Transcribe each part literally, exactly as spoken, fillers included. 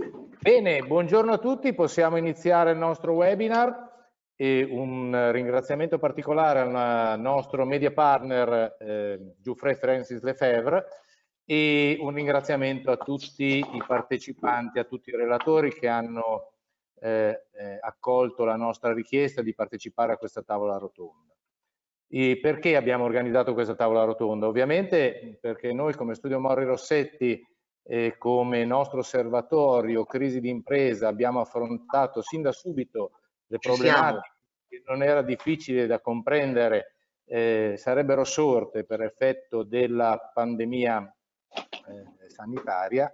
Bene, buongiorno a tutti, possiamo iniziare il nostro webinar e un ringraziamento particolare al nostro media partner eh, Geoffrey Francis Lefebvre e un ringraziamento a tutti i partecipanti, a tutti i relatori che hanno eh, eh, accolto la nostra richiesta di partecipare a questa tavola rotonda. E perché abbiamo organizzato questa tavola rotonda? Ovviamente perché noi come Studio Mori Rossetti e come nostro osservatorio crisi di impresa abbiamo affrontato sin da subito le problematiche che non era difficile da comprendere eh, sarebbero sorte per effetto della pandemia eh, sanitaria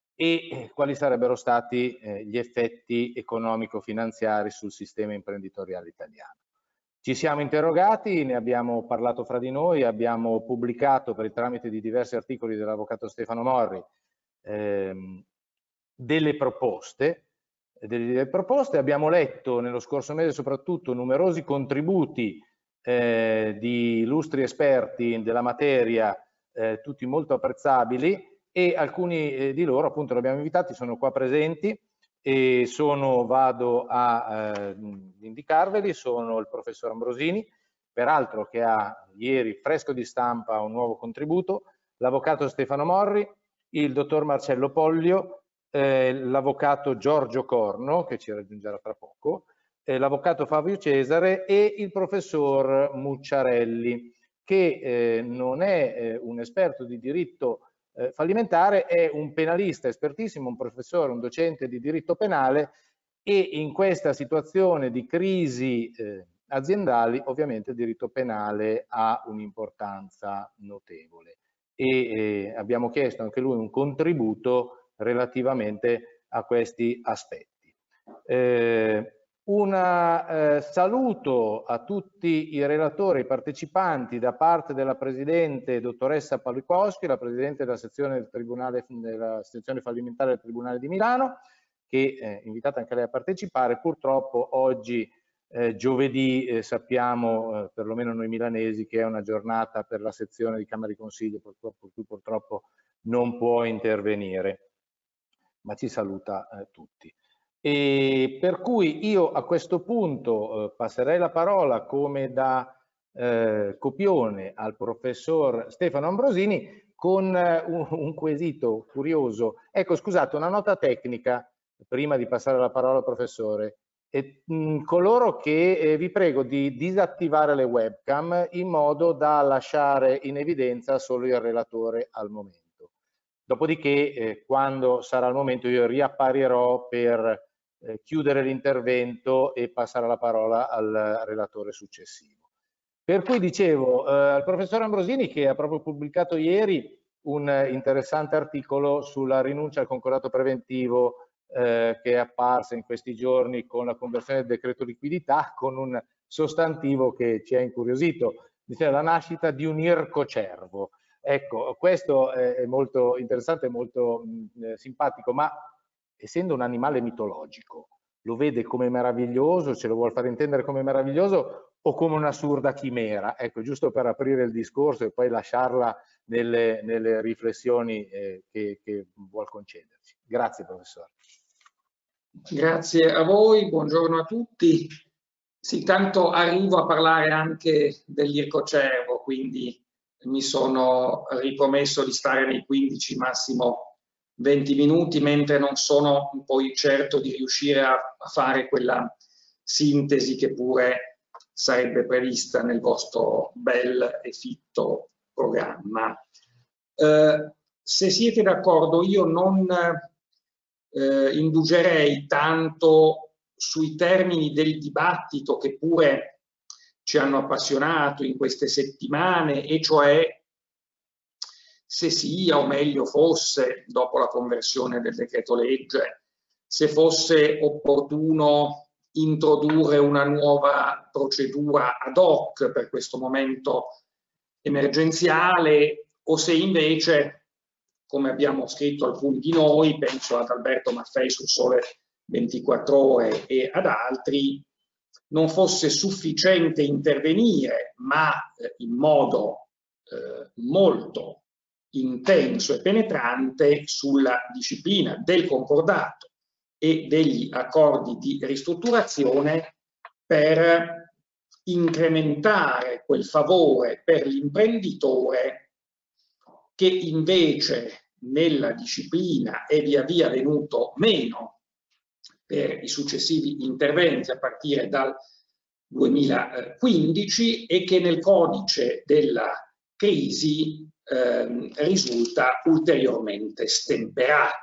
e quali sarebbero stati eh, gli effetti economico-finanziari sul sistema imprenditoriale italiano. Ci siamo interrogati, ne abbiamo parlato fra di noi, abbiamo pubblicato per il tramite di diversi articoli dell'avvocato Stefano Morri ehm, delle proposte, delle proposte, abbiamo letto nello scorso mese soprattutto numerosi contributi eh, di illustri esperti della materia, eh, tutti molto apprezzabili, e alcuni eh, di loro appunto li abbiamo invitati, sono qua presenti e sono, vado a eh, indicarveli, sono il professor Ambrosini, peraltro che ha ieri fresco di stampa un nuovo contributo, l'avvocato Stefano Morri, il dottor Marcello Pollio, eh, l'avvocato Giorgio Corno, che ci raggiungerà tra poco, eh, l'avvocato Fabio Cesare e il professor Mucciarelli, che eh, non è eh, un esperto di diritto eh, fallimentare, è un penalista espertissimo, un professore, un docente di diritto penale, e in questa situazione di crisi eh, aziendali ovviamente il diritto penale ha un'importanza notevole e eh, abbiamo chiesto anche lui un contributo relativamente a questi aspetti. Eh, un eh, saluto a tutti i relatori e partecipanti da parte della Presidente dottoressa Palikowski, la Presidente della sezione, del tribunale, della sezione fallimentare del Tribunale di Milano, che è eh, invitata anche lei a partecipare. Purtroppo oggi eh, giovedì eh, sappiamo, eh, perlomeno noi milanesi, che è una giornata per la sezione di Camera di Consiglio, purtroppo, cui purtroppo non può intervenire, ma ci saluta eh, tutti. E per cui io a questo punto eh, passerei la parola come da eh, copione al professor Stefano Ambrosini con eh, un, un quesito curioso. Ecco, scusate, una nota tecnica prima di passare la parola al professore. E, mh, coloro che eh, vi prego di disattivare le webcam in modo da lasciare in evidenza solo il relatore al momento. Dopodiché, eh, quando sarà il momento, io riapparirò per eh, chiudere l'intervento e passare la parola al relatore successivo. Per cui dicevo eh, al professor Ambrosini, che ha proprio pubblicato ieri un interessante articolo sulla rinuncia al concordato preventivo eh, che è apparsa in questi giorni con la conversione del decreto liquidità, con un sostantivo che ci ha incuriosito, diceva la nascita di un ircocervo. Ecco, questo è molto interessante, molto mh, simpatico, ma essendo un animale mitologico, lo vede come meraviglioso, ce lo vuol far intendere come meraviglioso o come un'assurda chimera? Ecco, giusto per aprire il discorso e poi lasciarla nelle, nelle riflessioni eh, che, che vuol concederci. Grazie, professore. Grazie a voi, buongiorno a tutti. Sì, tanto arrivo a parlare anche dell'ircocervo, quindi mi sono ripromesso di stare nei quindici, massimo venti minuti, mentre non sono poi certo di riuscire a, a fare quella sintesi che pure sarebbe prevista nel vostro bel e fitto programma. Eh, se siete d'accordo, io non eh, indugerei tanto sui termini del dibattito che pure ci hanno appassionato in queste settimane, e cioè se sia, o meglio fosse, dopo la conversione del decreto legge, se fosse opportuno introdurre una nuova procedura ad hoc per questo momento emergenziale, o se invece, come abbiamo scritto alcuni di noi, penso ad Alberto Maffei sul Sole ventiquattro Ore e ad altri, non fosse sufficiente intervenire, ma eh, in modo eh, molto intenso e penetrante sulla disciplina del concordato e degli accordi di ristrutturazione per incrementare quel favore per l'imprenditore che invece nella disciplina è via via venuto meno per i successivi interventi a partire dal duemilaquindici e che nel codice della crisi eh, risulta ulteriormente stemperato.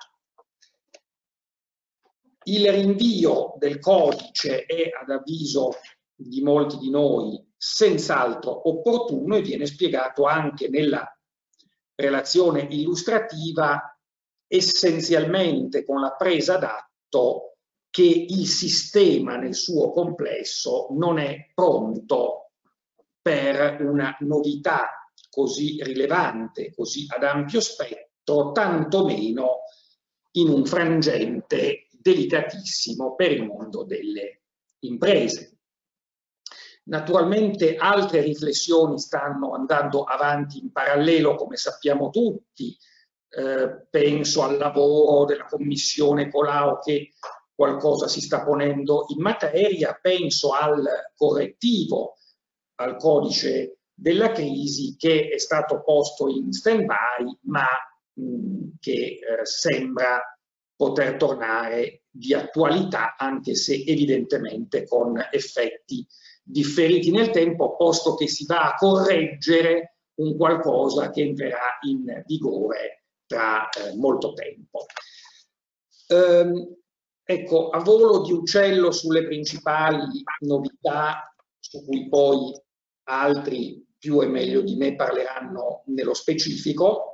Il rinvio del codice è, ad avviso di molti di noi, senz'altro opportuno e viene spiegato anche nella relazione illustrativa, essenzialmente con la presa d'atto che il sistema nel suo complesso non è pronto per una novità così rilevante, così ad ampio spettro, tantomeno in un frangente delicatissimo per il mondo delle imprese. Naturalmente altre riflessioni stanno andando avanti in parallelo, come sappiamo tutti. Eh, penso al lavoro della Commissione Colao che qualcosa si sta ponendo in materia, penso al correttivo al codice della crisi che è stato posto in stand-by ma mh, che eh, sembra poter tornare di attualità, anche se evidentemente con effetti differiti nel tempo, posto che si va a correggere un qualcosa che entrerà in vigore tra eh, molto tempo. Ehm, ecco, a volo di uccello sulle principali novità, su cui poi altri più e meglio di me parleranno nello specifico,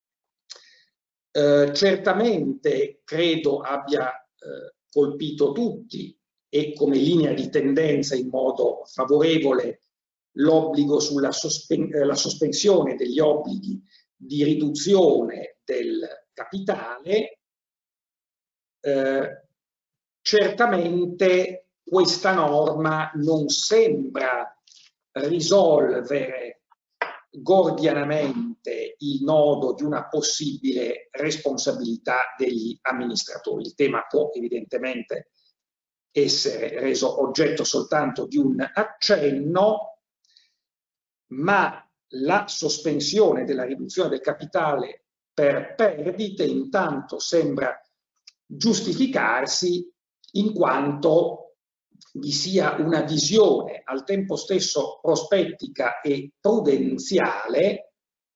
eh, certamente credo abbia eh, colpito tutti e come linea di tendenza in modo favorevole l'obbligo sulla sospen la sospensione degli obblighi di riduzione del capitale. Eh, certamente questa norma non sembra risolvere gordianamente il nodo di una possibile responsabilità degli amministratori. Il tema può evidentemente essere reso oggetto soltanto di un accenno, ma la sospensione della riduzione del capitale per perdite intanto sembra giustificarsi in quanto vi sia una visione al tempo stesso prospettica e prudenziale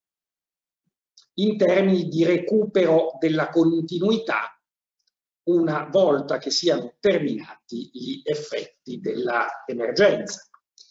in termini di recupero della continuità una volta che siano terminati gli effetti dell'emergenza.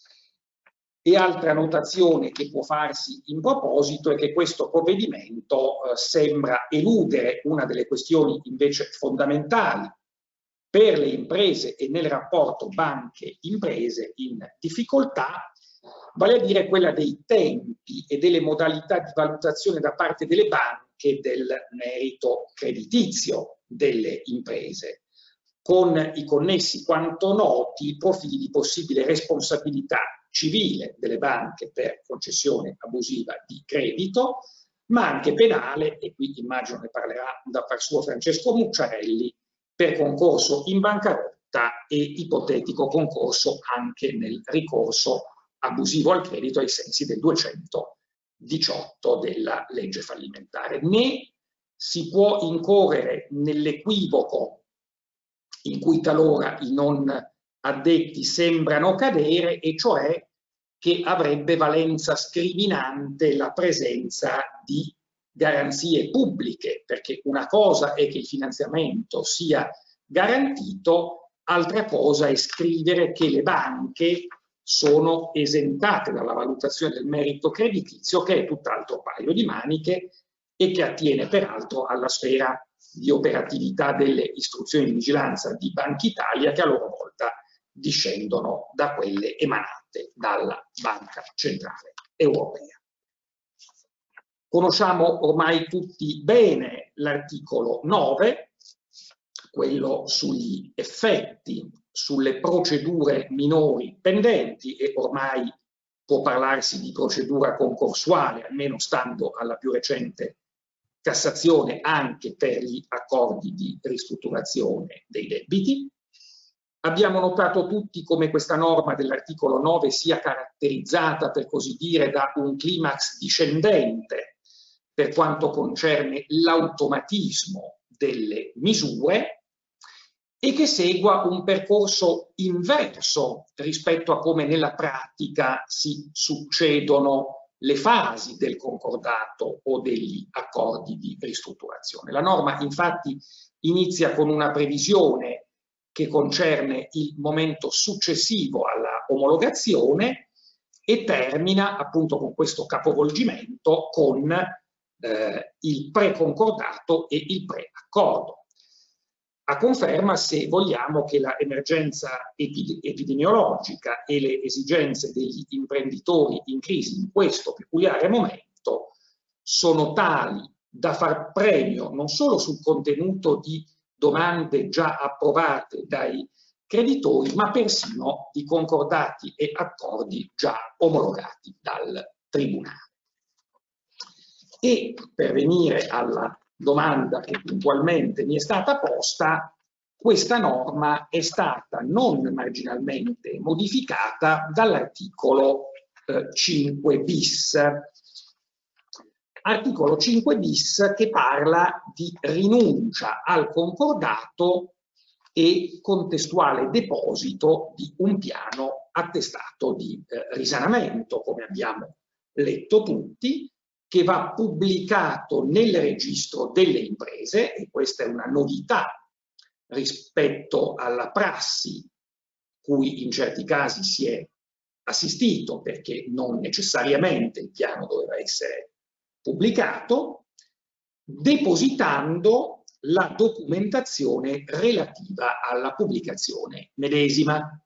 E altra notazione che può farsi in proposito è che questo provvedimento eh, sembra eludere una delle questioni invece fondamentali per le imprese e nel rapporto banche-imprese in difficoltà, vale a dire quella dei tempi e delle modalità di valutazione da parte delle banche del merito creditizio delle imprese, con i connessi quanto noti profili di possibile responsabilità civile delle banche per concessione abusiva di credito, ma anche penale, e qui immagino ne parlerà da par suo Francesco Mucciarelli, per concorso in bancarotta e ipotetico concorso anche nel ricorso abusivo al credito ai sensi del duecentodiciotto della legge fallimentare. Né si può incorrere nell'equivoco in cui talora i non addetti sembrano cadere, e cioè che avrebbe valenza scriminante la presenza di garanzie pubbliche, perché una cosa è che il finanziamento sia garantito, altra cosa è scrivere che le banche sono esentate dalla valutazione del merito creditizio, che è tutt'altro paio di maniche e che attiene peraltro alla sfera di operatività delle istruzioni di vigilanza di Banca Italia, che a loro volta discendono da quelle emanate dalla Banca Centrale Europea. Conosciamo ormai tutti bene l'articolo nove, quello sugli effetti sulle procedure minori pendenti, e ormai può parlarsi di procedura concorsuale, almeno stando alla più recente Cassazione anche per gli accordi di ristrutturazione dei debiti. Abbiamo notato tutti come questa norma dell'articolo nove sia caratterizzata, per così dire, da un climax discendente per quanto concerne l'automatismo delle misure e che segua un percorso inverso rispetto a come nella pratica si succedono le fasi del concordato o degli accordi di ristrutturazione. La norma infatti inizia con una previsione che concerne il momento successivo alla omologazione e termina appunto con questo capovolgimento con eh, il preconcordato e il preaccordo. A conferma, se vogliamo, che l'emergenza epidemiologica e le esigenze degli imprenditori in crisi in questo peculiare momento sono tali da far premio non solo sul contenuto di domande già approvate dai creditori, ma persino di concordati e accordi già omologati dal Tribunale. E per venire alla domanda che puntualmente mi è stata posta, questa norma è stata non marginalmente modificata dall'articolo eh, cinque bis. Articolo cinque bis che parla di rinuncia al concordato e contestuale deposito di un piano attestato di eh, risanamento, come abbiamo letto tutti, che va pubblicato nel registro delle imprese, e questa è una novità rispetto alla prassi cui in certi casi si è assistito, perché non necessariamente il piano doveva essere pubblicato, depositando la documentazione relativa alla pubblicazione medesima.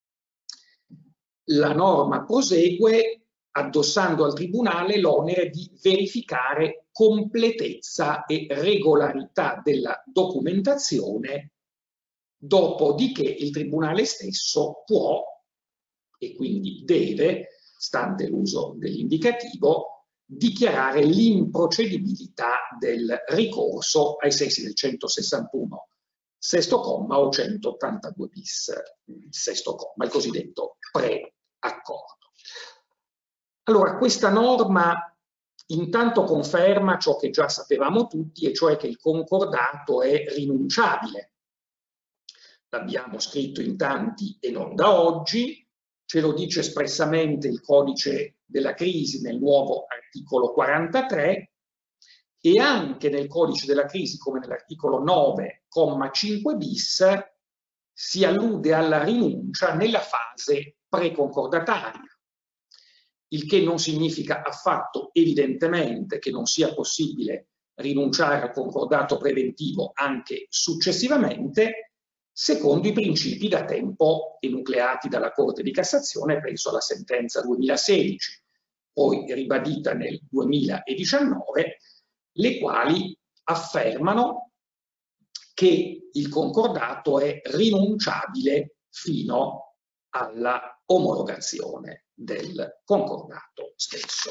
La norma prosegue addossando al Tribunale l'onere di verificare completezza e regolarità della documentazione, dopodiché il Tribunale stesso può, e quindi deve, stante l'uso dell'indicativo, dichiarare l'improcedibilità del ricorso ai sensi del centosessantuno sesto comma o centottantadue bis sesto comma, il cosiddetto preaccordo. Allora, questa norma intanto conferma ciò che già sapevamo tutti, e cioè che il concordato è rinunciabile. L'abbiamo scritto in tanti e non da oggi, ce lo dice espressamente il codice della crisi nel nuovo articolo quarantatré, e anche nel codice della crisi, come nell'articolo nove comma cinque bis, si allude alla rinuncia nella fase preconcordataria. Il che non significa affatto, evidentemente, che non sia possibile rinunciare al concordato preventivo anche successivamente, secondo i principi da tempo enucleati dalla Corte di Cassazione, penso alla sentenza duemilasedici, poi ribadita nel duemiladiciannove, le quali affermano che il concordato è rinunciabile fino alla omologazione del concordato stesso.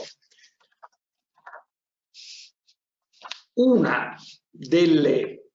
Una delle,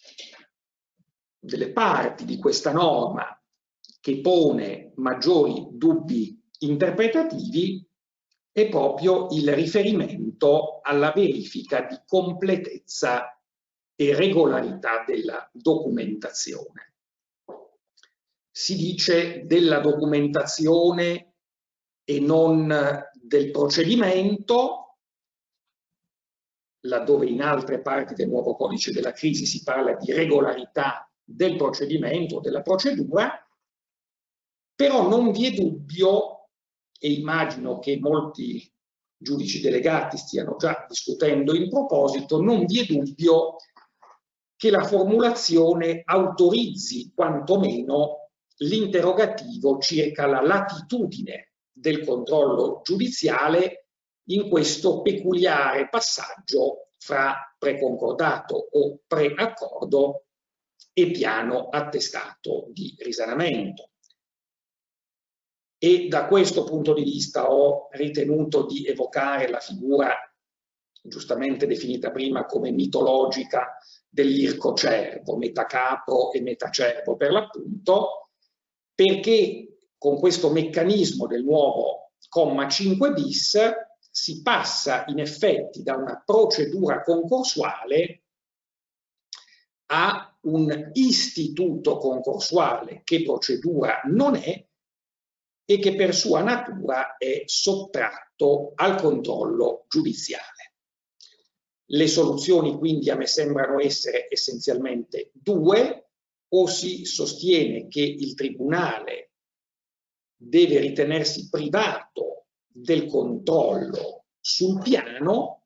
delle parti di questa norma che pone maggiori dubbi interpretativi è proprio il riferimento alla verifica di completezza e regolarità della documentazione. Si dice della documentazione e non del procedimento, laddove in altre parti del nuovo codice della crisi si parla di regolarità del procedimento o della procedura, però non vi è dubbio, e immagino che molti giudici delegati stiano già discutendo in proposito, non vi è dubbio che la formulazione autorizzi quantomeno l'interrogativo circa la latitudine del controllo giudiziale in questo peculiare passaggio fra preconcordato o preaccordo e piano attestato di risanamento. E da questo punto di vista ho ritenuto di evocare la figura giustamente definita prima come mitologica dell'ircocervo, metà capro e metà cervo per l'appunto, perché con questo meccanismo del nuovo comma cinque bis si passa in effetti da una procedura concorsuale a un istituto concorsuale che procedura non è e che per sua natura è sottratto al controllo giudiziale. Le soluzioni quindi a me sembrano essere essenzialmente due: o si sostiene che il Tribunale deve ritenersi privato del controllo sul piano,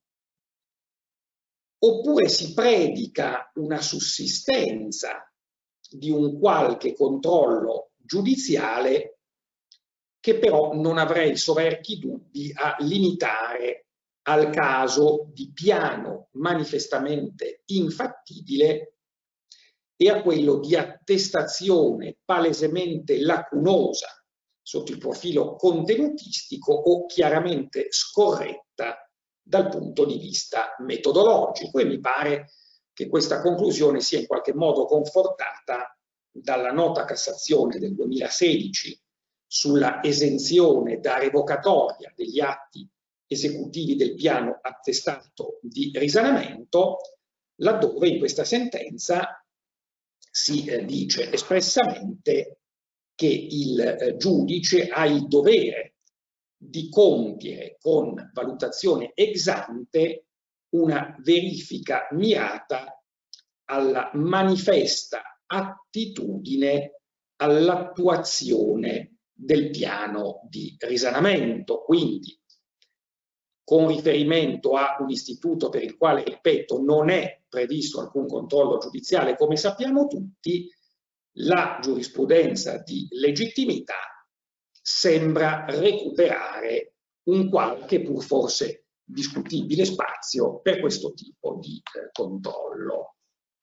oppure si predica una sussistenza di un qualche controllo giudiziale che però non avrei soverchi dubbi a limitare al caso di piano manifestamente infattibile e a quello di attestazione palesemente lacunosa sotto il profilo contenutistico o chiaramente scorretta dal punto di vista metodologico, e mi pare che questa conclusione sia in qualche modo confortata dalla nota Cassazione del duemilasedici sulla esenzione da revocatoria degli atti esecutivi del piano attestato di risanamento, laddove in questa sentenza si eh, dice espressamente che il eh, giudice ha il dovere di compiere con valutazione ex ante una verifica mirata alla manifesta attitudine all'attuazione del piano di risanamento. Quindi, con riferimento a un istituto per il quale, ripeto, non è previsto alcun controllo giudiziale, come sappiamo tutti, la giurisprudenza di legittimità sembra recuperare un qualche, pur forse discutibile, spazio per questo tipo di eh, controllo.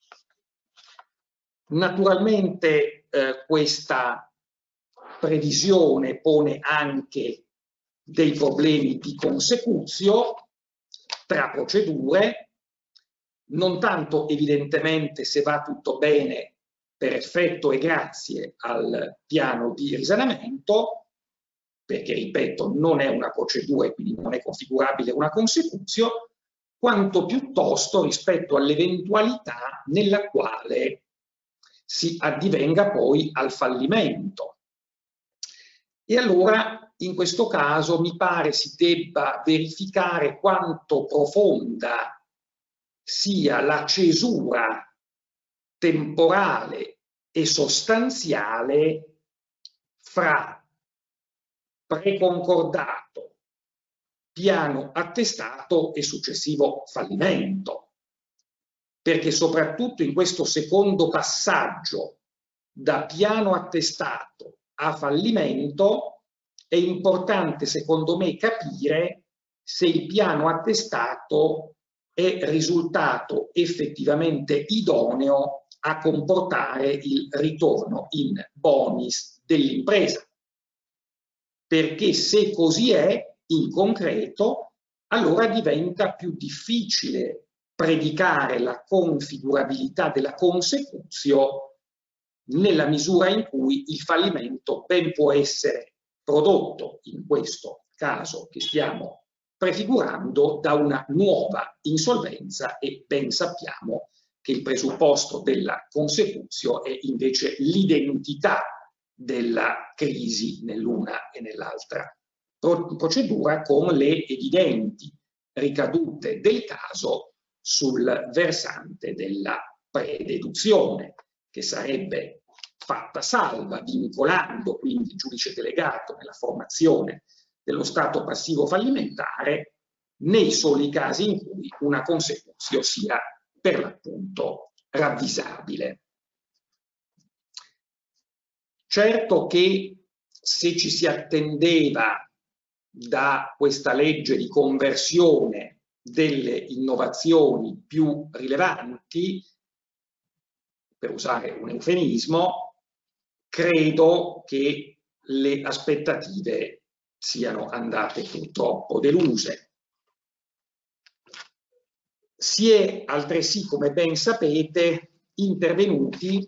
Naturalmente eh, questa previsione pone anche dei problemi di consecuzio tra procedure, non tanto evidentemente se va tutto bene per effetto e grazie al piano di risanamento, perché ripeto non è una procedura e quindi non è configurabile una consecuzio, quanto piuttosto rispetto all'eventualità nella quale si addivenga poi al fallimento. E allora in questo caso mi pare si debba verificare quanto profonda sia la cesura temporale e sostanziale fra preconcordato, piano attestato e successivo fallimento, perché soprattutto in questo secondo passaggio da piano attestato a fallimento è importante secondo me capire se il piano attestato è risultato effettivamente idoneo a comportare il ritorno in bonis dell'impresa, perché se così è in concreto allora diventa più difficile predicare la configurabilità della consecutio nella misura in cui il fallimento ben può essere prodotto, in questo caso che stiamo prefigurando, da una nuova insolvenza, e ben sappiamo che il presupposto della consecutio è invece l'identità della crisi nell'una e nell'altra procedura, con le evidenti ricadute del caso sul versante della prededuzione, che sarebbe fatta salva, vincolando quindi il giudice delegato nella formazione dello stato passivo fallimentare nei soli casi in cui una consecutio sia per l'appunto ravvisabile. Certo che se ci si attendeva da questa legge di conversione delle innovazioni più rilevanti, per usare un eufemismo, credo che le aspettative siano andate purtroppo deluse. Si è altresì, come ben sapete, intervenuti,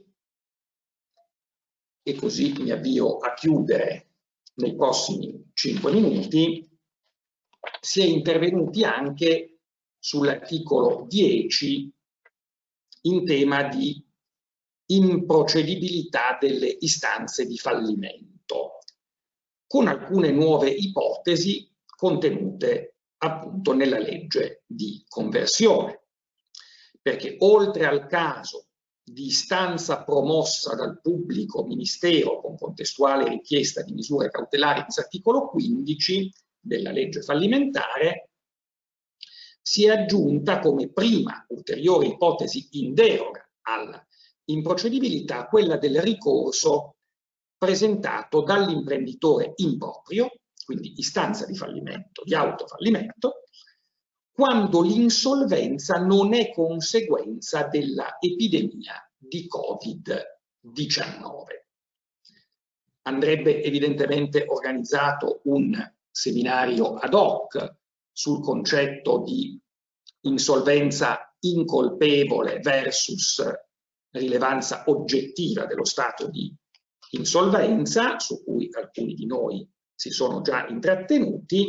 e così mi avvio a chiudere nei prossimi cinque minuti, si è intervenuti anche sull'articolo dieci in tema di improcedibilità delle istanze di fallimento, con alcune nuove ipotesi contenute appunto nella legge di conversione, perché oltre al caso di istanza promossa dal pubblico ministero con contestuale richiesta di misure cautelari ex articolo quindici della legge fallimentare, si è aggiunta come prima ulteriore ipotesi in deroga alla improcedibilità quella del ricorso presentato dall'imprenditore improprio, quindi istanza di fallimento, di autofallimento, quando l'insolvenza non è conseguenza della epidemia di Covid diciannove. Andrebbe evidentemente organizzato un seminario ad hoc sul concetto di insolvenza incolpevole versus rilevanza oggettiva dello stato di insolvenza, su cui alcuni di noi si sono già intrattenuti.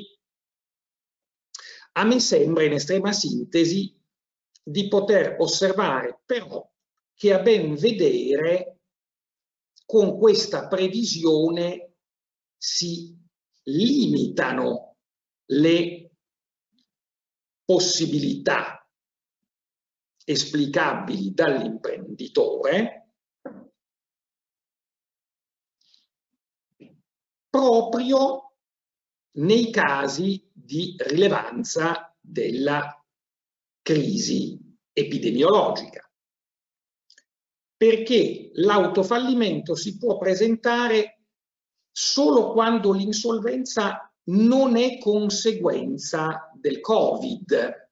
A me sembra in estrema sintesi di poter osservare però che a ben vedere con questa previsione si limitano le possibilità esplicabili dall'imprenditore proprio nei casi di rilevanza della crisi epidemiologica, perché l'autofallimento si può presentare solo quando l'insolvenza non è conseguenza del Covid,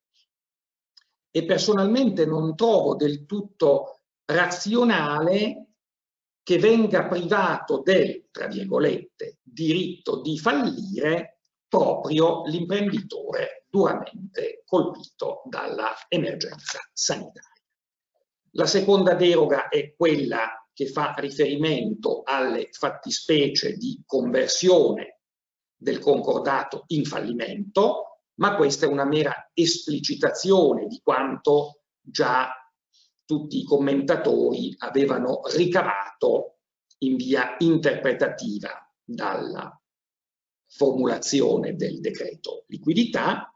e personalmente non trovo del tutto razionale che venga privato del, tra virgolette, diritto di fallire proprio l'imprenditore duramente colpito dalla emergenza sanitaria. La seconda deroga è quella che fa riferimento alle fattispecie di conversione del concordato in fallimento, ma questa è una mera esplicitazione di quanto già tutti i commentatori avevano ricavato in via interpretativa dalla formulazione del decreto liquidità.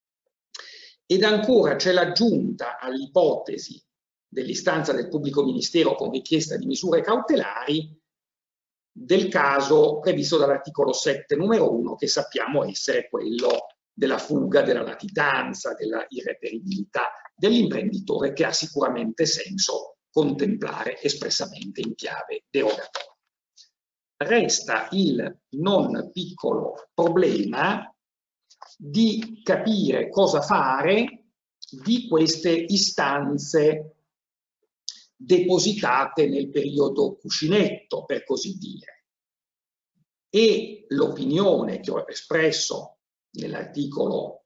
Ed ancora c'è l'aggiunta all'ipotesi dell'istanza del pubblico ministero con richiesta di misure cautelari del caso previsto dall'articolo sette numero uno, che sappiamo essere quello della fuga, della latitanza, della irreperibilità dell'imprenditore, che ha sicuramente senso contemplare espressamente in chiave derogatoria. Resta il non piccolo problema di capire cosa fare di queste istanze depositate nel periodo cuscinetto, per così dire. E l'opinione che ho espresso nell'articolo,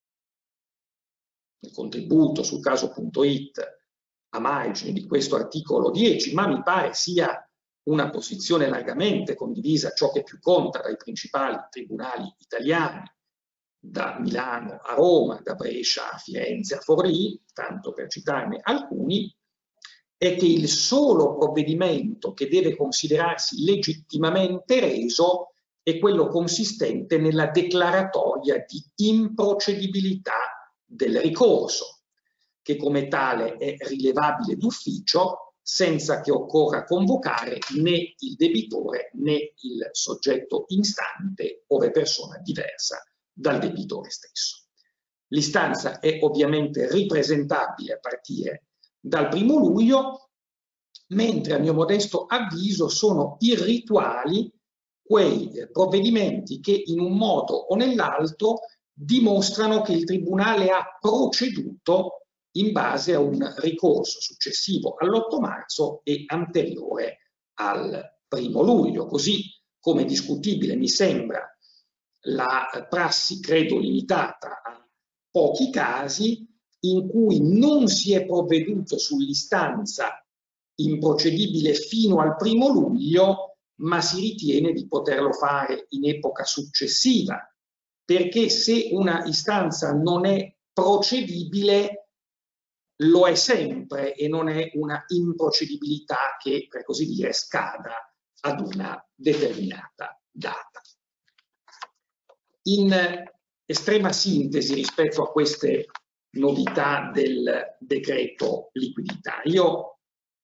nel contributo sul caso.it a margine di questo articolo dieci, ma mi pare sia una posizione largamente condivisa, ciò che più conta dai principali tribunali italiani, da Milano a Roma, da Brescia a Firenze a Forlì, tanto per citarne alcuni, è che il solo provvedimento che deve considerarsi legittimamente reso è quello consistente nella declaratoria di improcedibilità del ricorso, che come tale è rilevabile d'ufficio senza che occorra convocare né il debitore né il soggetto instantante ove persona diversa dal debitore stesso. L'istanza è ovviamente ripresentabile a partire dal primo luglio, mentre a mio modesto avviso sono irrituali quei provvedimenti che in un modo o nell'altro dimostrano che il Tribunale ha proceduto in base a un ricorso successivo all'otto marzo e anteriore al primo luglio, così come discutibile mi sembra la prassi, credo limitata a pochi casi, in cui non si è provveduto sull'istanza improcedibile fino al primo luglio, ma si ritiene di poterlo fare in epoca successiva, perché se una istanza non è procedibile, lo è sempre e non è una improcedibilità che, per così dire, scada ad una determinata data. In estrema sintesi rispetto a queste novità del decreto liquidità, io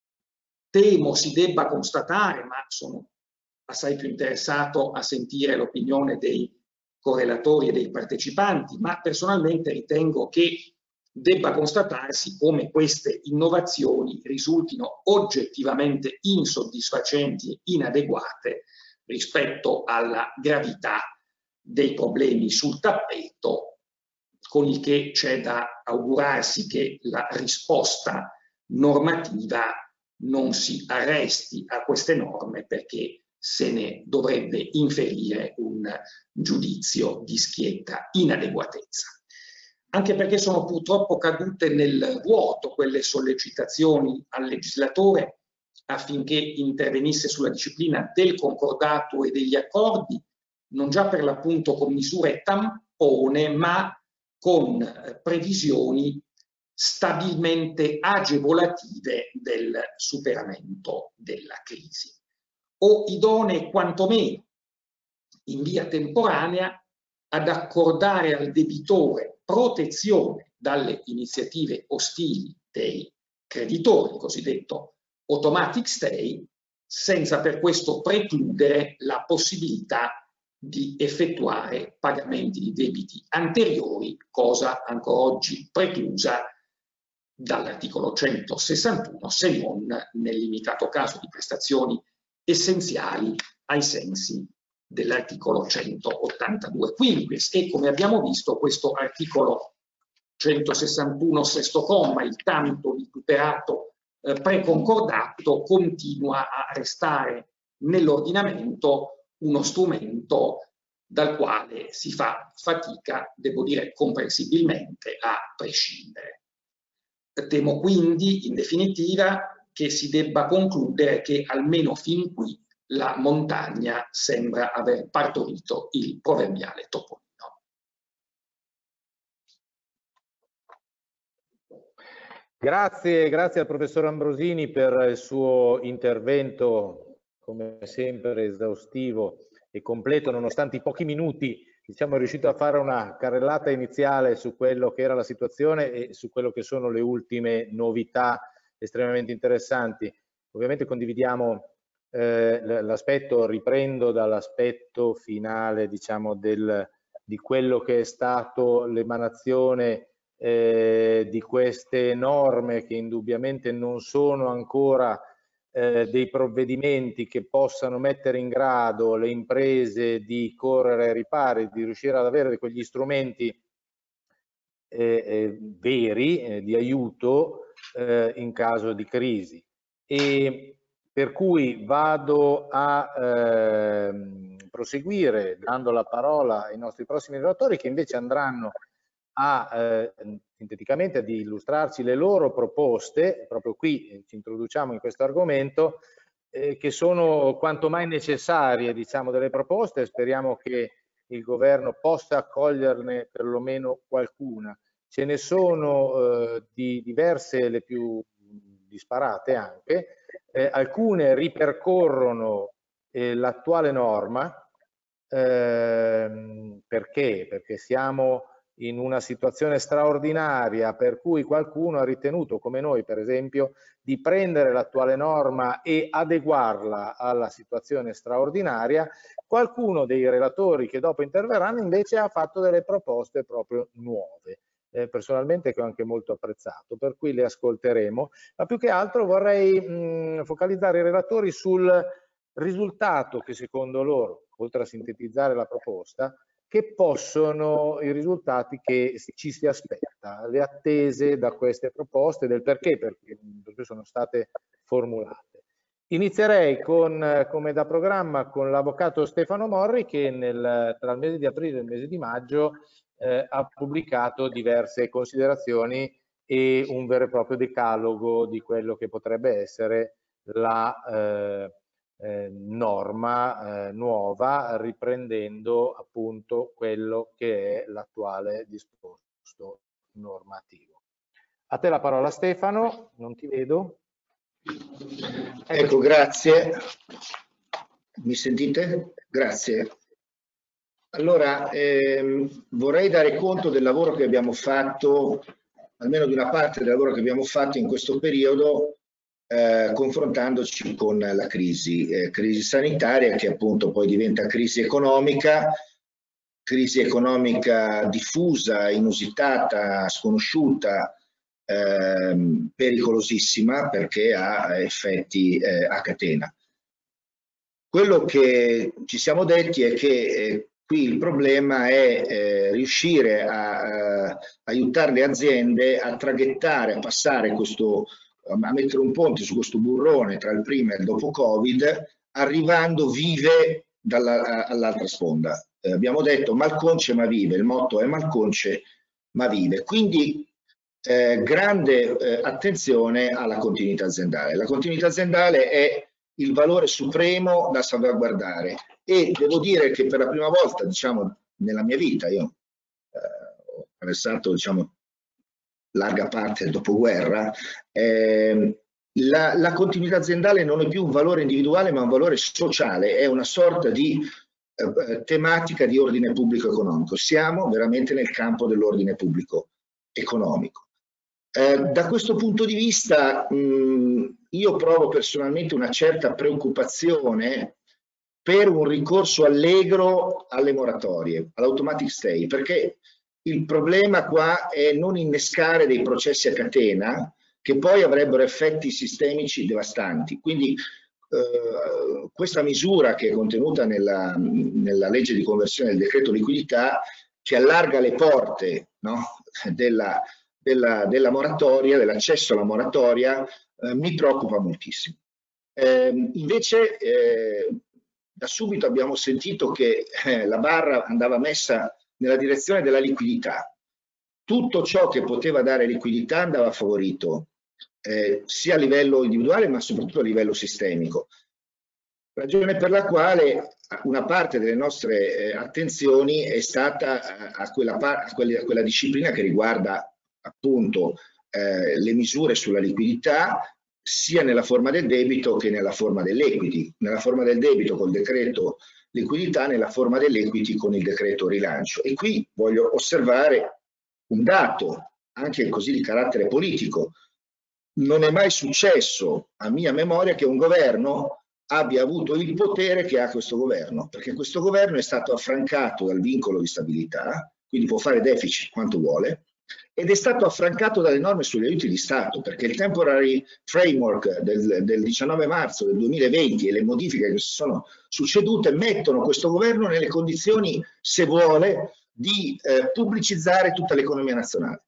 temo si debba constatare, ma sono assai più interessato a sentire l'opinione dei correlatori e dei partecipanti, ma personalmente ritengo che debba constatarsi come queste innovazioni risultino oggettivamente insoddisfacenti e inadeguate rispetto alla gravità dei problemi sul tappeto, con il che c'è da augurarsi che la risposta normativa non si arresti a queste norme, perché se ne dovrebbe inferire un giudizio di schietta inadeguatezza. Anche perché sono purtroppo cadute nel vuoto quelle sollecitazioni al legislatore affinché intervenisse sulla disciplina del concordato e degli accordi, non già per l'appunto con misure tampone, ma con previsioni stabilmente agevolative del superamento della crisi, o idonee quantomeno in via temporanea ad accordare al debitore protezione dalle iniziative ostili dei creditori, il cosiddetto automatic stay, senza per questo precludere la possibilità di effettuare pagamenti di debiti anteriori, cosa ancora oggi preclusa dall'articolo centosessantuno, se non nel limitato caso di prestazioni essenziali ai sensi dell'articolo centottantadue quinquies. E come abbiamo visto, questo articolo centosessantuno sesto comma, il tanto vituperato eh, preconcordato, continua a restare nell'ordinamento uno strumento dal quale si fa fatica, devo dire comprensibilmente, a prescindere. Temo quindi, in definitiva, che si debba concludere che almeno fin qui la montagna sembra aver partorito il proverbiale topolino. Grazie, grazie al professor Ambrosini per il suo intervento, come sempre esaustivo e completo, nonostante i pochi minuti. Diciamo, è riuscito a fare una carrellata iniziale su quello che era la situazione e su quello che sono le ultime novità estremamente interessanti. Ovviamente condividiamo eh, l'aspetto, riprendo dall'aspetto finale, diciamo, del, di quello che è stato l'emanazione eh, di queste norme, che indubbiamente non sono ancora Eh, dei provvedimenti che possano mettere in grado le imprese di correre ai ripari, di riuscire ad avere quegli strumenti eh, eh, veri eh, di aiuto eh, in caso di crisi. E per cui vado a eh, proseguire dando la parola ai nostri prossimi relatori, che invece andranno a eh, sinteticamente ad illustrarci le loro proposte. Proprio qui eh, ci introduciamo in questo argomento, eh, che sono quanto mai necessarie, diciamo, delle proposte. Speriamo che il governo possa accoglierne perlomeno qualcuna. Ce ne sono eh, di diverse, le più disparate anche, eh, alcune ripercorrono eh, l'attuale norma. Eh, perché? Perché siamo in una situazione straordinaria, per cui qualcuno ha ritenuto, come noi per esempio, di prendere l'attuale norma e adeguarla alla situazione straordinaria. Qualcuno dei relatori che dopo interverranno invece ha fatto delle proposte proprio nuove, eh, personalmente, che ho anche molto apprezzato, per cui le ascolteremo, ma più che altro vorrei mh, focalizzare i relatori sul risultato che secondo loro, oltre a sintetizzare la proposta, che possono i risultati che ci si aspetta, le attese da queste proposte, del perché, perché, perché sono state formulate. Inizierei con, come da programma, con l'avvocato Stefano Morri, che nel, tra il mese di aprile e il mese di maggio eh, ha pubblicato diverse considerazioni e un vero e proprio decalogo di quello che potrebbe essere la eh, eh, norma eh, nuova, riprendendo appunto quello che è l'attuale disposto normativo. A te la parola, Stefano, non ti vedo. Ecco, grazie. Mi sentite? Grazie. Allora, ehm, vorrei dare conto del lavoro che abbiamo fatto, almeno di una parte del lavoro che abbiamo fatto in questo periodo, eh, confrontandoci con la crisi, eh, crisi sanitaria che appunto poi diventa crisi economica, crisi economica diffusa, inusitata, sconosciuta, ehm, pericolosissima perché ha effetti eh, a catena. Quello che ci siamo detti è che eh, qui il problema è eh, riuscire a, a aiutare le aziende a traghettare, a passare questo, a mettere un ponte su questo burrone tra il prima e il dopo Covid, arrivando vive dall'altra sponda. Eh, abbiamo detto malconce ma vive, il motto è malconce ma vive. Quindi eh, grande eh, attenzione alla continuità aziendale. La continuità aziendale è il valore supremo da salvaguardare e devo dire che per la prima volta, diciamo, nella mia vita, io eh, ho attraversato, diciamo, larga parte del dopoguerra, eh, la, la continuità aziendale non è più un valore individuale ma un valore sociale, è una sorta di eh, tematica di ordine pubblico economico. Siamo veramente nel campo dell'ordine pubblico economico. Eh, da questo punto di vista mh, io provo personalmente una certa preoccupazione per un ricorso allegro alle moratorie, all'automatic stay, perché il problema qua è non innescare dei processi a catena che poi avrebbero effetti sistemici devastanti. Quindi eh, questa misura che è contenuta nella, nella legge di conversione del decreto liquidità, che allarga le porte, no, della Della, della moratoria, dell'accesso alla moratoria, eh, mi preoccupa moltissimo. Eh, invece eh, da subito abbiamo sentito che eh, la barra andava messa nella direzione della liquidità. Tutto ciò che poteva dare liquidità andava favorito, eh, sia a livello individuale ma soprattutto a livello sistemico. Ragione per la quale una parte delle nostre eh, attenzioni è stata a quella, a quella, a quella disciplina che riguarda appunto eh, le misure sulla liquidità sia nella forma del debito che nella forma dell'equity, nella forma del debito col decreto liquidità, nella forma dell'equity con il decreto rilancio. E qui voglio osservare un dato anche così di carattere politico. Non è mai successo a mia memoria che un governo abbia avuto il potere che ha questo governo, perché questo governo è stato affrancato dal vincolo di stabilità, quindi può fare deficit quanto vuole, ed è stato affrancato dalle norme sugli aiuti di Stato, perché il temporary framework del, del diciannove marzo del duemilaventi e le modifiche che si sono succedute mettono questo governo nelle condizioni, se vuole, di eh, pubblicizzare tutta l'economia nazionale.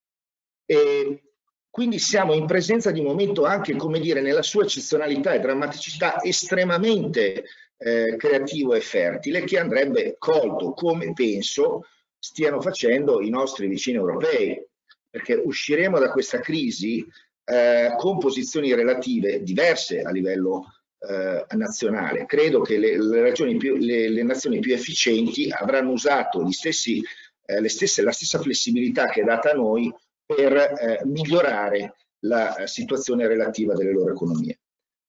E quindi siamo in presenza di un momento anche, come dire, nella sua eccezionalità e drammaticità estremamente eh, creativo e fertile, che andrebbe colto, come penso stiano facendo i nostri vicini europei, perché usciremo da questa crisi eh, con posizioni relative diverse a livello eh, nazionale. Credo che le, le, ragioni più, le, le nazioni più efficienti avranno usato gli stessi, eh, le stesse, la stessa flessibilità che è data a noi per eh, migliorare la eh, situazione relativa delle loro economie.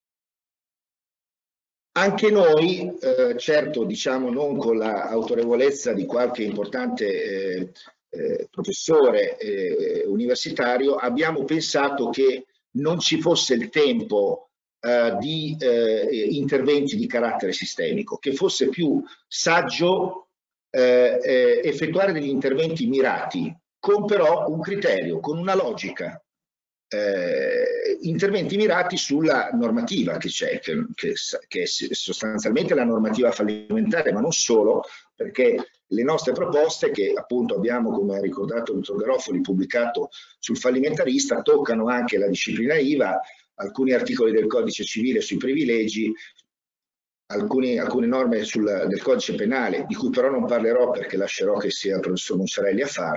Anche noi, eh, certo diciamo non con l'autorevolezza di qualche importante eh, eh, professore eh, universitario, abbiamo pensato che non ci fosse il tempo eh, di eh, interventi di carattere sistemico, che fosse più saggio eh, eh, effettuare degli interventi mirati, con però un criterio, con una logica. Eh, interventi mirati sulla normativa che c'è, che, che, che è sostanzialmente la normativa fallimentare, ma non solo, perché le nostre proposte che appunto abbiamo, come ha ricordato il dottor Garofoli, pubblicato sul fallimentarista, toccano anche la disciplina I V A, alcuni articoli del codice civile sui privilegi, alcuni, alcune norme sul, del codice penale, di cui però non parlerò perché lascerò che sia il professor Mussarelli a farlo,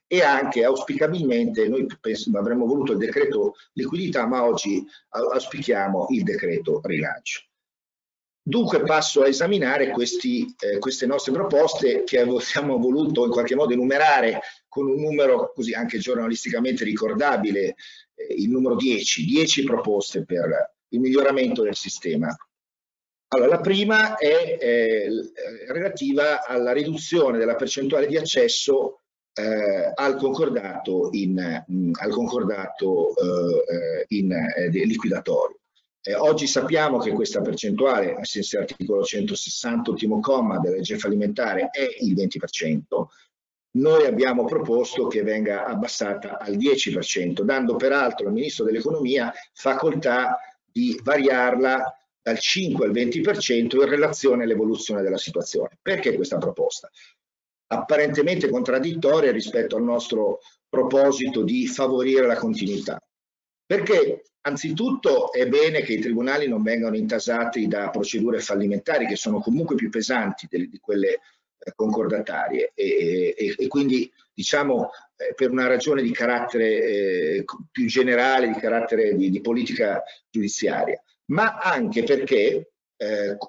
e anche auspicabilmente noi avremmo voluto il decreto liquidità, ma oggi auspichiamo il decreto rilancio. Dunque passo a esaminare questi, eh, queste nostre proposte che abbiamo voluto in qualche modo enumerare con un numero così anche giornalisticamente ricordabile, eh, il numero dieci, dieci proposte per il miglioramento del sistema. Allora, la prima è eh, relativa alla riduzione della percentuale di accesso eh, al concordato in, mh, al concordato, eh, in eh, liquidatorio. Eh, oggi sappiamo che questa percentuale, ai sensi dell'articolo centosessanta, ultimo comma della legge fallimentare, è il venti per cento. Noi abbiamo proposto che venga abbassata al dieci per cento, dando peraltro al Ministro dell'Economia facoltà di variarla dal cinque al venti per cento in relazione all'evoluzione della situazione. Perché questa proposta? Apparentemente contraddittoria rispetto al nostro proposito di favorire la continuità. Perché anzitutto è bene che i tribunali non vengano intasati da procedure fallimentari che sono comunque più pesanti di, di quelle eh, concordatarie e, e, e quindi diciamo eh, per una ragione di carattere eh, più generale, di carattere di, di politica giudiziaria, ma anche perché eh,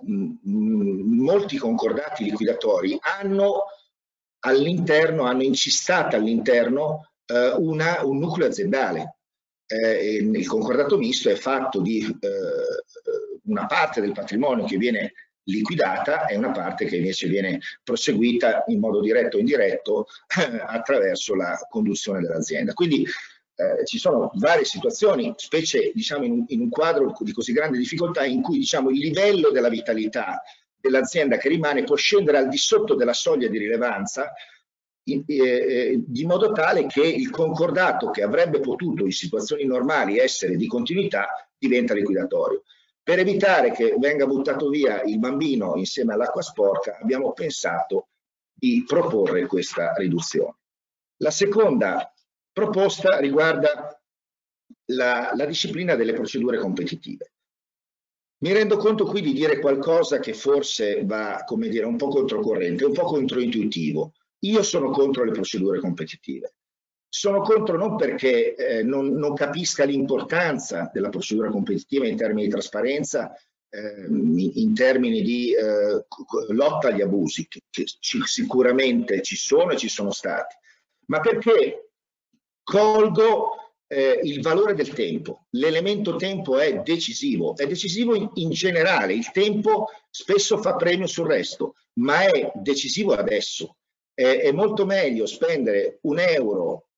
molti concordati liquidatori hanno all'interno, hanno incistato all'interno eh, una, un nucleo aziendale. Eh, il concordato misto è fatto di eh, una parte del patrimonio che viene liquidata e una parte che invece viene proseguita in modo diretto o indiretto eh, attraverso la conduzione dell'azienda. Quindi eh, ci sono varie situazioni, specie diciamo, in, in un quadro di così grande difficoltà in cui diciamo, il livello della vitalità dell'azienda che rimane può scendere al di sotto della soglia di rilevanza, In, eh, di modo tale che il concordato che avrebbe potuto in situazioni normali essere di continuità diventa liquidatorio. Per evitare che venga buttato via il bambino insieme all'acqua sporca abbiamo pensato di proporre questa riduzione. La seconda proposta riguarda la, la disciplina delle procedure competitive. Mi rendo conto qui di dire qualcosa che forse va, come dire, un po' controcorrente, un po' controintuitivo. Io sono contro le procedure competitive. Sono contro non perché eh, non, non capisca l'importanza della procedura competitiva in termini di trasparenza, eh, in, in termini di eh, lotta agli abusi, che, che ci, sicuramente ci sono e ci sono stati, ma perché colgo eh, il valore del tempo. L'elemento tempo è decisivo, è decisivo in, in generale. Il tempo spesso fa premio sul resto, ma è decisivo adesso. È molto meglio spendere un euro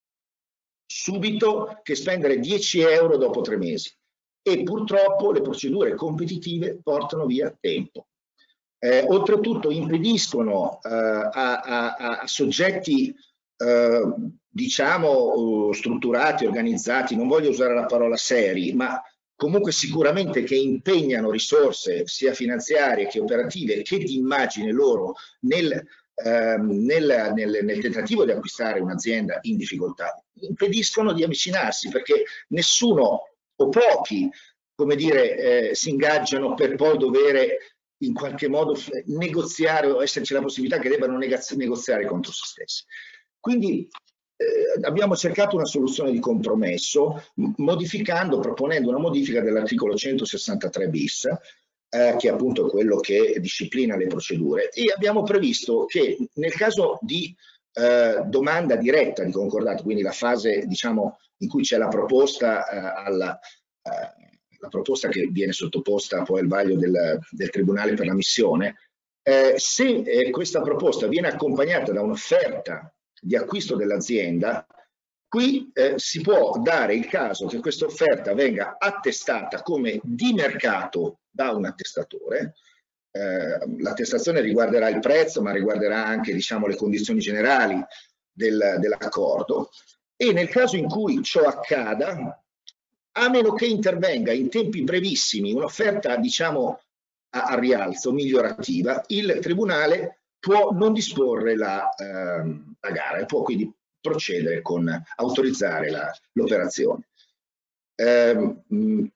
subito che spendere dieci euro dopo tre mesi e purtroppo le procedure competitive portano via tempo. Eh, oltretutto impediscono eh, a, a, a soggetti eh, diciamo strutturati, organizzati, non voglio usare la parola seri, ma comunque sicuramente che impegnano risorse sia finanziarie che operative che di immagine loro nel Nel, nel, nel tentativo di acquistare un'azienda in difficoltà, impediscono di avvicinarsi perché nessuno o pochi, come dire, eh, si ingaggiano per poi dover in qualche modo negoziare o esserci la possibilità che debbano negoziare contro se stessi. Quindi eh, abbiamo cercato una soluzione di compromesso modificando, proponendo una modifica dell'articolo centosessantatré bis, Eh, che è appunto quello che disciplina le procedure, e abbiamo previsto che nel caso di eh, domanda diretta di concordato, quindi la fase diciamo in cui c'è la proposta eh, alla eh, la proposta che viene sottoposta poi al vaglio del, del Tribunale per l'ammissione, eh, se eh, questa proposta viene accompagnata da un'offerta di acquisto dell'azienda, qui eh, si può dare il caso che questa offerta venga attestata come di mercato da un attestatore. Eh, l'attestazione riguarderà il prezzo, ma riguarderà anche diciamo, le condizioni generali del, dell'accordo, e nel caso in cui ciò accada, a meno che intervenga in tempi brevissimi un'offerta diciamo a, a rialzo, migliorativa, il Tribunale può non disporre la, ehm, la gara e può quindi procedere con autorizzare l'operazione. Eh,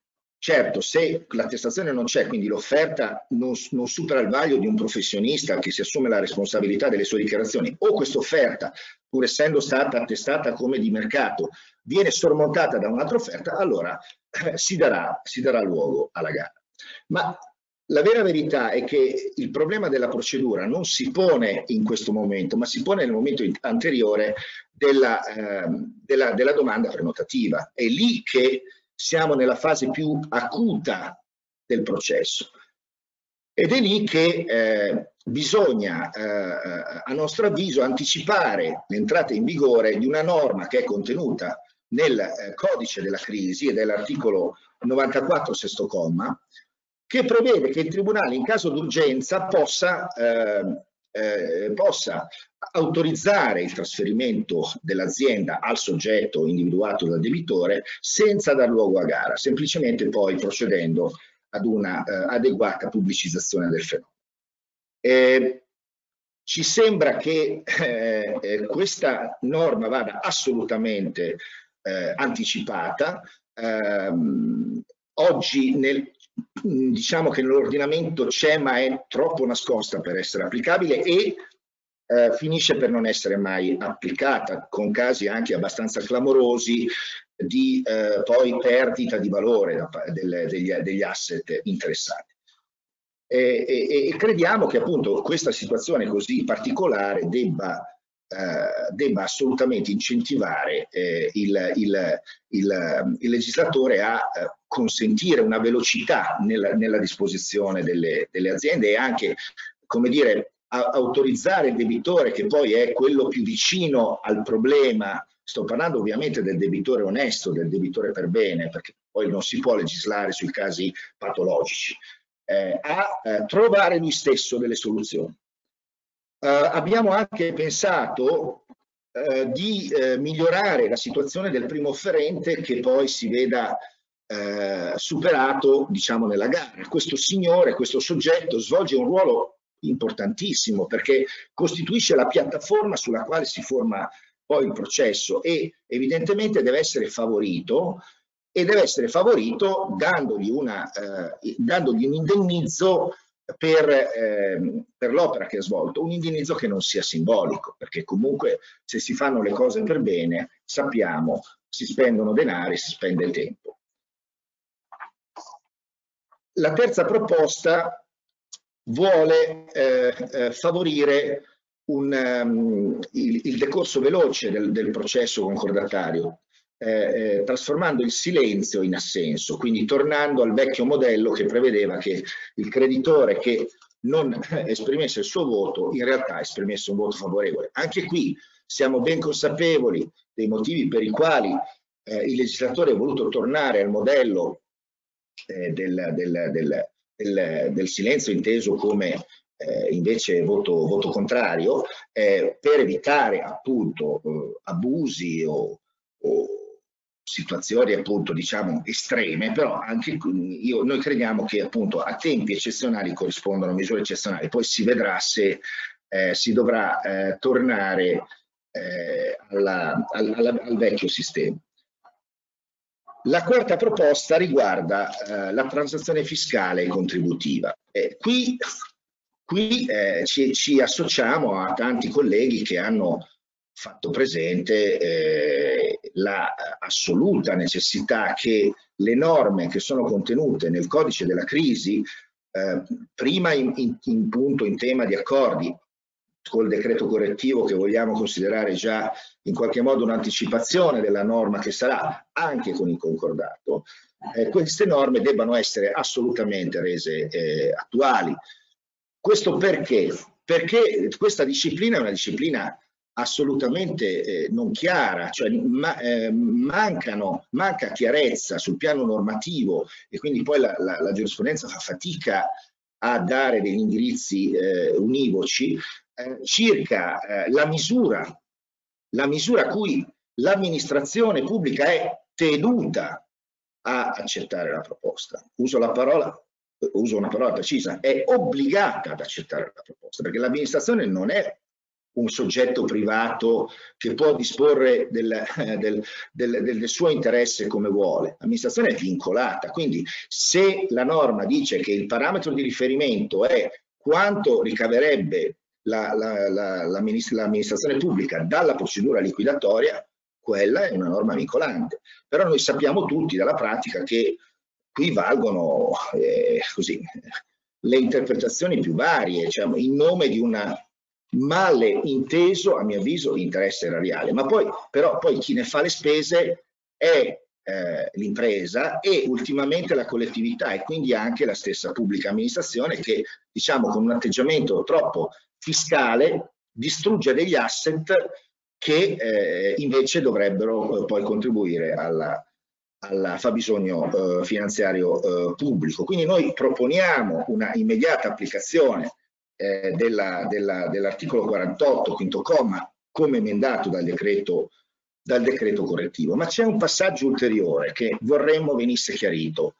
certo, se l'attestazione non c'è, quindi l'offerta non, non supera il vaglio di un professionista che si assume la responsabilità delle sue dichiarazioni, o questa offerta, pur essendo stata attestata come di mercato, viene sormontata da un'altra offerta, allora eh, si, darà, si darà luogo alla gara. Ma la vera verità è che il problema della procedura non si pone in questo momento, ma si pone nel momento anteriore della, eh, della, della domanda prenotativa. È lì che siamo nella fase più acuta del processo. Ed è lì che eh, bisogna, eh, a nostro avviso, anticipare l'entrata in vigore di una norma che è contenuta nel eh, codice della crisi ed è l'articolo novantaquattro sesto comma, che prevede che il Tribunale in caso d'urgenza possa, eh, eh, possa autorizzare il trasferimento dell'azienda al soggetto individuato dal debitore senza dar luogo a gara, semplicemente poi procedendo ad una eh, adeguata pubblicizzazione del fenomeno. Eh, ci sembra che eh, eh, questa norma vada assolutamente eh, anticipata. Eh, oggi nel diciamo che nell'ordinamento c'è, ma è troppo nascosta per essere applicabile e eh, finisce per non essere mai applicata, con casi anche abbastanza clamorosi di eh, poi perdita di valore da, del, degli, degli asset interessati. E, e, e crediamo che appunto questa situazione così particolare debba Uh, debba assolutamente incentivare eh, il, il, il, il legislatore a uh, consentire una velocità nella, nella disposizione delle, delle aziende e anche, come dire, a, autorizzare il debitore, che poi è quello più vicino al problema. Sto parlando ovviamente del debitore onesto, del debitore per bene, perché poi non si può legislare sui casi patologici, eh, a eh, trovare lui stesso delle soluzioni. Uh, abbiamo anche pensato uh, di uh, migliorare la situazione del primo offerente che poi si veda uh, superato, diciamo, nella gara. Questo signore, questo soggetto svolge un ruolo importantissimo perché costituisce la piattaforma sulla quale si forma poi il processo e evidentemente deve essere favorito e deve essere favorito dandogli, una, uh, dandogli un indennizzo per, eh, per l'opera che ha svolto, un indennizzo che non sia simbolico, perché comunque se si fanno le cose per bene sappiamo si spendono denari, si spende tempo. La terza proposta vuole eh, eh, favorire un, um, il, il decorso veloce del, del processo concordatario, Eh, eh, trasformando il silenzio in assenso, quindi tornando al vecchio modello che prevedeva che il creditore che non esprimesse il suo voto in realtà esprimesse un voto favorevole. Anche qui siamo ben consapevoli dei motivi per i quali eh, il legislatore ha voluto tornare al modello eh, del, del, del, del, del silenzio inteso come eh, invece voto, voto contrario, eh, per evitare appunto eh, abusi o, o situazioni appunto diciamo estreme, però anche io, noi crediamo che appunto a tempi eccezionali corrispondono misure eccezionali, poi si vedrà se eh, si dovrà eh, tornare eh, alla, alla, alla, al vecchio sistema. La quarta proposta riguarda eh, la transazione fiscale e contributiva. Eh, qui qui eh, ci, ci associamo a tanti colleghi che hanno fatto presente eh, la assoluta necessità che le norme che sono contenute nel codice della crisi, eh, prima in, in, in punto in tema di accordi, col decreto correttivo che vogliamo considerare già in qualche modo un'anticipazione della norma che sarà anche con il concordato, eh, queste norme debbano essere assolutamente rese eh, attuali. Questo perché? Perché questa disciplina è una disciplina assolutamente eh, non chiara, cioè ma, eh, mancano, manca chiarezza sul piano normativo e quindi poi la, la, la giurisprudenza fa fatica a dare degli indirizzi eh, univoci eh, circa eh, la misura, la misura a cui l'amministrazione pubblica è tenuta a accettare la proposta. Uso la parola, uso una parola precisa, è obbligata ad accettare la proposta, perché l'amministrazione non è un soggetto privato che può disporre del, del, del, del suo interesse come vuole. L'amministrazione è vincolata, quindi se la norma dice che il parametro di riferimento è quanto ricaverebbe l'amministrazione pubblica dalla procedura liquidatoria, quella è una norma vincolante. Però noi sappiamo tutti dalla pratica che qui valgono eh, così, le interpretazioni più varie, cioè in nome di una male inteso, a mio avviso, interesse erariale, ma poi però poi chi ne fa le spese è eh, l'impresa e ultimamente la collettività e quindi anche la stessa pubblica amministrazione che, diciamo, con un atteggiamento troppo fiscale distrugge degli asset che eh, invece dovrebbero eh, poi contribuire alla, al fabbisogno eh, finanziario eh, pubblico. Quindi noi proponiamo una immediata applicazione Eh, dell'articolo dell quarantotto, quinto comma, come emendato dal decreto, dal decreto correttivo. Ma c'è un passaggio ulteriore che vorremmo venisse chiarito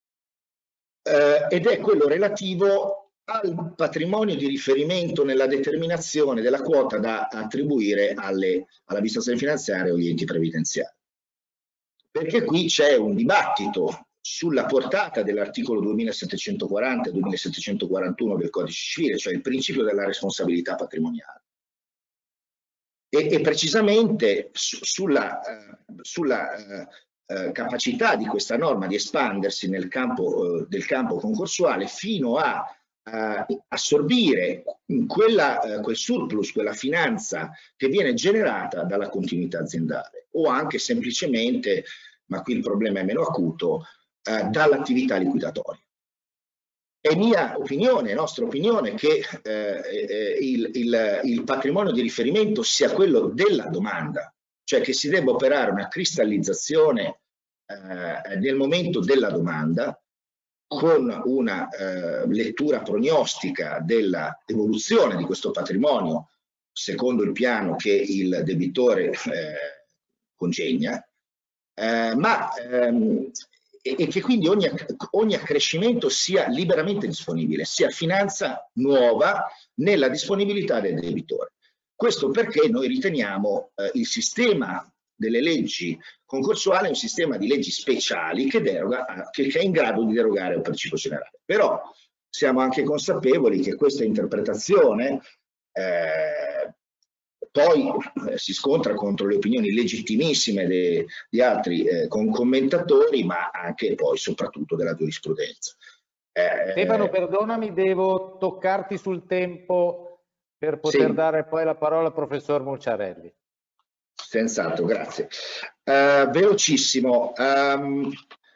eh, ed è quello relativo al patrimonio di riferimento nella determinazione della quota da attribuire all'amministrazione finanziaria o agli enti previdenziali. Perché qui c'è un dibattito sulla portata dell'articolo duemilasettecentoquaranta e duemilasettecentoquarantuno del Codice Civile, cioè il principio della responsabilità patrimoniale. E, e precisamente su, sulla, uh, sulla uh, uh, capacità di questa norma di espandersi nel campo, uh, del campo concorsuale fino a uh, assorbire quella, uh, quel surplus, quella finanza che viene generata dalla continuità aziendale o anche semplicemente, ma qui il problema è meno acuto, dall'attività liquidatoria. È mia opinione, nostra opinione, che eh, il, il, il patrimonio di riferimento sia quello della domanda, cioè che si debba operare una cristallizzazione eh, nel momento della domanda con una eh, lettura prognostica dell'evoluzione di questo patrimonio secondo il piano che il debitore eh, congegna, eh, ma ehm, e che quindi ogni, ogni accrescimento sia liberamente disponibile, sia finanza nuova nella disponibilità del debitore. Questo perché noi riteniamo eh, il sistema delle leggi concorsuali un sistema di leggi speciali che, deroga, che, che è in grado di derogare al principio generale. Però siamo anche consapevoli che questa interpretazione eh, poi eh, si scontra contro le opinioni legittimissime de, di altri eh, con commentatori, ma anche poi soprattutto della giurisprudenza. Eh, Stefano, perdonami, devo toccarti sul tempo per poter sì. dare poi la parola al professor Mucciarelli. Senz'altro, grazie. Uh, velocissimo. Um,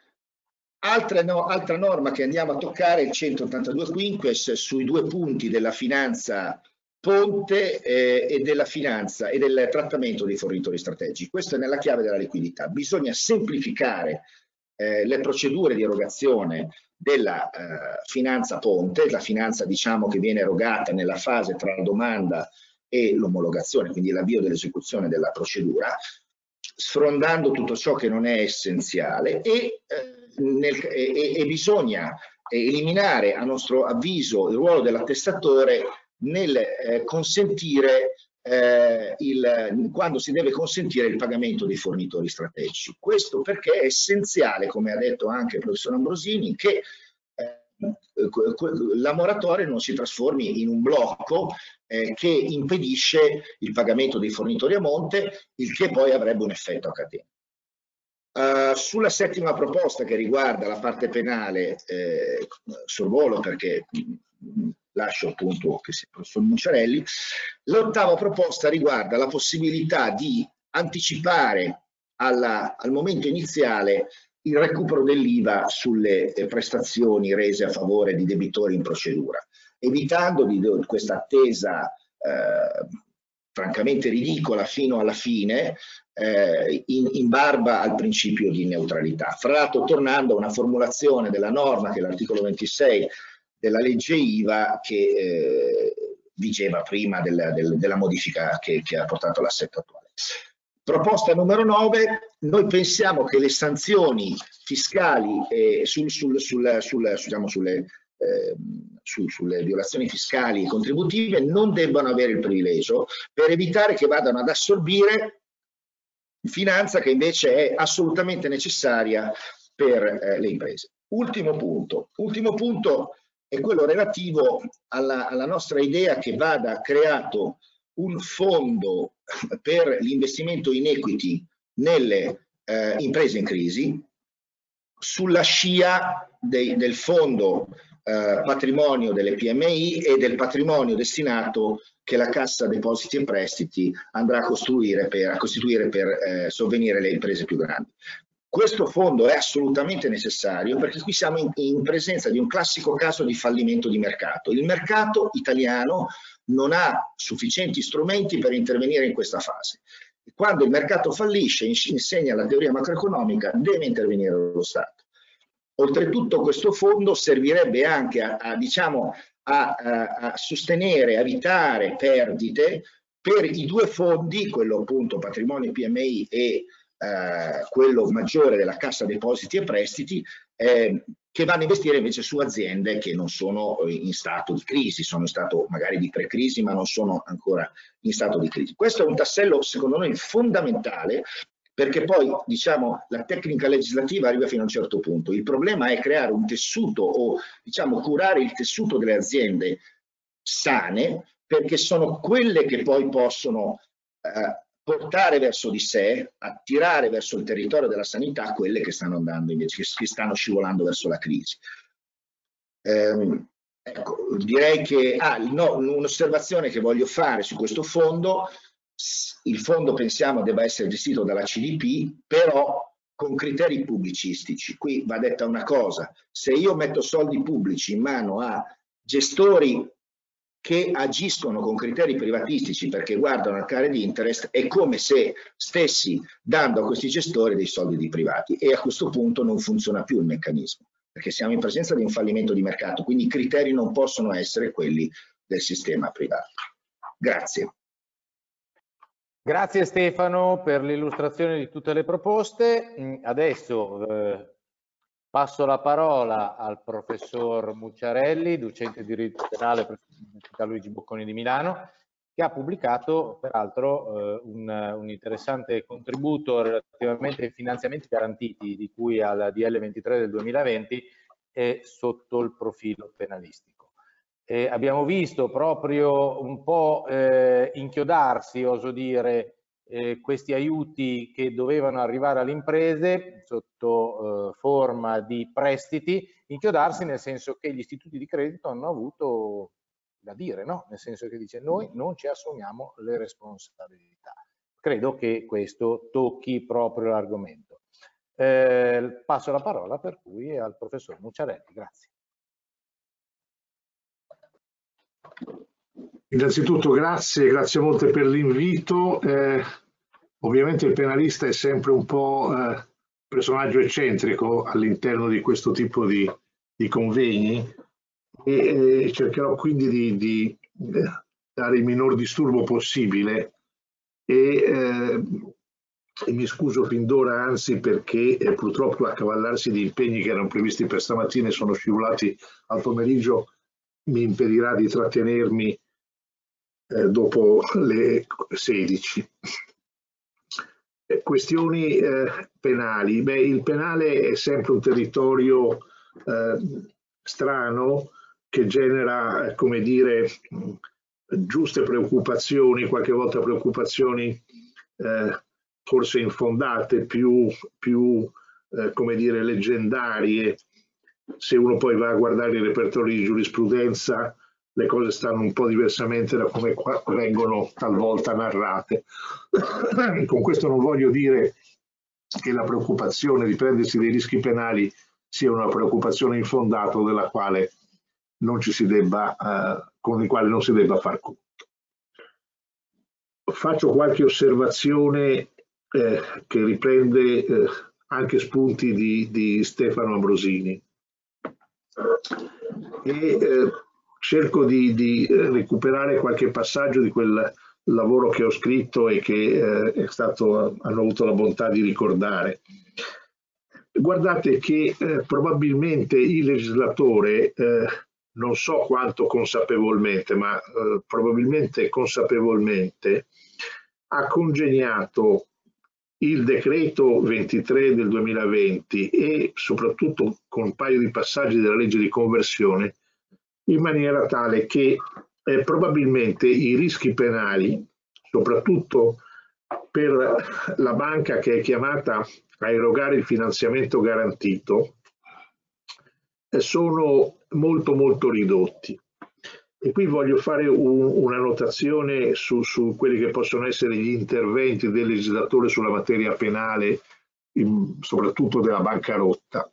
altra, no, altra norma che andiamo a toccare è il centottantadue quinques sui due punti della finanza ponte eh, e della finanza e del trattamento dei fornitori strategici. Questo è nella chiave della liquidità. Bisogna semplificare eh, le procedure di erogazione della eh, finanza ponte, la finanza diciamo che viene erogata nella fase tra la domanda e l'omologazione, quindi l'avvio dell'esecuzione della procedura, sfrondando tutto ciò che non è essenziale e, eh, nel, e, e bisogna eliminare a nostro avviso il ruolo dell'attestatore nel eh, consentire eh, il, quando si deve consentire il pagamento dei fornitori strategici. Questo perché è essenziale, come ha detto anche il professor Ambrosini, che eh, la moratoria non si trasformi in un blocco eh, che impedisce il pagamento dei fornitori a monte, il che poi avrebbe un effetto a catena. Uh, sulla settima proposta che riguarda la parte penale, eh, sorvolo perché mh, lascio appunto che sia il professor Mucciarelli, l'ottava proposta riguarda la possibilità di anticipare alla, al momento iniziale il recupero dell'I V A sulle eh, prestazioni rese a favore di debitori in procedura, evitando di, di questa attesa eh, francamente ridicola fino alla fine, eh, in, in barba al principio di neutralità. Fra l'altro tornando a una formulazione della norma che è l'articolo ventisei della legge I V A che eh, vigeva prima del, del, della modifica che, che ha portato all'assetto attuale. Proposta numero nove, noi pensiamo che le sanzioni fiscali eh, sul, sul, sul, sul, diciamo, sulle eh, su, sulle violazioni fiscali e contributive non debbano avere il privilegio, per evitare che vadano ad assorbire finanza che invece è assolutamente necessaria per eh, le imprese. Ultimo punto, ultimo punto è quello relativo alla, alla nostra idea che vada creato un fondo per l'investimento in equity nelle eh, imprese in crisi, sulla scia dei, del fondo eh, patrimonio delle P M I e del patrimonio destinato che la Cassa Depositi e Prestiti andrà a costruire per, a costituire per eh, sovvenire le imprese più grandi. Questo fondo è assolutamente necessario perché qui siamo in, in presenza di un classico caso di fallimento di mercato. Il mercato italiano non ha sufficienti strumenti per intervenire in questa fase. Quando il mercato fallisce, insegna la teoria macroeconomica, deve intervenire lo Stato. Oltretutto questo fondo servirebbe anche a, a, diciamo, a, a, a sostenere, a evitare perdite per i due fondi, quello appunto patrimonio P M I e eh, quello maggiore della Cassa Depositi e Prestiti, eh, che vanno a investire invece su aziende che non sono in stato di crisi, sono in stato magari di pre-crisi ma non sono ancora in stato di crisi. Questo è un tassello secondo noi fondamentale, perché poi diciamo la tecnica legislativa arriva fino a un certo punto. Il problema è creare un tessuto o diciamo curare il tessuto delle aziende sane, perché sono quelle che poi possono eh, portare verso di sé, attirare verso il territorio della sanità quelle che stanno andando invece, che stanno scivolando verso la crisi. Ehm, ecco, direi che ah, no, un'osservazione che voglio fare su questo fondo: il fondo pensiamo debba essere gestito dalla C D P, però con criteri pubblicistici. Qui va detta una cosa: se io metto soldi pubblici in mano a gestori che agiscono con criteri privatistici perché guardano al carry interest, è come se stessi dando a questi gestori dei soldi di privati, e a questo punto non funziona più il meccanismo, perché siamo in presenza di un fallimento di mercato, quindi i criteri non possono essere quelli del sistema privato. Grazie. Grazie Stefano per l'illustrazione di tutte le proposte. Adesso eh, passo la parola al professor Mucciarelli, docente di diritto penale presso l'Università Luigi Bocconi di Milano, che ha pubblicato peraltro eh, un, un interessante contributo relativamente ai finanziamenti garantiti di cui alla D L ventitré del duemilaventi e sotto il profilo penalistico. E abbiamo visto proprio un po' eh, inchiodarsi, oso dire, eh, questi aiuti che dovevano arrivare alle imprese sotto eh, forma di prestiti, inchiodarsi nel senso che gli istituti di credito hanno avuto da dire, no? Nel senso che dice noi non ci assumiamo le responsabilità. Credo che questo tocchi proprio l'argomento. Eh, passo la parola per cui al professor Mucciarelli, grazie. Innanzitutto grazie, grazie molte per l'invito. Eh, ovviamente il penalista è sempre un po' eh, personaggio eccentrico all'interno di questo tipo di, di convegni e eh, cercherò quindi di, di eh, dare il minor disturbo possibile e, eh, e mi scuso fin d'ora anzi perché eh, purtroppo accavallarsi di impegni che erano previsti per stamattina e sono scivolati al pomeriggio mi impedirà di trattenermi eh, dopo le sedici. Eh, questioni eh, penali. Beh, il penale è sempre un territorio eh, strano che genera, eh, come dire, giuste preoccupazioni, qualche volta preoccupazioni eh, forse infondate, più, più eh, come dire, leggendarie. Se uno poi va a guardare i repertori di giurisprudenza, le cose stanno un po' diversamente da come vengono talvolta narrate. Con questo non voglio dire che la preoccupazione di prendersi dei rischi penali sia una preoccupazione infondata della quale non ci si debba, eh, con il quale non si debba far conto. Faccio qualche osservazione eh, che riprende eh, anche spunti di, di Stefano Ambrosini. E eh, cerco di, di recuperare qualche passaggio di quel lavoro che ho scritto e che eh, è stato, hanno avuto la bontà di ricordare. Guardate che eh, probabilmente il legislatore eh, non so quanto consapevolmente, ma eh, probabilmente consapevolmente, ha congegnato il decreto ventitré del duemilaventi e soprattutto con un paio di passaggi della legge di conversione in maniera tale che eh, probabilmente i rischi penali, soprattutto per la banca che è chiamata a erogare il finanziamento garantito, eh, sono molto molto ridotti. E qui voglio fare un, una notazione su, su quelli che possono essere gli interventi del legislatore sulla materia penale, in, soprattutto della bancarotta.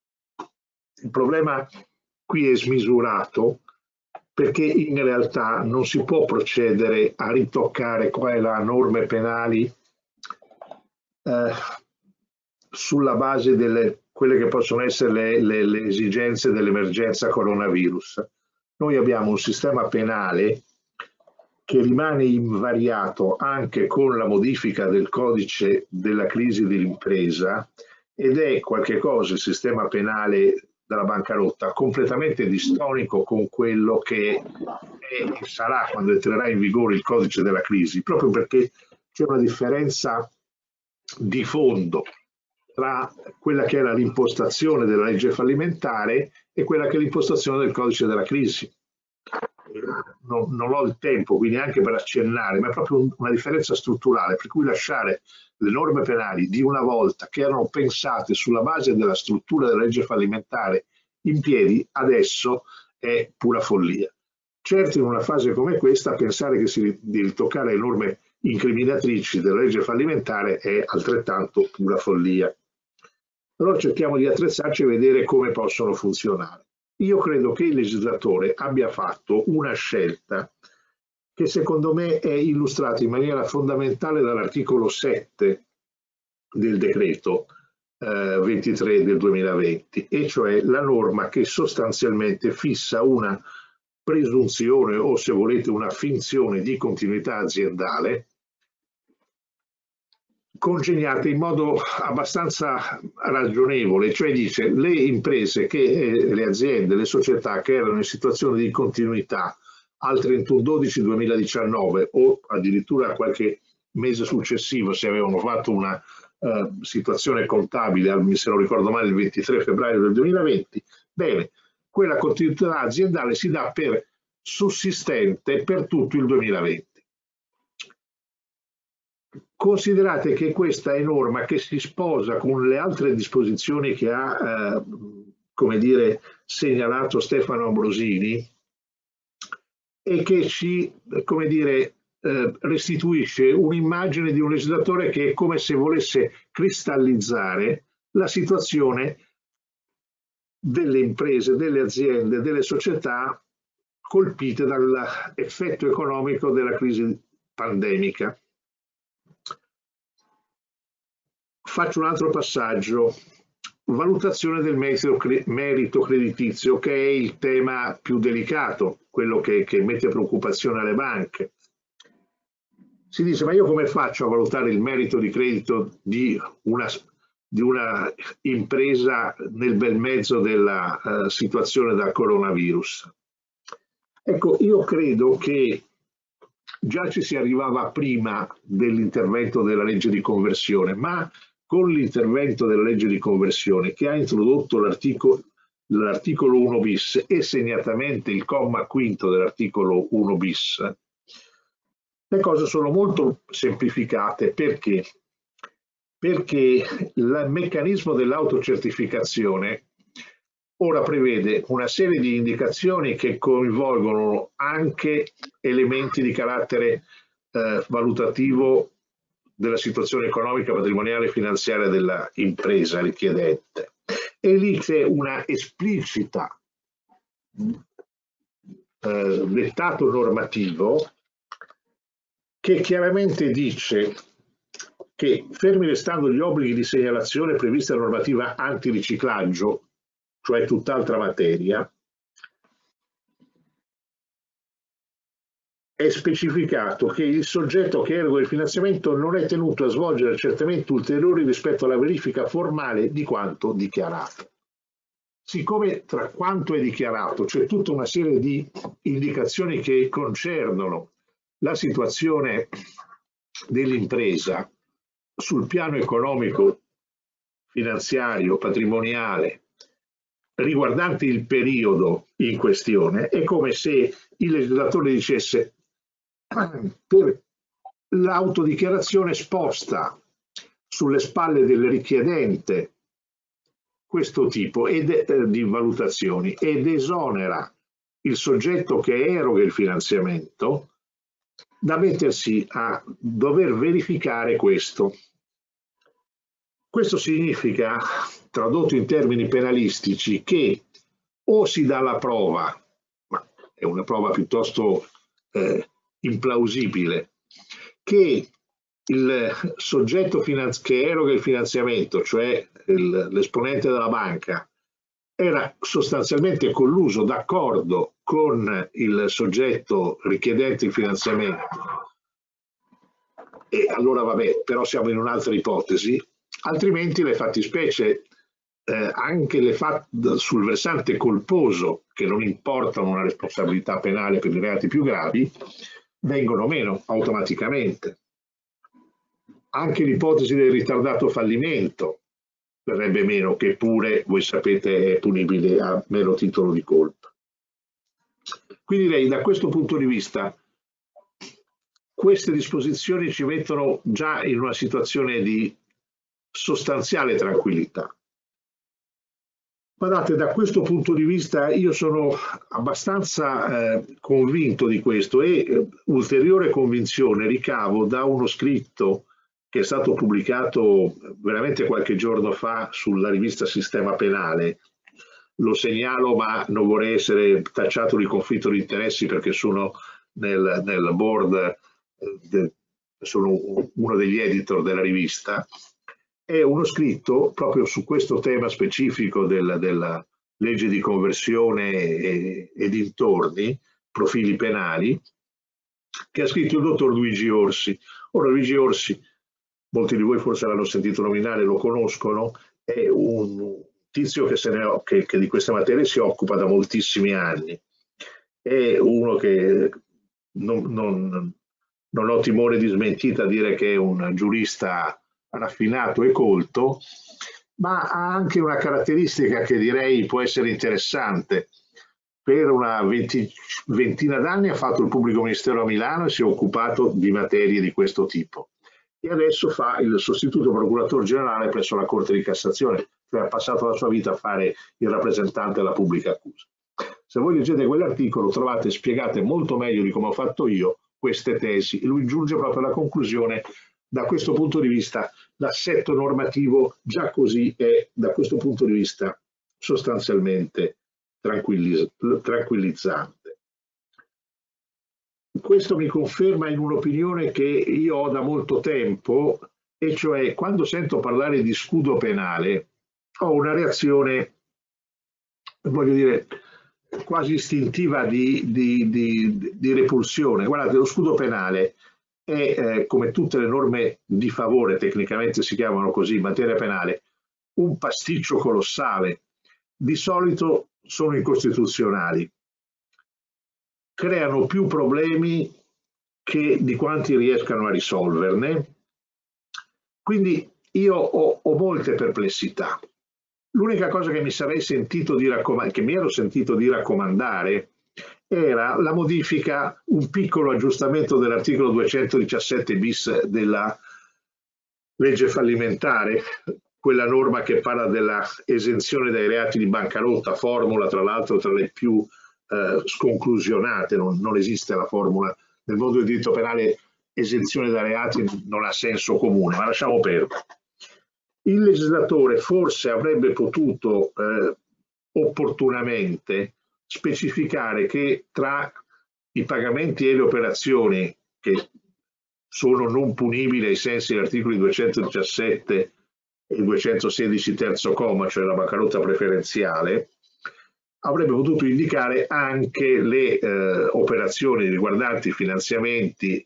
Il problema qui è smisurato perché in realtà non si può procedere a ritoccare qua e là norme penali eh, sulla base delle quelle che possono essere le, le, le esigenze dell'emergenza coronavirus. Noi abbiamo un sistema penale che rimane invariato anche con la modifica del codice della crisi dell'impresa ed è qualche cosa, il sistema penale della bancarotta, completamente distonico con quello che è e sarà quando entrerà in vigore il codice della crisi, proprio perché c'è una differenza di fondo tra quella che era l'impostazione della legge fallimentare e quella che è l'impostazione del codice della crisi. Non, non ho il tempo quindi anche per accennare, ma è proprio un, una differenza strutturale, per cui lasciare le norme penali di una volta che erano pensate sulla base della struttura della legge fallimentare in piedi, adesso è pura follia. Certo, in una fase come questa, pensare che si di ritoccare le norme incriminatrici della legge fallimentare è altrettanto pura follia. Allora cerchiamo di attrezzarci e vedere come possono funzionare. Io credo che il legislatore abbia fatto una scelta che secondo me è illustrata in maniera fondamentale dall'articolo sette del decreto eh, ventitré del duemilaventi, e cioè la norma che sostanzialmente fissa una presunzione o, se volete, una finzione di continuità aziendale congegnate in modo abbastanza ragionevole, cioè dice le imprese, che, le aziende, le società che erano in situazione di continuità al trentuno dodici duemiladiciannove o addirittura qualche mese successivo, se avevano fatto una uh, situazione contabile, se non ricordo male il ventitré febbraio del duemilaventi, bene, quella continuità aziendale si dà per sussistente per tutto il duemilaventi. Considerate che questa è norma che si sposa con le altre disposizioni che ha, eh, come dire, segnalato Stefano Ambrosini e che ci, come dire, eh, restituisce un'immagine di un legislatore che è come se volesse cristallizzare la situazione delle imprese, delle aziende, delle società colpite dall'effetto economico della crisi pandemica. Faccio un altro passaggio, valutazione del merito creditizio, che è il tema più delicato, quello che, che mette preoccupazione alle banche. Si dice, ma io come faccio a valutare il merito di credito di una, di una impresa nel bel mezzo della uh, situazione da coronavirus? Ecco, io credo che già ci si arrivava prima dell'intervento della legge di conversione, ma con l'intervento della legge di conversione che ha introdotto l'articolo uno bis e segnatamente il comma quinto dell'articolo uno bis, le cose sono molto semplificate. Perché? Perché il meccanismo dell'autocertificazione ora prevede una serie di indicazioni che coinvolgono anche elementi di carattere eh, valutativo della situazione economica, patrimoniale e finanziaria della impresa richiedente. E lì c'è una esplicita eh, dettato normativo che chiaramente dice che, fermi restando gli obblighi di segnalazione previsti dalla normativa antiriciclaggio, cioè tutt'altra materia, è specificato che il soggetto che eroga il finanziamento non è tenuto a svolgere accertamenti ulteriori rispetto alla verifica formale di quanto dichiarato. siccome tra quanto è dichiarato c'è tutta una serie di indicazioni che concernono la situazione dell'impresa sul piano economico, finanziario, patrimoniale, riguardanti il periodo in questione, è come se il legislatore dicesse per l'autodichiarazione sposta sulle spalle del richiedente questo tipo ed, eh, di valutazioni ed esonera il soggetto che eroga il finanziamento da mettersi a dover verificare questo. Questo significa, tradotto in termini penalistici, che o si dà la prova, ma è una prova piuttosto eh, implausibile, che il soggetto che eroga il finanziamento, cioè l'esponente della banca, era sostanzialmente colluso, d'accordo con il soggetto richiedente il finanziamento, e allora vabbè, però siamo in un'altra ipotesi, altrimenti le fattispecie, eh, anche le fat sul versante colposo, che non importano una responsabilità penale per i reati più gravi, vengono meno automaticamente. Anche l'ipotesi del ritardato fallimento verrebbe meno, che pure, voi sapete, è punibile a mero titolo di colpa. Quindi direi, da questo punto di vista, queste disposizioni ci mettono già in una situazione di sostanziale tranquillità. Guardate, da questo punto di vista io sono abbastanza eh, convinto di questo, e eh, ulteriore convinzione ricavo da uno scritto che è stato pubblicato veramente qualche giorno fa sulla rivista Sistema Penale. Lo segnalo, ma non vorrei essere tacciato di conflitto di interessi perché sono nel, nel board, de, sono uno degli editor della rivista. È uno scritto proprio su questo tema specifico del, della legge di conversione e, e dintorni, profili penali, che ha scritto il dottor Luigi Orsi. Ora, Luigi Orsi, molti di voi forse l'hanno sentito nominare, lo conoscono, è un tizio che, se ne, che, che di questa materia si occupa da moltissimi anni. È uno che non, non, non ho timore di smentita a dire che è un giurista raffinato e colto, ma ha anche una caratteristica che direi può essere interessante. Per una venti, ventina d'anni ha fatto il pubblico ministero a Milano e si è occupato di materie di questo tipo. E adesso fa il sostituto procuratore generale presso la Corte di Cassazione, cioè ha passato la sua vita a fare il rappresentante della pubblica accusa. Se voi leggete quell'articolo trovate spiegate molto meglio di come ho fatto io queste tesi. Lui giunge proprio alla conclusione: da questo punto di vista l'assetto normativo già così è, da questo punto di vista, sostanzialmente tranquilliz- tranquillizzante. Questo mi conferma in un'opinione che io ho da molto tempo, e cioè quando sento parlare di scudo penale ho una reazione, voglio dire, quasi istintiva di, di, di, di repulsione. Guardate, lo scudo penale è, eh, come tutte le norme di favore, tecnicamente si chiamano così in materia penale, un pasticcio colossale. Di solito sono incostituzionali, creano più problemi che di quanti riescano a risolverne. Quindi io ho, ho molte perplessità. L'unica cosa che mi sarei sentito di raccomandare, che mi ero sentito di raccomandare, era la modifica, un piccolo aggiustamento dell'articolo duecentodiciassette bis della legge fallimentare, quella norma che parla della esenzione dai reati di bancarotta, formula tra l'altro tra le più eh, sconclusionate, non, non esiste la formula nel mondo del diritto penale, esenzione dai reati non ha senso comune, ma lasciamo perdere. Il legislatore forse avrebbe potuto eh, opportunamente specificare che tra i pagamenti e le operazioni che sono non punibili ai sensi degli articoli duecentodiciassette e duecentosedici terzo comma, cioè la bancarotta preferenziale, avrebbe potuto indicare anche le eh, operazioni riguardanti finanziamenti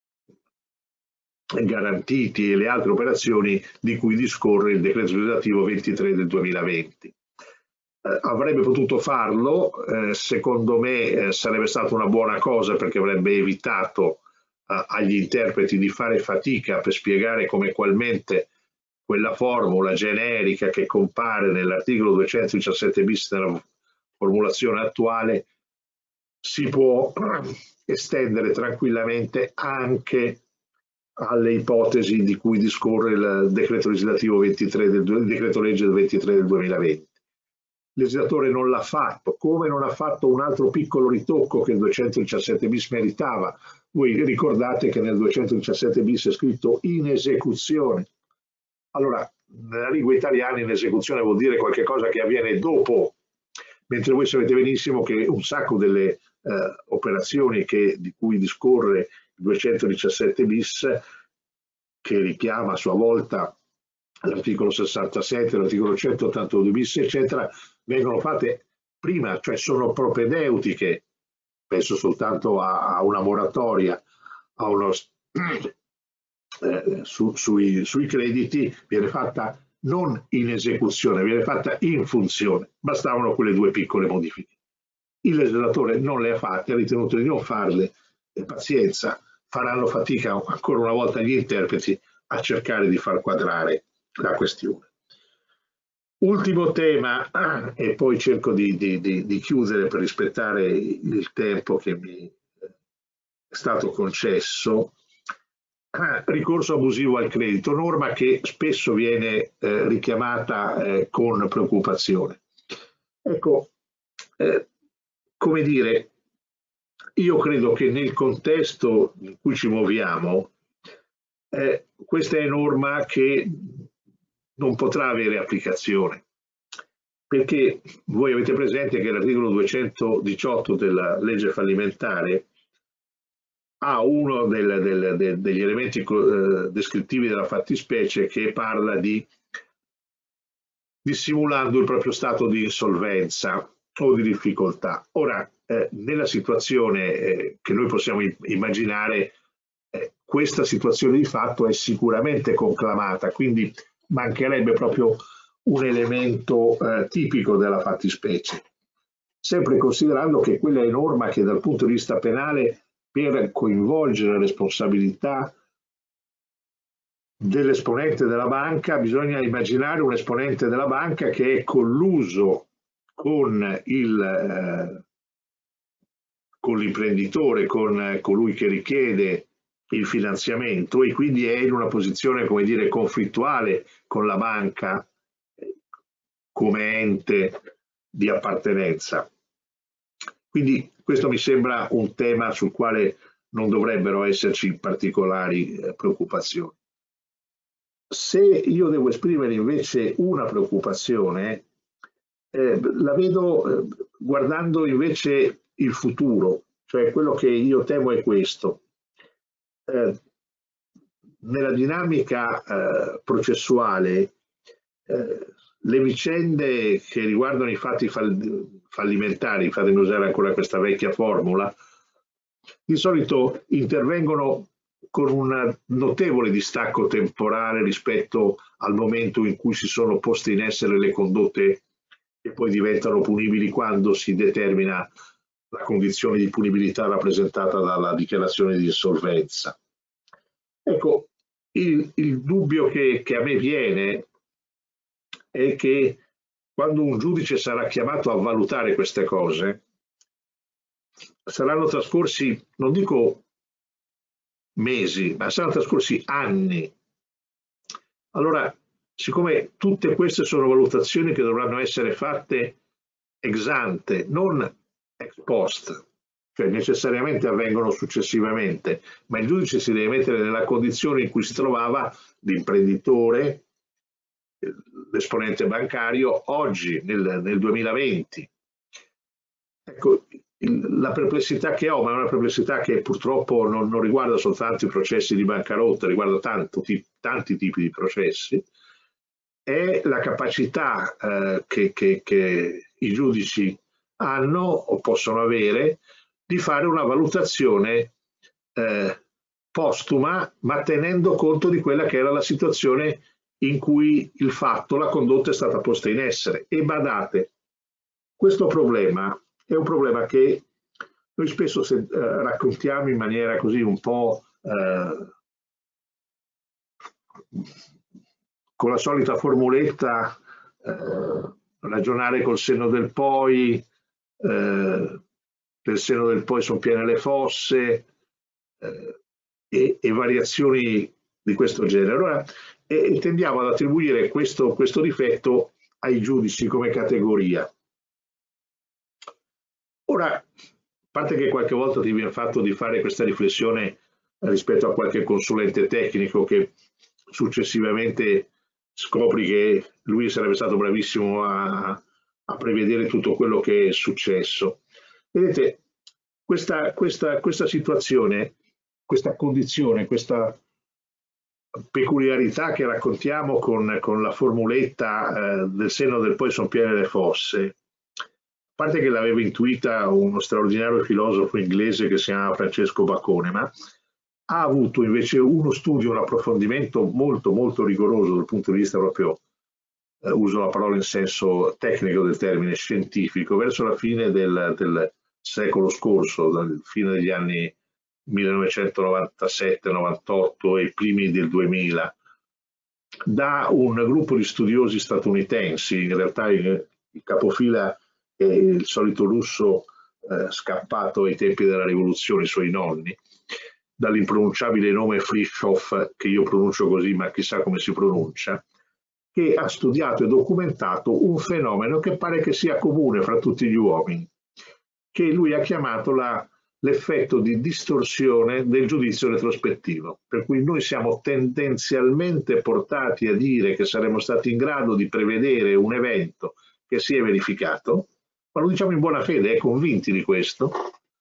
garantiti e le altre operazioni di cui discorre il decreto legislativo ventitré del duemilaventi. eh, avrebbe potuto farlo, eh, secondo me eh, sarebbe stata una buona cosa perché avrebbe evitato eh, agli interpreti di fare fatica per spiegare come qualmente quella formula generica che compare nell'articolo duecentodiciassette bis nella formulazione attuale si può estendere tranquillamente anche alle ipotesi di cui discorre il decreto legislativo ventitré del, il decreto legge del ventitré del duemilaventi. Il legislatore non l'ha fatto, come non ha fatto un altro piccolo ritocco che il duecentodiciassette bis meritava. Voi ricordate che nel duecentodiciassette bis è scritto in esecuzione. Allora, nella lingua italiana in esecuzione vuol dire qualcosa che avviene dopo, mentre voi sapete benissimo che un sacco delle eh, operazioni che, di cui discorre il duecentodiciassette bis, che richiama a sua volta l'articolo sessantasette, l'articolo centottantadue bis, eccetera, vengono fatte prima, cioè sono propedeutiche, penso soltanto a, a una moratoria, a uno... Eh, su, sui, sui crediti, viene fatta non in esecuzione, viene fatta in funzione. Bastavano quelle due piccole modifiche. Il legislatore non le ha fatte, ha ritenuto di non farle, e pazienza, faranno fatica ancora una volta gli interpreti a cercare di far quadrare la questione. Ultimo tema, e poi cerco di, di, di, di chiudere per rispettare il tempo che mi è stato concesso. Ricorso abusivo al credito, norma che spesso viene eh, richiamata eh, con preoccupazione. Ecco, eh, come dire, io credo che nel contesto in cui ci muoviamo, eh, questa è norma che non potrà avere applicazione, perché voi avete presente che l'articolo duecentodiciotto della legge fallimentare ha uno del, del, del, degli elementi eh, descrittivi della fattispecie che parla di dissimulando il proprio stato di insolvenza o di difficoltà. Ora, eh, nella situazione eh, che noi possiamo immaginare, eh, questa situazione di fatto è sicuramente conclamata, quindi mancherebbe proprio un elemento eh, tipico della fattispecie, sempre considerando che quella è norma che dal punto di vista penale, per coinvolgere la responsabilità dell'esponente della banca, bisogna immaginare un esponente della banca che è colluso con il eh, con l'imprenditore, con colui che richiede il finanziamento e quindi è in una posizione, come dire, conflittuale con la banca come ente di appartenenza. Quindi questo mi sembra un tema sul quale non dovrebbero esserci particolari eh, preoccupazioni. Se io devo esprimere invece una preoccupazione, eh, la vedo eh, guardando invece il futuro, cioè quello che io temo è questo. Eh, nella dinamica eh, processuale, eh, le vicende che riguardano i fatti fallimentari, fatemi usare ancora questa vecchia formula, di solito intervengono con un notevole distacco temporale rispetto al momento in cui si sono poste in essere le condotte che poi diventano punibili quando si determina la condizione di punibilità rappresentata dalla dichiarazione di insolvenza. Ecco, il, il dubbio che, che a me viene è che quando un giudice sarà chiamato a valutare queste cose, saranno trascorsi, non dico mesi, ma saranno trascorsi anni. Allora, siccome tutte queste sono valutazioni che dovranno essere fatte ex ante, non ex post, cioè necessariamente avvengono successivamente, ma il giudice si deve mettere nella condizione in cui si trovava l'imprenditore, l'esponente bancario, oggi, nel, nel duemilaventi. Ecco, il, la perplessità che ho, ma è una perplessità che purtroppo non, non riguarda soltanto i processi di bancarotta, riguarda tanto, tanti tipi di processi, è la capacità eh, che, che, che i giudici hanno o possono avere di fare una valutazione eh, postuma, ma tenendo conto di quella che era la situazione in cui il fatto, la condotta è stata posta in essere. E badate, questo problema è un problema che noi spesso se, eh, raccontiamo in maniera così un po' eh, con la solita formuletta, eh, ragionare col senno del poi, eh, del senno del poi sono piene le fosse, eh, e, e variazioni di questo genere. Allora, e, e tendiamo ad attribuire questo, questo difetto ai giudici come categoria. Ora, a parte che qualche volta ti viene fatto di fare questa riflessione rispetto a qualche consulente tecnico che successivamente scopri che lui sarebbe stato bravissimo a, a prevedere tutto quello che è successo. Vedete, questa, questa, questa situazione, questa condizione, questa peculiarità che raccontiamo con, con la formuletta eh, del senno del poi sono piene le fosse, a parte che l'aveva intuita uno straordinario filosofo inglese che si chiama Francesco Bacone, ma ha avuto invece uno studio, un approfondimento molto molto rigoroso dal punto di vista proprio, eh, uso la parola in senso tecnico del termine, scientifico, verso la fine del, del secolo scorso, dal fine degli anni millenovecentonovantasette novantotto e i primi del duemila, da un gruppo di studiosi statunitensi, in realtà il, il capofila è il solito russo eh, scappato ai tempi della rivoluzione, i suoi nonni, dall'impronunciabile nome Frischoff, che io pronuncio così ma chissà come si pronuncia, che ha studiato e documentato un fenomeno che pare che sia comune fra tutti gli uomini, che lui ha chiamato l'effetto di distorsione del giudizio retrospettivo, per cui noi siamo tendenzialmente portati a dire che saremmo stati in grado di prevedere un evento che si è verificato, ma lo diciamo in buona fede, è convinti di questo,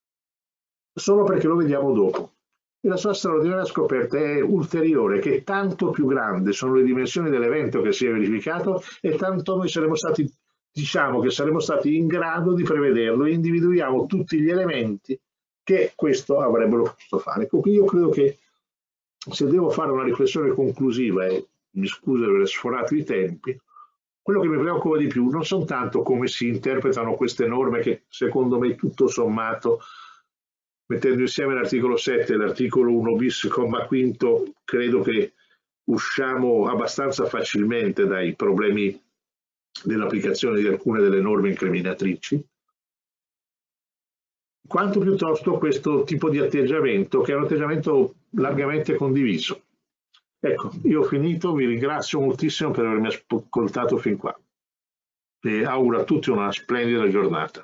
solo perché lo vediamo dopo. E la sua straordinaria scoperta è ulteriore, che tanto più grandi sono le dimensioni dell'evento che si è verificato e tanto noi saremmo stati, diciamo che saremmo stati in grado di prevederlo e individuiamo tutti gli elementi che questo avrebbero potuto fare. Quindi io credo che se devo fare una riflessione conclusiva, e mi scuso per aver sforato i tempi, quello che mi preoccupa di più non sono tanto come si interpretano queste norme che secondo me tutto sommato, mettendo insieme l'articolo sette e l'articolo uno bis, comma quinto, credo che usciamo abbastanza facilmente dai problemi dell'applicazione di alcune delle norme incriminatrici, quanto piuttosto questo tipo di atteggiamento, che è un atteggiamento largamente condiviso. Ecco, io ho finito, vi ringrazio moltissimo per avermi ascoltato fin qua e auguro a tutti una splendida giornata.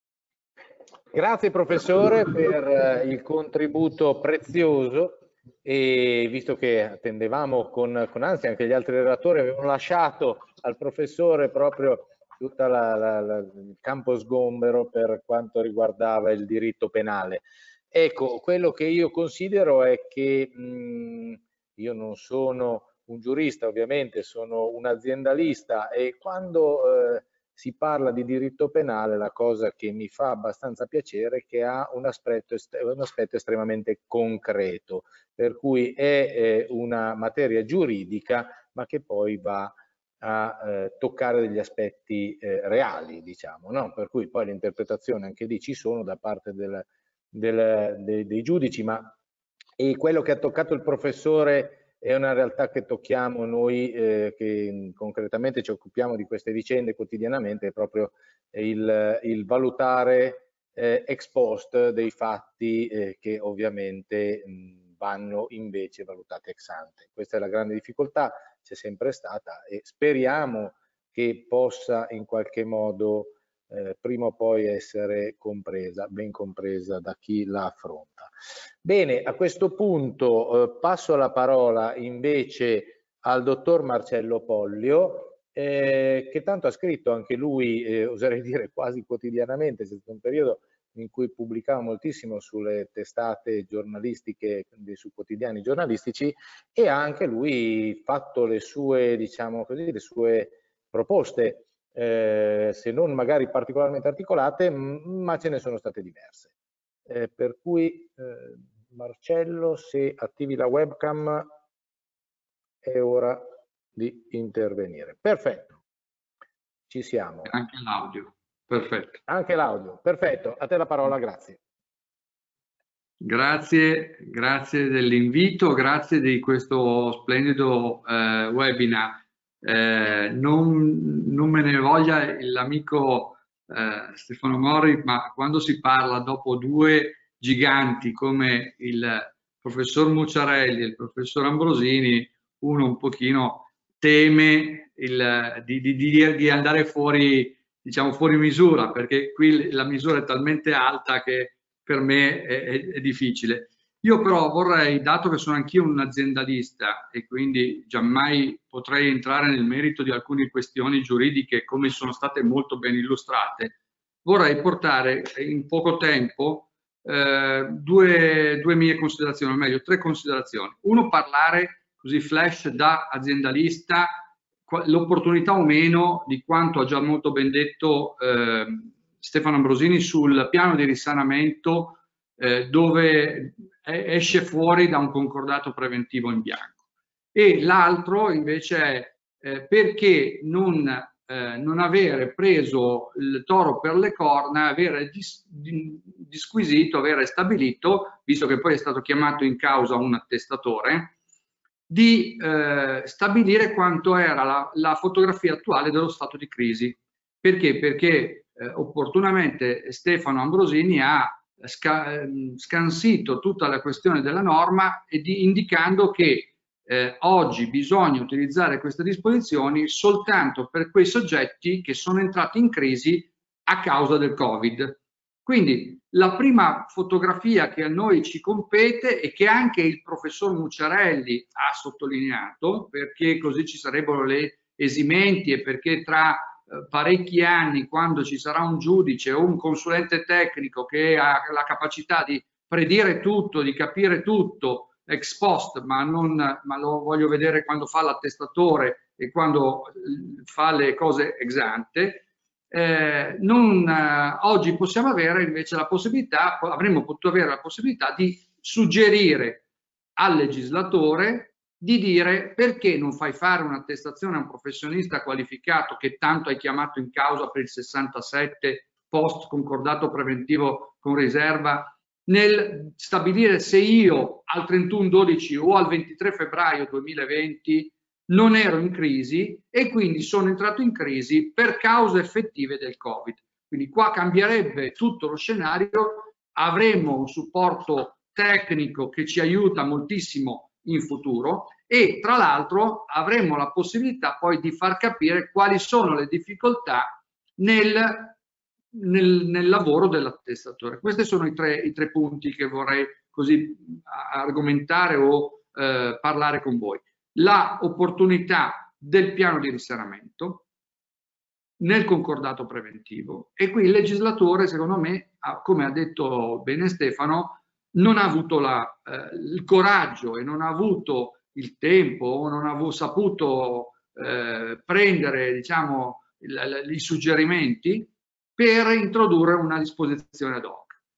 Grazie professore per il contributo prezioso, e visto che attendevamo con, con ansia, anche gli altri relatori avevano lasciato al professore proprio tutto il campo sgombero per quanto riguardava il diritto penale. Ecco, quello che io considero è che mh, io non sono un giurista, ovviamente sono un aziendalista, e quando eh, si parla di diritto penale, la cosa che mi fa abbastanza piacere è che ha un aspetto, un aspetto estremamente concreto, per cui è eh, una materia giuridica, ma che poi va a eh, toccare degli aspetti eh, reali, diciamo, no? Per cui poi l'interpretazione anche lì ci sono da parte del, del, dei, dei giudici, ma e quello che ha toccato il professore è una realtà che tocchiamo noi, eh, che concretamente ci occupiamo di queste vicende quotidianamente, è proprio il, il valutare eh, ex post dei fatti eh, che ovviamente mh, vanno invece valutati ex ante. Questa è la grande difficoltà, c'è sempre stata, e speriamo che possa in qualche modo eh, prima o poi essere compresa, ben compresa da chi la affronta. Bene, a questo punto eh, passo la parola invece al dottor Marcello Pollio, eh, che tanto ha scritto anche lui, eh, oserei dire quasi quotidianamente, c'è stato un periodo in cui pubblicava moltissimo sulle testate giornalistiche, quindi su quotidiani giornalistici, e ha anche lui fatto le sue, diciamo così, le sue proposte, eh, se non magari particolarmente articolate, ma ce ne sono state diverse. Eh, per cui eh, Marcello, se attivi la webcam è ora di intervenire. Perfetto, ci siamo. Anche l'audio. Perfetto. Anche l'audio, perfetto. A te la parola, grazie. Grazie, grazie dell'invito, grazie di questo splendido eh, webinar. Eh, non, non me ne voglia l'amico eh, Stefano Mori, ma quando si parla dopo due giganti come il professor Mucciarelli e il professor Ambrosini, uno un pochino teme il, di, di, di, di andare fuori, diciamo, fuori misura, perché qui la misura è talmente alta che per me è, è, è difficile. Io però vorrei, dato che sono anch'io un aziendalista e quindi giammai potrei entrare nel merito di alcune questioni giuridiche come sono state molto ben illustrate, vorrei portare in poco tempo eh, due, due mie considerazioni, o meglio tre considerazioni. Uno, parlare così flash da aziendalista l'opportunità o meno di quanto ha già molto ben detto eh, Stefano Ambrosini sul piano di risanamento eh, dove esce fuori da un concordato preventivo in bianco. E l'altro invece è eh, perché non, eh, non avere preso il toro per le corna, avere dis, disquisito, avere stabilito, visto che poi è stato chiamato in causa un attestatore, di eh, stabilire quanto era la, la fotografia attuale dello stato di crisi. Perché? Perché eh, opportunamente Stefano Ambrosini ha sca scansito tutta la questione della norma e di, indicando che eh, oggi bisogna utilizzare queste disposizioni soltanto per quei soggetti che sono entrati in crisi a causa del Covid. Quindi la prima fotografia che a noi ci compete e che anche il professor Mucciarelli ha sottolineato, perché così ci sarebbero le esimenti e perché tra eh, parecchi anni, quando ci sarà un giudice o un consulente tecnico che ha la capacità di predire tutto, di capire tutto ex post, ma, non, ma lo voglio vedere quando fa l'attestatore e quando fa le cose ex ante, Eh, non, eh, oggi possiamo avere invece la possibilità, avremmo potuto avere la possibilità di suggerire al legislatore di dire perché non fai fare un'attestazione a un professionista qualificato che tanto hai chiamato in causa per il sessantasette post concordato preventivo con riserva, nel stabilire se io al trentuno dodici o al ventitré febbraio duemilaventi non ero in crisi e quindi sono entrato in crisi per cause effettive del Covid. Quindi qua cambierebbe tutto lo scenario, avremo un supporto tecnico che ci aiuta moltissimo in futuro e tra l'altro avremo la possibilità poi di far capire quali sono le difficoltà nel, nel, nel lavoro dell'attestatore. Questi sono i tre, i tre punti che vorrei così argomentare o eh, parlare con voi. La opportunità del piano di risanamento nel concordato preventivo e qui il legislatore secondo me, come ha detto bene Stefano, non ha avuto la, eh, il coraggio e non ha avuto il tempo o non ha saputo eh, prendere diciamo il, il, i suggerimenti per introdurre una disposizione ad hoc.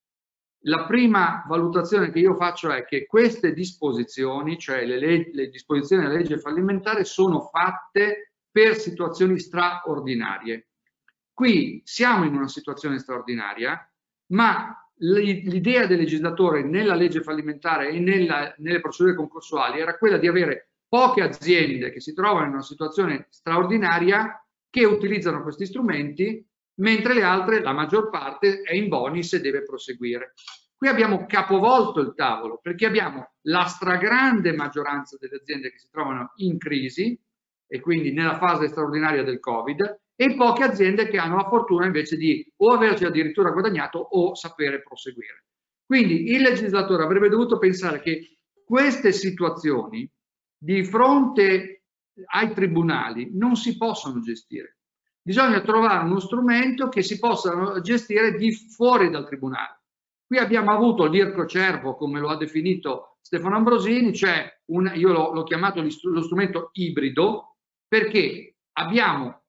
La prima valutazione che io faccio è che queste disposizioni, cioè le, le disposizioni della legge fallimentare, sono fatte per situazioni straordinarie. Qui siamo in una situazione straordinaria, ma l'idea del legislatore nella legge fallimentare e nella, nelle procedure concorsuali era quella di avere poche aziende che si trovano in una situazione straordinaria che utilizzano questi strumenti, mentre le altre, la maggior parte, è in bonis e deve proseguire. Qui abbiamo capovolto il tavolo perché abbiamo la stragrande maggioranza delle aziende che si trovano in crisi e quindi nella fase straordinaria del Covid e poche aziende che hanno la fortuna invece di o averci addirittura guadagnato o sapere proseguire. Quindi il legislatore avrebbe dovuto pensare che queste situazioni di fronte ai tribunali non si possono gestire. Bisogna trovare uno strumento che si possa gestire di fuori dal tribunale. Qui abbiamo avuto l'ircocervo, come lo ha definito Stefano Ambrosini, cioè un, io l'ho chiamato lo strumento ibrido, perché abbiamo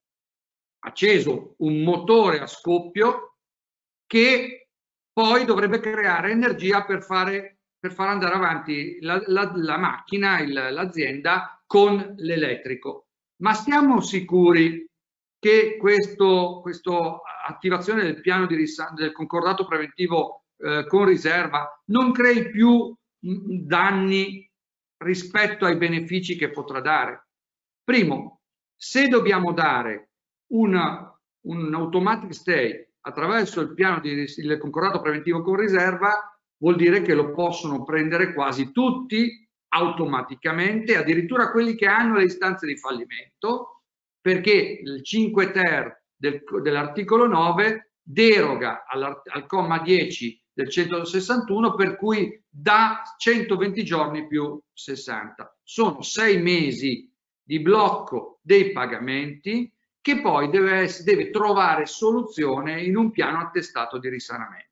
acceso un motore a scoppio che poi dovrebbe creare energia per, fare, per far andare avanti la, la, la macchina, l'azienda con l'elettrico. Ma stiamo sicuri che questo, questo l'attivazione del piano di del concordato preventivo eh, con riserva non crei più mh, danni rispetto ai benefici che potrà dare. Primo, se dobbiamo dare una, un automatic stay attraverso il piano di il concordato preventivo con riserva, vuol dire che lo possono prendere quasi tutti automaticamente, addirittura quelli che hanno le istanze di fallimento, perché il cinque ter del, dell'articolo nove deroga al, al comma dieci del centosessantuno, per cui da centoventi giorni più sessanta. Sono sei mesi di blocco dei pagamenti che poi deve, deve trovare soluzione in un piano attestato di risanamento.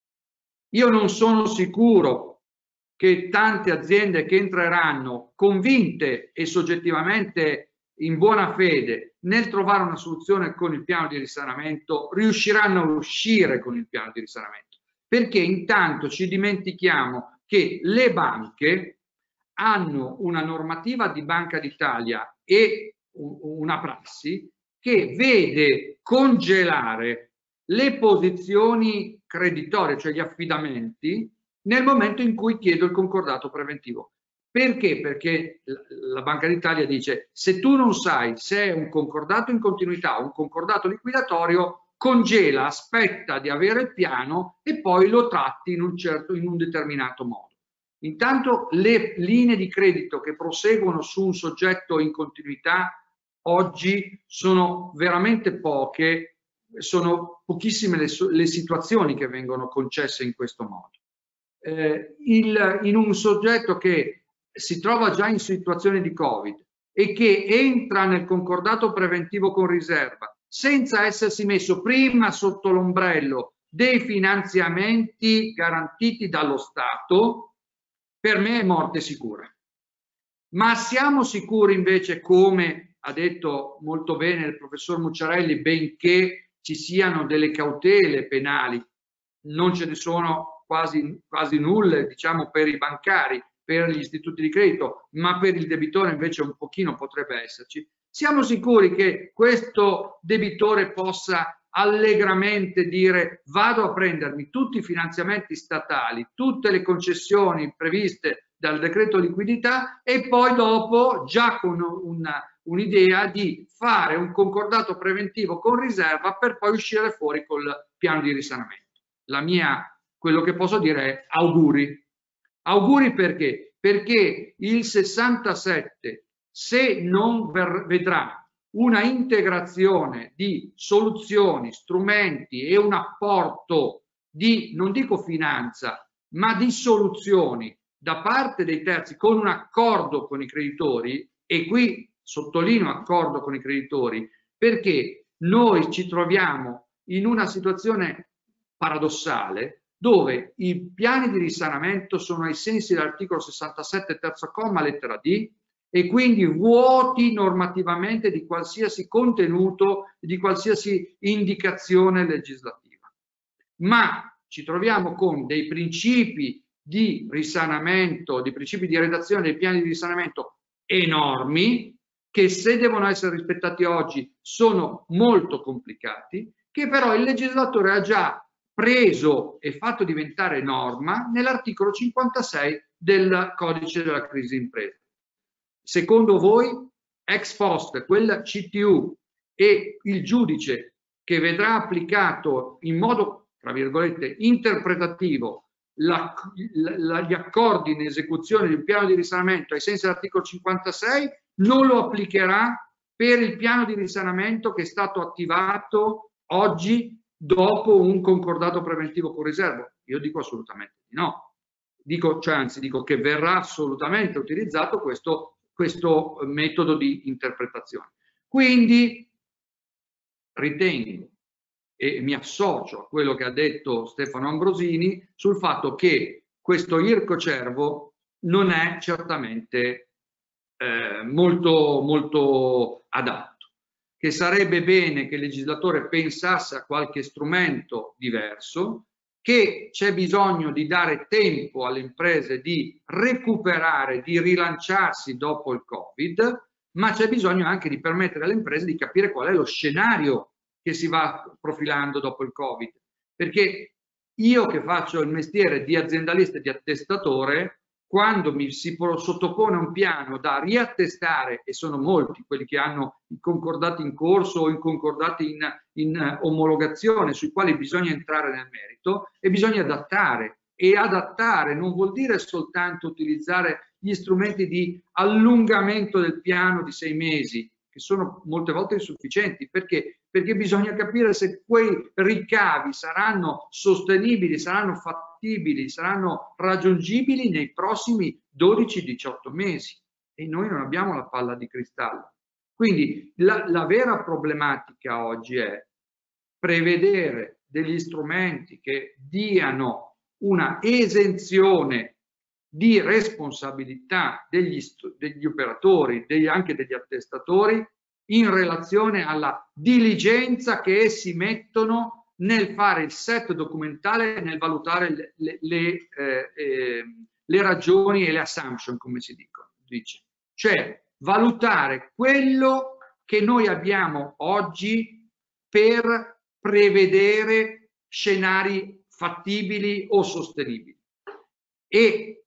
Io non sono sicuro che tante aziende che entreranno convinte e soggettivamente in buona fede nel trovare una soluzione con il piano di risanamento riusciranno a uscire con il piano di risanamento, perché intanto ci dimentichiamo che le banche hanno una normativa di Banca d'Italia e una prassi che vede congelare le posizioni creditorie, cioè gli affidamenti, nel momento in cui chiedo il concordato preventivo. Perché? Perché la Banca d'Italia dice: se tu non sai se è un concordato in continuità o un concordato liquidatorio, congela, aspetta di avere il piano e poi lo tratti in un, certo, in un determinato modo. Intanto le linee di credito che proseguono su un soggetto in continuità oggi sono veramente poche, sono pochissime le, le situazioni che vengono concesse in questo modo. Eh, il, in un soggetto che si trova già in situazione di Covid e che entra nel concordato preventivo con riserva senza essersi messo prima sotto l'ombrello dei finanziamenti garantiti dallo Stato, per me è morte sicura. Ma siamo sicuri invece, come ha detto molto bene il professor Mucciarelli, benché ci siano delle cautele penali, non ce ne sono quasi, quasi nulle, diciamo, per i bancari, per gli istituti di credito, ma per il debitore invece un pochino potrebbe esserci. Siamo sicuri che questo debitore possa allegramente dire: vado a prendermi tutti i finanziamenti statali, tutte le concessioni previste dal decreto liquidità e poi dopo, già con un'idea un di fare un concordato preventivo con riserva per poi uscire fuori col piano di risanamento. La mia, quello che posso dire è auguri. Auguri perché? Perché il sessantasette, se non vedrà una integrazione di soluzioni, strumenti e un apporto di, non dico finanza, ma di soluzioni da parte dei terzi con un accordo con i creditori, e qui sottolineo accordo con i creditori perché noi ci troviamo in una situazione paradossale dove i piani di risanamento sono ai sensi dell'articolo sessantasette terzo comma lettera D e quindi vuoti normativamente di qualsiasi contenuto, di qualsiasi indicazione legislativa. Ma ci troviamo con dei principi di risanamento, dei principi di redazione dei piani di risanamento enormi, che se devono essere rispettati oggi sono molto complicati, che però il legislatore ha già preso e fatto diventare norma nell'articolo cinquantasei del codice della crisi d'impresa. Secondo voi, ex post, quel C T U e il giudice che vedrà applicato in modo, tra virgolette, interpretativo la, la, gli accordi in esecuzione di un piano di risanamento ai sensi dell'articolo cinquantasei non lo applicherà per il piano di risanamento che è stato attivato oggi dopo un concordato preventivo con riserva? Io dico assolutamente di no. Dico, cioè, anzi, dico che verrà assolutamente utilizzato questo, questo metodo di interpretazione. Quindi ritengo e mi associo a quello che ha detto Stefano Ambrosini sul fatto che questo ircocervo non è certamente eh, molto, molto adatto, che sarebbe bene che il legislatore pensasse a qualche strumento diverso, che c'è bisogno di dare tempo alle imprese di recuperare, di rilanciarsi dopo il Covid, ma c'è bisogno anche di permettere alle imprese di capire qual è lo scenario che si va profilando dopo il Covid, perché io che faccio il mestiere di aziendalista e di attestatore, quando mi si sottopone un piano da riattestare, e sono molti quelli che hanno i concordati in corso o i concordati in, in omologazione, sui quali bisogna entrare nel merito e bisogna adattare. E adattare non vuol dire soltanto utilizzare gli strumenti di allungamento del piano di sei mesi, che sono molte volte insufficienti. Perché? Perché bisogna capire se quei ricavi saranno sostenibili, saranno fattibili, saranno raggiungibili nei prossimi dodici diciotto mesi. E noi non abbiamo la palla di cristallo. Quindi la, la vera problematica oggi è prevedere degli strumenti che diano una esenzione di responsabilità degli, degli operatori, degli, anche degli attestatori, in relazione alla diligenza che essi mettono nel fare il set documentale, nel valutare le, le, le, eh, eh, le ragioni e le assumption, come si dicono, dice. Cioè valutare quello che noi abbiamo oggi per prevedere scenari fattibili o sostenibili. E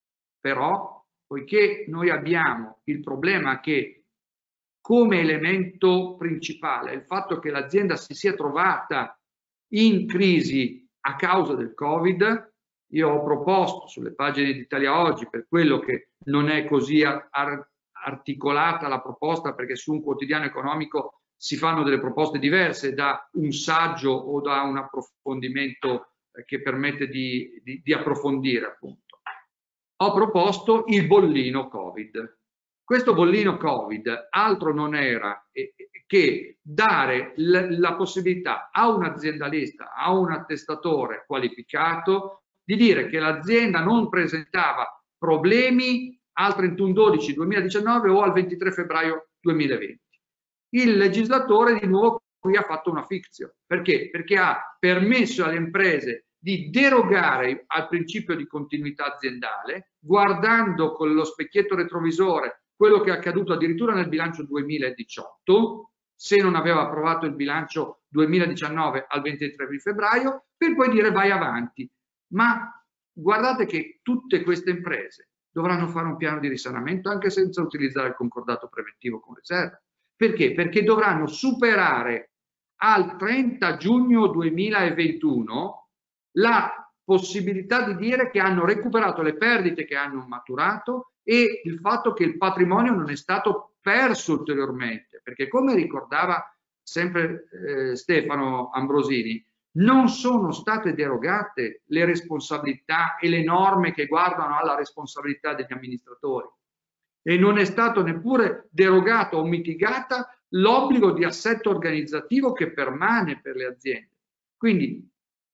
però, poiché noi abbiamo il problema che come elemento principale il fatto che l'azienda si sia trovata in crisi a causa del Covid, io ho proposto sulle pagine di Italia Oggi, per quello che non è così ar articolata la proposta, perché su un quotidiano economico si fanno delle proposte diverse da un saggio o da un approfondimento che permette di, di, di approfondire, appunto. Ho proposto il bollino Covid. Questo bollino Covid altro non era che dare la possibilità a un aziendalista, a un attestatore qualificato, di dire che l'azienda non presentava problemi al trentuno dodici duemiladiciannove o al ventitré febbraio duemilaventi. Il legislatore di nuovo qui ha fatto una fiction. Perché? Perché ha permesso alle imprese di derogare al principio di continuità aziendale, guardando con lo specchietto retrovisore quello che è accaduto addirittura nel bilancio duemiladiciotto, se non aveva approvato il bilancio duemiladiciannove al ventitré di febbraio, per poi dire vai avanti. Ma guardate che tutte queste imprese dovranno fare un piano di risanamento anche senza utilizzare il concordato preventivo con riserva. Perché? Perché dovranno superare al trenta giugno duemilaventuno la possibilità di dire che hanno recuperato le perdite che hanno maturato e il fatto che il patrimonio non è stato perso ulteriormente, perché come ricordava sempre eh, Stefano Ambrosini, non sono state derogate le responsabilità e le norme che guardano alla responsabilità degli amministratori e non è stato neppure derogato o mitigata l'obbligo di assetto organizzativo che permane per le aziende. Quindi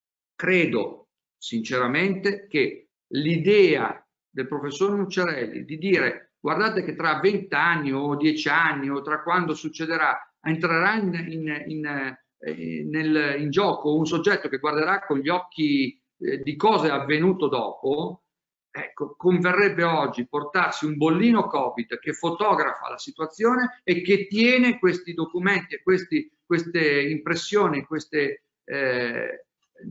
credo sinceramente che l'idea del professor Mucciarelli di dire guardate che tra venti anni o dieci anni o tra quando succederà entrerà in, in, in, in, nel, in gioco un soggetto che guarderà con gli occhi eh, di cosa è avvenuto dopo, ecco, converrebbe oggi portarsi un bollino Covid che fotografa la situazione e che tiene questi documenti e questi, queste impressioni, queste eh,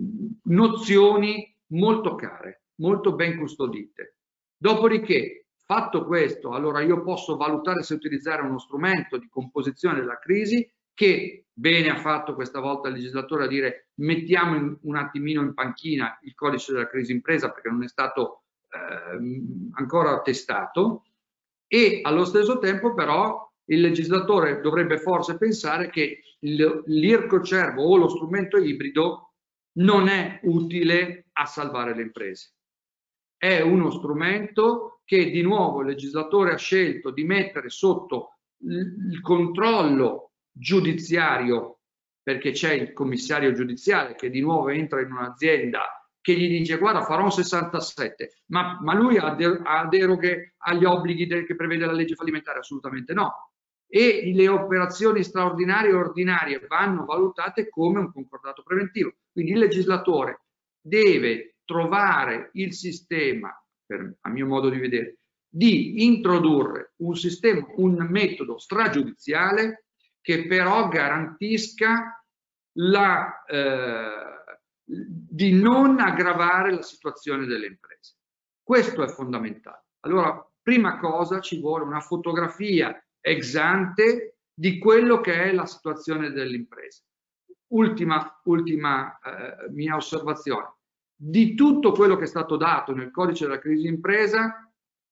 nozioni molto care, molto ben custodite. Dopodiché, fatto questo, allora io posso valutare se utilizzare uno strumento di composizione della crisi che bene ha fatto questa volta il legislatore a dire mettiamo in, un attimino in panchina il codice della crisi impresa perché non è stato eh, ancora testato e allo stesso tempo però il legislatore dovrebbe forse pensare che l'IRCOCERVO o lo strumento ibrido non è utile a salvare le imprese. È uno strumento che di nuovo il legislatore ha scelto di mettere sotto il controllo giudiziario, perché c'è il commissario giudiziario che di nuovo entra in un'azienda che gli dice guarda farò un sessantasette, ma, ma lui ha, de ha deroghe agli obblighi che prevede la legge fallimentare? Assolutamente no. E le operazioni straordinarie e ordinarie vanno valutate come un concordato preventivo. Quindi il legislatore deve trovare il sistema, per, a mio modo di vedere, di introdurre un sistema, un metodo stragiudiziale che però garantisca la, eh, di non aggravare la situazione delle imprese. Questo è fondamentale. Allora, prima cosa ci vuole una fotografia ex ante di quello che è la situazione dell'impresa. Ultima, ultima eh, mia osservazione. Di tutto quello che è stato dato nel codice della crisi d'impresa,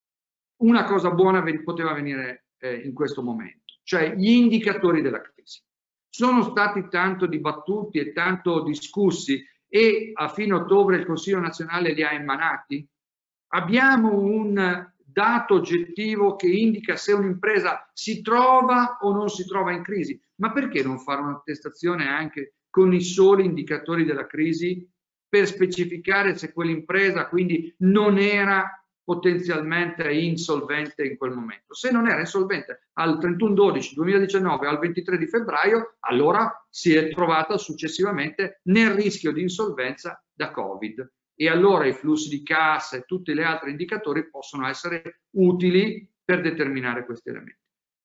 una cosa buona poteva venire eh, in questo momento, cioè gli indicatori della crisi. Sono stati tanto dibattuti e tanto discussi e a fine ottobre il Consiglio nazionale li ha emanati. Abbiamo un dato oggettivo che indica se un'impresa si trova o non si trova in crisi. Ma perché non fare un'attestazione anche con i soli indicatori della crisi per specificare se quell'impresa quindi non era potenzialmente insolvente in quel momento? Se non era insolvente al trentuno dodici duemiladiciannove al ventitré di febbraio, allora si è trovata successivamente nel rischio di insolvenza da Covid. E allora i flussi di cassa e tutti gli altri indicatori possono essere utili per determinare questi elementi.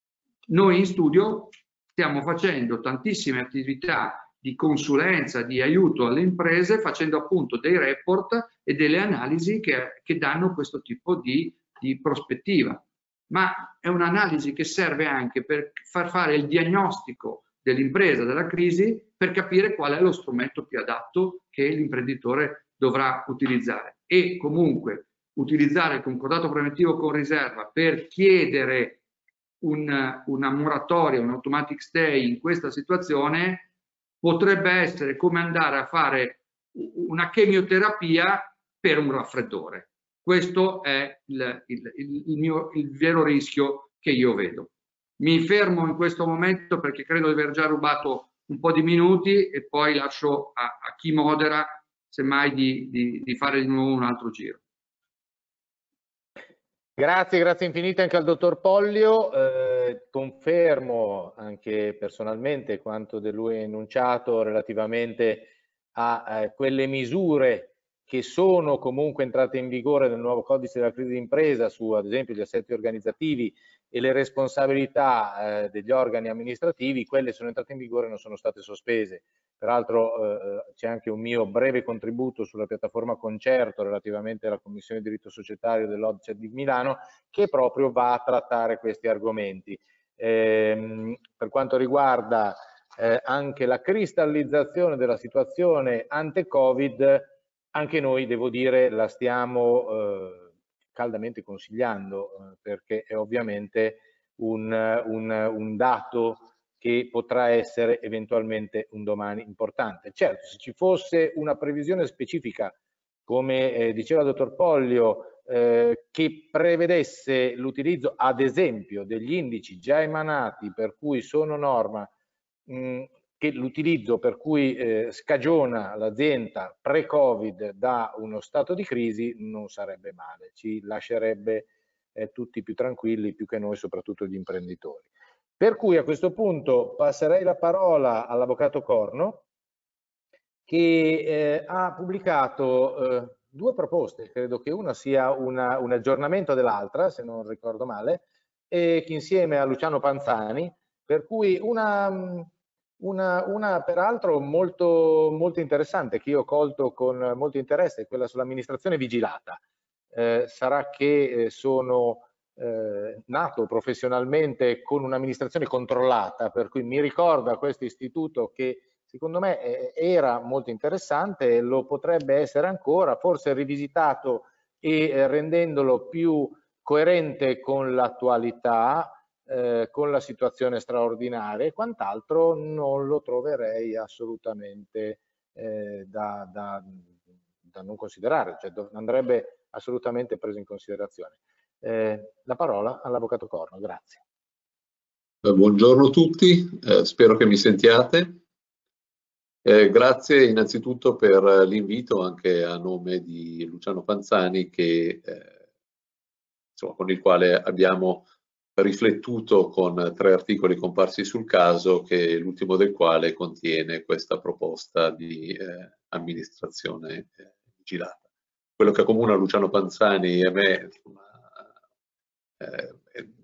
Noi in studio stiamo facendo tantissime attività di consulenza, di aiuto alle imprese, facendo appunto dei report e delle analisi che, che danno questo tipo di, di prospettiva. Ma è un'analisi che serve anche per far fare il diagnostico dell'impresa, della crisi, per capire qual è lo strumento più adatto che l'imprenditore dovrà utilizzare. E comunque utilizzare il concordato preventivo con riserva per chiedere un, una moratoria, un automatic stay in questa situazione potrebbe essere come andare a fare una chemioterapia per un raffreddore. Questo è il, il, il, il, mio, il vero rischio che io vedo. Mi fermo in questo momento perché credo di aver già rubato un po' di minuti e poi lascio a, a chi modera semmai di, di, di fare di nuovo un altro giro. Grazie, grazie infinite anche al dottor Pollio. Eh, confermo anche personalmente quanto da lui enunciato relativamente a eh, quelle misure che sono comunque entrate in vigore nel nuovo codice della crisi d'impresa su ad esempio gli assetti organizzativi e le responsabilità eh, degli organi amministrativi. Quelle sono entrate in vigore e non sono state sospese. Peraltro eh, c'è anche un mio breve contributo sulla piattaforma Concerto relativamente alla Commissione di Diritto Societario dell'O D C E di Milano, che proprio va a trattare questi argomenti. Ehm, per quanto riguarda eh, anche la cristallizzazione della situazione ante-Covid, anche noi, devo dire, la stiamo eh, caldamente consigliando, eh, perché è ovviamente un, un, un dato che potrà essere eventualmente un domani importante. Certo, se ci fosse una previsione specifica, come eh, diceva il dottor Pollio, eh, che prevedesse l'utilizzo, ad esempio, degli indici già emanati per cui sono norma, mh, che l'utilizzo per cui eh, scagiona l'azienda pre-Covid da uno stato di crisi, non sarebbe male, ci lascerebbe eh, tutti più tranquilli, più che noi, soprattutto gli imprenditori. Per cui a questo punto passerei la parola all'avvocato Corno, che eh, ha pubblicato eh, due proposte, credo che una sia una, un aggiornamento dell'altra, se non ricordo male, e che insieme a Luciano Panzani, per cui una, una, una peraltro molto, molto interessante, che io ho colto con molto interesse, quella sull'amministrazione vigilata. Eh, sarà che eh, sono Eh, nato professionalmente con un'amministrazione controllata, per cui mi ricorda questo istituto che secondo me eh, era molto interessante e lo potrebbe essere ancora, forse rivisitato e eh, rendendolo più coerente con l'attualità, eh, con la situazione straordinaria e quant'altro, non lo troverei assolutamente eh, da, da, da non considerare, cioè andrebbe assolutamente preso in considerazione. Eh, la parola all'avvocato Corno, grazie. Buongiorno a tutti, eh, spero che mi sentiate. Eh, grazie innanzitutto per l'invito anche a nome di Luciano Panzani, che, eh, insomma, con il quale abbiamo riflettuto con tre articoli comparsi sul caso, che l'ultimo del quale contiene questa proposta di eh, amministrazione eh, vigilata. Quello che accomuna Luciano Panzani e me, insomma, Eh,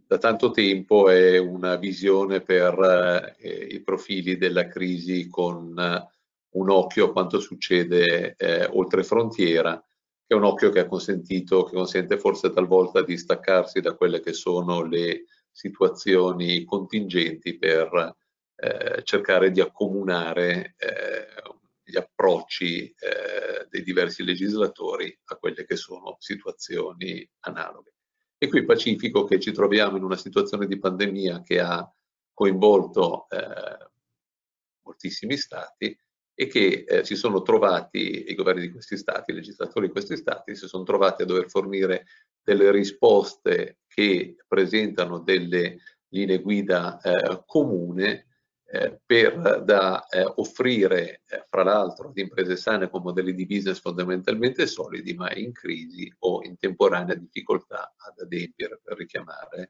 da tanto tempo è una visione per eh, i profili della crisi con eh, un occhio a quanto succede eh, oltre frontiera, che è un occhio che ha consentito, che consente forse talvolta di staccarsi da quelle che sono le situazioni contingenti per eh, cercare di accomunare eh, gli approcci eh, dei diversi legislatori a quelle che sono situazioni analoghe. E qui Pacifico, che ci troviamo in una situazione di pandemia che ha coinvolto eh, moltissimi stati e che eh, si sono trovati, i governi di questi stati, i legislatori di questi stati, si sono trovati a dover fornire delle risposte che presentano delle linee guida eh, comune eh, per da eh, offrire, eh, fra l'altro, ad imprese sane con modelli di business fondamentalmente solidi, ma in crisi o in temporanea difficoltà ad adempiere, per richiamare,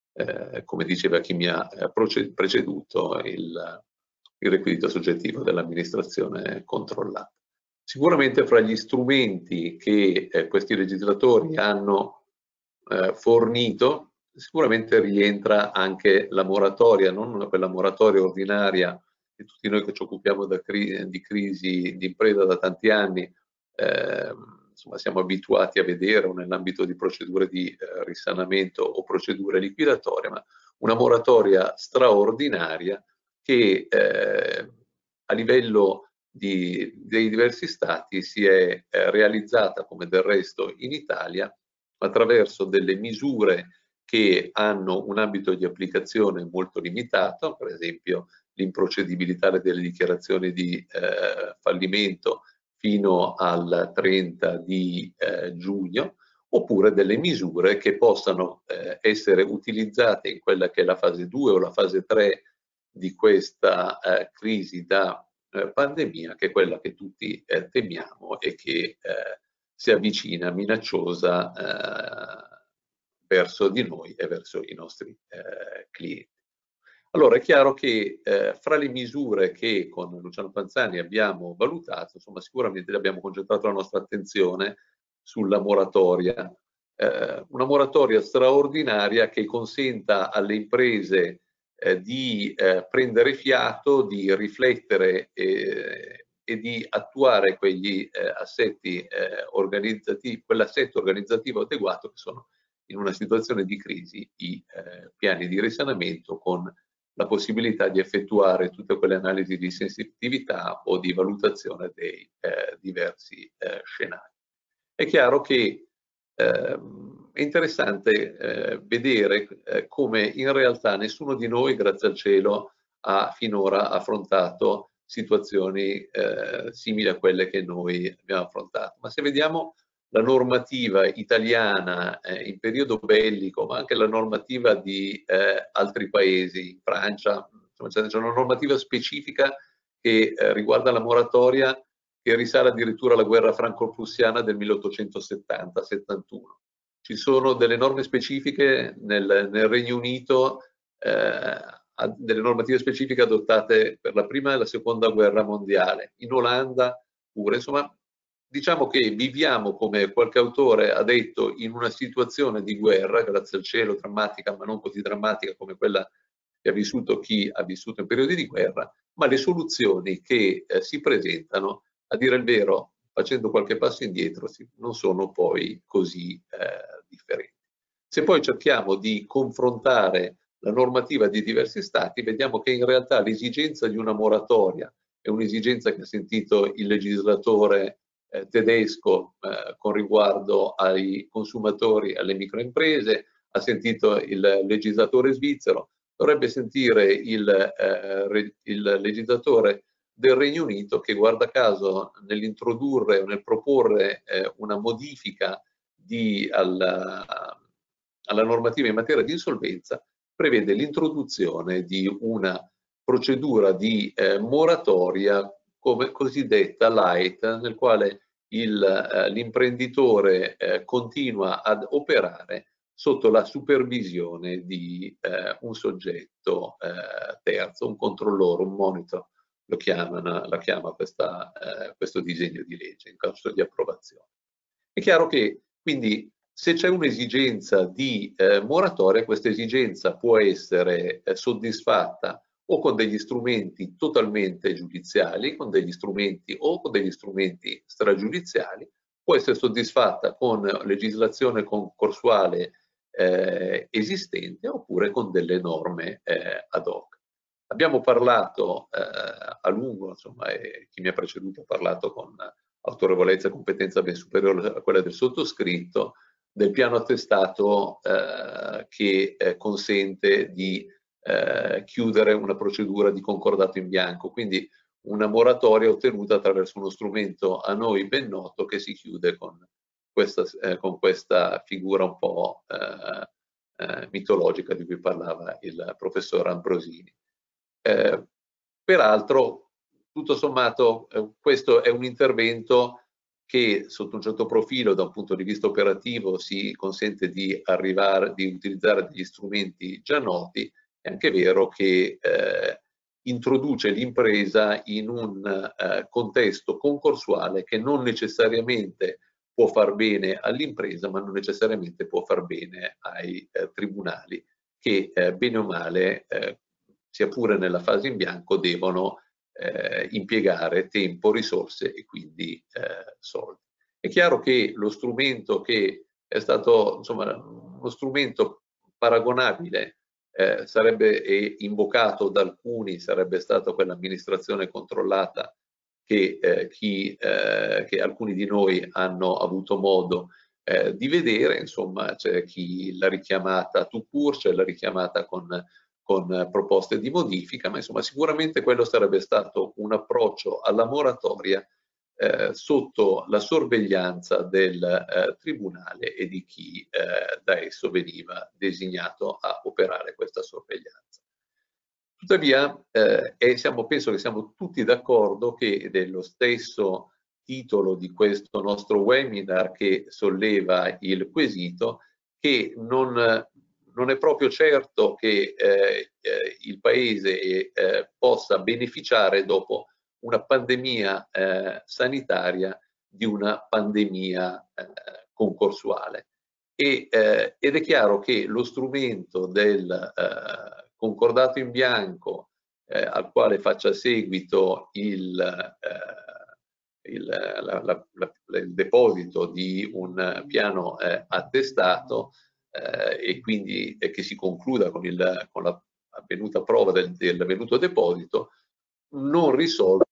eh, come diceva chi mi ha eh, preceduto, il il requisito soggettivo dell'amministrazione controllata. Sicuramente fra gli strumenti che eh, questi legislatori hanno eh, fornito, sicuramente rientra anche la moratoria, non quella moratoria ordinaria di tutti noi che ci occupiamo da cri di crisi di impresa da tanti anni, eh, insomma, siamo abituati a vedere o nell'ambito di procedure di eh, risanamento o procedure liquidatorie, ma una moratoria straordinaria che eh, a livello di, dei diversi stati si è eh, realizzata, come del resto in Italia, attraverso delle misure che hanno un ambito di applicazione molto limitato, per esempio l'improcedibilità delle dichiarazioni di eh, fallimento fino al trenta di eh, giugno, oppure delle misure che possano eh, essere utilizzate in quella che è la fase due o la fase tre di questa eh, crisi da eh, pandemia, che è quella che tutti eh, temiamo e che eh, si avvicina minacciosa eh, verso di noi e verso i nostri eh, clienti. Allora è chiaro che eh, fra le misure che con Luciano Panzani abbiamo valutato, insomma sicuramente abbiamo concentrato la nostra attenzione sulla moratoria, eh, una moratoria straordinaria che consenta alle imprese Eh, di eh, prendere fiato, di riflettere eh, e di attuare quegli eh, assetti eh, organizzativi, quell'assetto organizzativo adeguato che sono in una situazione di crisi i eh, piani di risanamento, con la possibilità di effettuare tutte quelle analisi di sensitività o di valutazione dei eh, diversi eh, scenari. È chiaro che ehm, è interessante eh, vedere eh, come in realtà nessuno di noi, grazie al cielo, ha finora affrontato situazioni eh, simili a quelle che noi abbiamo affrontato. Ma se vediamo la normativa italiana eh, in periodo bellico, ma anche la normativa di eh, altri paesi, in Francia, c'è una normativa specifica che eh, riguarda la moratoria che risale addirittura alla guerra franco-prussiana del milleottocentosettanta settantuno. Ci sono delle norme specifiche nel, nel Regno Unito, eh, delle normative specifiche adottate per la prima e la seconda guerra mondiale, in Olanda pure, insomma, diciamo che viviamo, come qualche autore ha detto, in una situazione di guerra, grazie al cielo, drammatica, ma non così drammatica come quella che ha vissuto chi ha vissuto in periodi di guerra, ma le soluzioni che eh, si presentano, a dire il vero, facendo qualche passo indietro, non sono poi così eh, differenti. Se poi cerchiamo di confrontare la normativa di diversi stati, vediamo che in realtà l'esigenza di una moratoria è un'esigenza che ha sentito il legislatore eh, tedesco eh, con riguardo ai consumatori, alle microimprese, ha sentito il legislatore svizzero, dovrebbe sentire il, eh, il legislatore del Regno Unito, che guarda caso nell'introdurre o nel proporre eh, una modifica di, alla, alla normativa in materia di insolvenza, prevede l'introduzione di una procedura di eh, moratoria come cosiddetta light, nel quale eh, l'imprenditore eh, continua ad operare sotto la supervisione di eh, un soggetto eh, terzo, un controllore, un monitor, lo chiamano, la chiama questa, eh, questo disegno di legge in caso di approvazione. È chiaro che quindi se c'è un'esigenza di eh, moratoria, questa esigenza può essere eh, soddisfatta o con degli strumenti totalmente giudiziali, con degli strumenti o con degli strumenti stragiudiziali, può essere soddisfatta con legislazione concorsuale eh, esistente oppure con delle norme eh, ad hoc. Abbiamo parlato eh, a lungo, insomma, e chi mi ha preceduto ha parlato con autorevolezza e competenza ben superiore a quella del sottoscritto, del piano attestato eh, che eh, consente di eh, chiudere una procedura di concordato in bianco, quindi una moratoria ottenuta attraverso uno strumento a noi ben noto che si chiude con questa, eh, con questa figura un po' eh, eh, mitologica di cui parlava il professor Ambrosini. Eh, peraltro, tutto sommato, eh, questo è un intervento che sotto un certo profilo, da un punto di vista operativo, si consente di arrivare, di utilizzare degli strumenti già noti. È anche vero che eh, introduce l'impresa in un eh, contesto concorsuale che non necessariamente può far bene all'impresa, ma non necessariamente può far bene ai eh, tribunali che eh, bene o male, eh, sia pure nella fase in bianco, devono eh, impiegare tempo, risorse e quindi eh, soldi. È chiaro che lo strumento che è stato, insomma, uno strumento paragonabile eh, sarebbe eh, invocato da alcuni, sarebbe stata quell'amministrazione controllata che, eh, chi, eh, che alcuni di noi hanno avuto modo eh, di vedere. Insomma, c'è chi l'ha richiamata tout court, c'è la richiamata con con proposte di modifica, ma insomma sicuramente quello sarebbe stato un approccio alla moratoria eh, sotto la sorveglianza del eh, tribunale e di chi eh, da esso veniva designato a operare questa sorveglianza. Tuttavia, eh, e siamo, penso che siamo tutti d'accordo che, ed è lo stesso titolo di questo nostro webinar che solleva il quesito, che non non è proprio certo che eh, eh, il Paese eh, possa beneficiare dopo una pandemia eh, sanitaria di una pandemia eh, concorsuale. E, eh, ed è chiaro che lo strumento del eh, concordato in bianco eh, al quale faccia seguito il, eh, il, la, la, la, il deposito di un piano eh, attestato Eh, e quindi eh, che si concluda con, il, con la avvenuta prova del, del avvenuto deposito, non risolve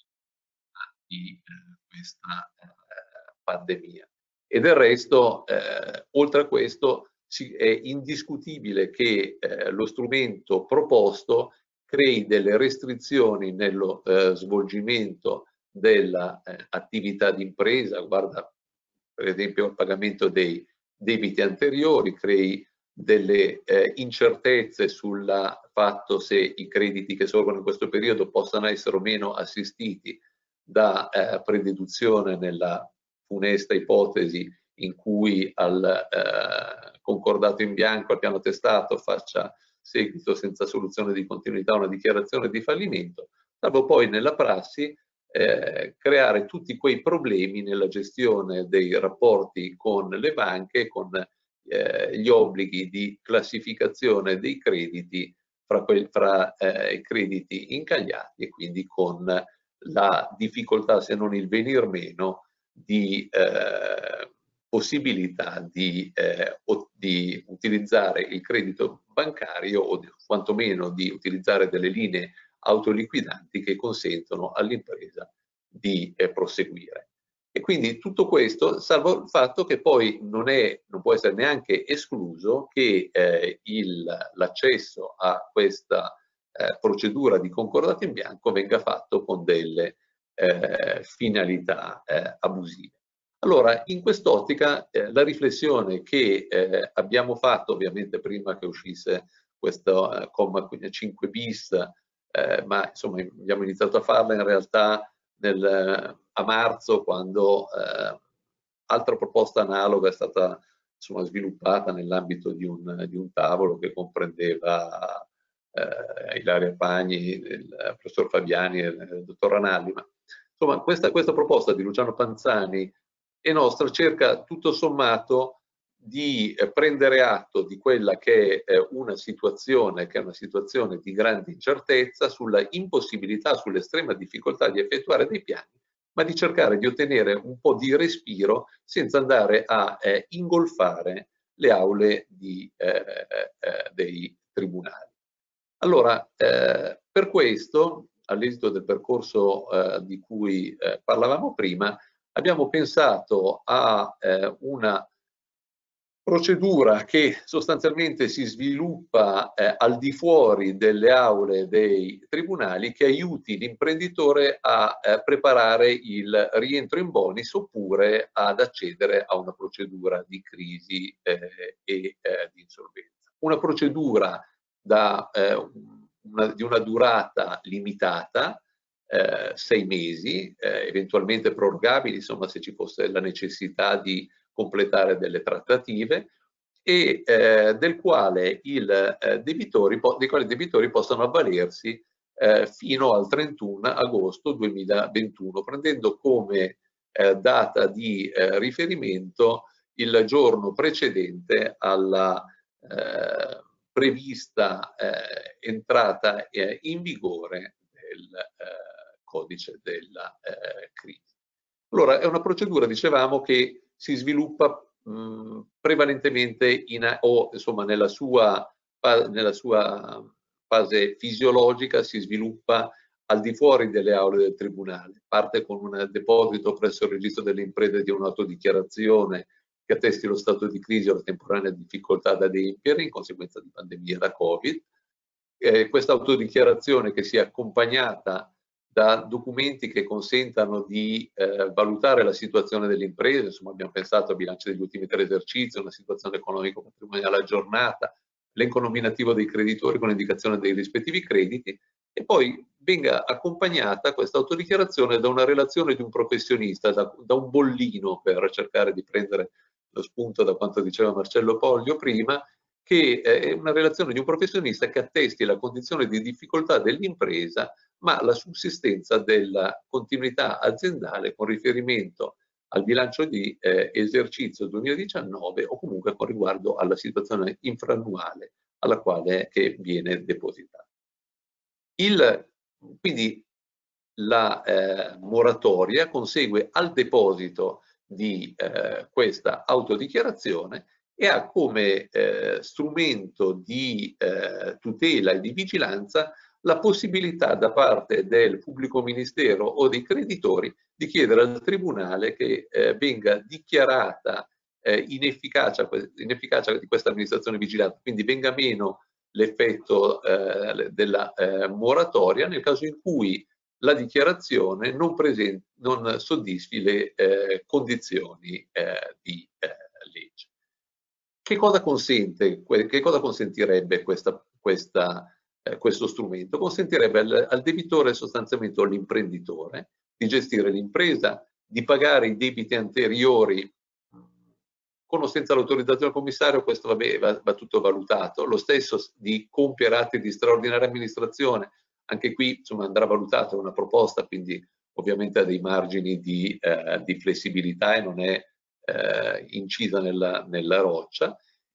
di, eh, questa eh, pandemia. E del resto, eh, oltre a questo, si, è indiscutibile che eh, lo strumento proposto crei delle restrizioni nello eh, svolgimento dell'attività eh, d'impresa. Guarda, per esempio, il pagamento dei debiti anteriori, crei delle eh, incertezze sul fatto se i crediti che sorgono in questo periodo possano essere o meno assistiti da eh, prededuzione nella funesta ipotesi in cui al eh, concordato in bianco, al piano attestato, faccia seguito senza soluzione di continuità una dichiarazione di fallimento, salvo poi nella prassi Eh, creare tutti quei problemi nella gestione dei rapporti con le banche, con eh, gli obblighi di classificazione dei crediti fra, quel, fra eh, crediti incagliati, e quindi con la difficoltà, se non il venir meno, di eh, possibilità di, eh, o, di utilizzare il credito bancario o quantomeno di utilizzare delle linee autoliquidanti che consentono all'impresa di eh, proseguire. E quindi tutto questo, salvo il fatto che poi non, è, non può essere neanche escluso che eh, l'accesso a questa eh, procedura di concordato in bianco venga fatto con delle eh, finalità eh, abusive. Allora, in quest'ottica, eh, la riflessione che eh, abbiamo fatto, ovviamente prima che uscisse questo eh, comma cinque bis, Eh, ma insomma abbiamo iniziato a farla in realtà nel, a marzo, quando eh, altra proposta analoga è stata insomma sviluppata nell'ambito di un, di un tavolo che comprendeva eh, Ilaria Pagni, il professor Fabiani e il dottor Ranalli. Ma insomma questa, questa proposta di Luciano Panzani e nostra cerca tutto sommato di eh, prendere atto di quella che è eh, una situazione che è una situazione di grande incertezza, sulla impossibilità, sull'estrema difficoltà di effettuare dei piani, ma di cercare di ottenere un po' di respiro senza andare a eh, ingolfare le aule di, eh, eh, dei tribunali. Allora, eh, per questo, all'esito del percorso eh, di cui eh, parlavamo prima, abbiamo pensato a eh, una procedura che sostanzialmente si sviluppa eh, al di fuori delle aule dei tribunali, che aiuti l'imprenditore a eh, preparare il rientro in bonis oppure ad accedere a una procedura di crisi eh, e eh, di insolvenza. Una procedura da, eh, una, di una durata limitata, eh, sei mesi, eh, eventualmente prorogabili, insomma, se ci fosse la necessità di completare delle trattative, e eh, del quale il, eh, debitori, dei quali i debitori possono avvalersi eh, fino al trentuno agosto duemilaventuno, prendendo come eh, data di eh, riferimento il giorno precedente alla eh, prevista eh, entrata eh, in vigore del eh, codice della eh, crisi. Allora, è una procedura, dicevamo, che si sviluppa mh, prevalentemente in, o insomma nella sua, nella sua fase fisiologica si sviluppa al di fuori delle aule del tribunale. Parte con un deposito presso il registro delle imprese di un'autodichiarazione che attesti lo stato di crisi o la temporanea difficoltà da adempiere in conseguenza di pandemia da Covid. Eh, questa autodichiarazione, che sia accompagnata da documenti che consentano di eh, valutare la situazione delle imprese, insomma abbiamo pensato al bilancio degli ultimi tre esercizi, una situazione economico-patrimoniale aggiornata, l'elenco nominativo dei creditori con indicazione dei rispettivi crediti, e poi venga accompagnata questa autodichiarazione da una relazione di un professionista, da, da un bollino, per cercare di prendere lo spunto da quanto diceva Marcello Poglio prima, che è una relazione di un professionista che attesti la condizione di difficoltà dell'impresa, ma la sussistenza della continuità aziendale con riferimento al bilancio di eh, esercizio duemiladiciannove o comunque con riguardo alla situazione infrannuale alla quale che viene depositata. Il, quindi la eh, moratoria consegue al deposito di eh, questa autodichiarazione e ha come eh, strumento di eh, tutela e di vigilanza la possibilità da parte del pubblico ministero o dei creditori di chiedere al tribunale che eh, venga dichiarata eh, inefficacia, inefficacia di questa amministrazione vigilante, quindi venga meno l'effetto eh, della eh, moratoria nel caso in cui la dichiarazione non, non soddisfi le eh, condizioni eh, di eh, legge. Che cosa consente, che cosa consentirebbe questa, questa, eh, questo strumento? Consentirebbe al, al debitore, sostanzialmente all'imprenditore, di gestire l'impresa, di pagare i debiti anteriori con o senza l'autorizzazione del commissario. Questo vabbè, va, va tutto valutato. Lo stesso di compiere atti di straordinaria amministrazione, anche qui insomma andrà valutata una proposta, quindi ovviamente ha dei margini di, eh, di flessibilità e non è eh, incisa nella, nella roccia,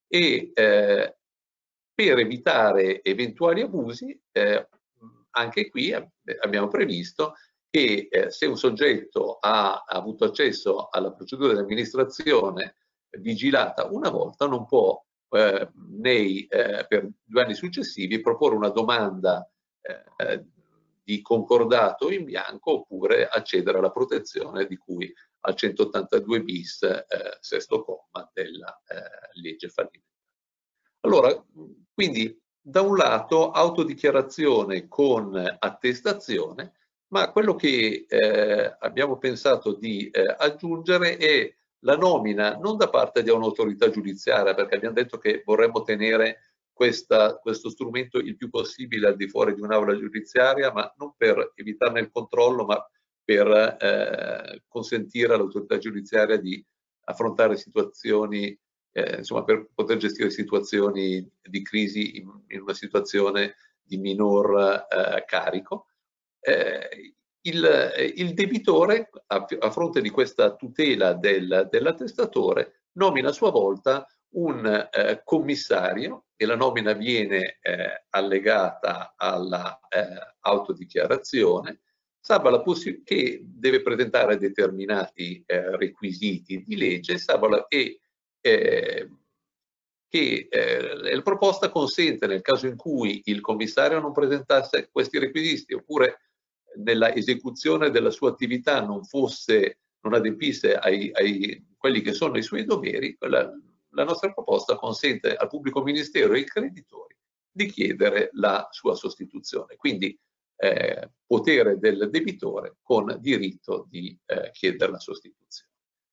e eh, per evitare eventuali abusi eh, anche qui abbiamo previsto che eh, se un soggetto ha, ha avuto accesso alla procedura di amministrazione vigilata una volta, non può eh, nei, eh, per due anni successivi proporre una domanda eh, di concordato in bianco oppure accedere alla protezione di cui al centottantadue bis eh, sesto comma della eh, legge fallimentare. Allora, quindi da un lato autodichiarazione con attestazione, ma quello che eh, abbiamo pensato di eh, aggiungere è la nomina non da parte di un'autorità giudiziaria, perché abbiamo detto che vorremmo tenere questa, questo strumento il più possibile al di fuori di un'aula giudiziaria, ma non per evitarne il controllo, ma per eh, consentire all'autorità giudiziaria di affrontare situazioni, eh, insomma per poter gestire situazioni di crisi in, in una situazione di minor eh, carico. Eh, il, il debitore, a, a fronte di questa tutela del, dell'attestatore, nomina a sua volta un eh, commissario e la nomina viene eh, allegata alla eh, autodichiarazione, salva la che deve presentare determinati eh, requisiti di legge, salva la e eh, che eh, la proposta consente, nel caso in cui il commissario non presentasse questi requisiti oppure nella esecuzione della sua attività non fosse, non adempisse ai, ai quelli che sono i suoi doveri, la, la nostra proposta consente al pubblico ministero e ai creditori di chiedere la sua sostituzione. Quindi eh, potere del debitore con diritto di eh, chiedere la sostituzione.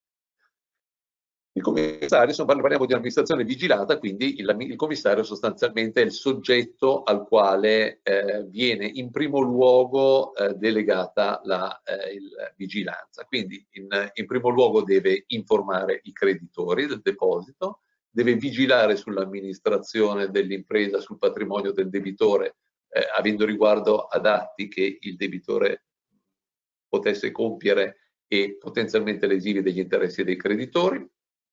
Il commissario, insomma, parliamo di amministrazione vigilata, quindi il, il commissario sostanzialmente è il soggetto al quale eh, viene in primo luogo eh, delegata la eh, il vigilanza. Quindi in, in primo luogo deve informare i creditori del deposito, deve vigilare sull'amministrazione dell'impresa, sul patrimonio del debitore, eh, avendo riguardo ad atti che il debitore potesse compiere e potenzialmente lesivi degli interessi dei creditori.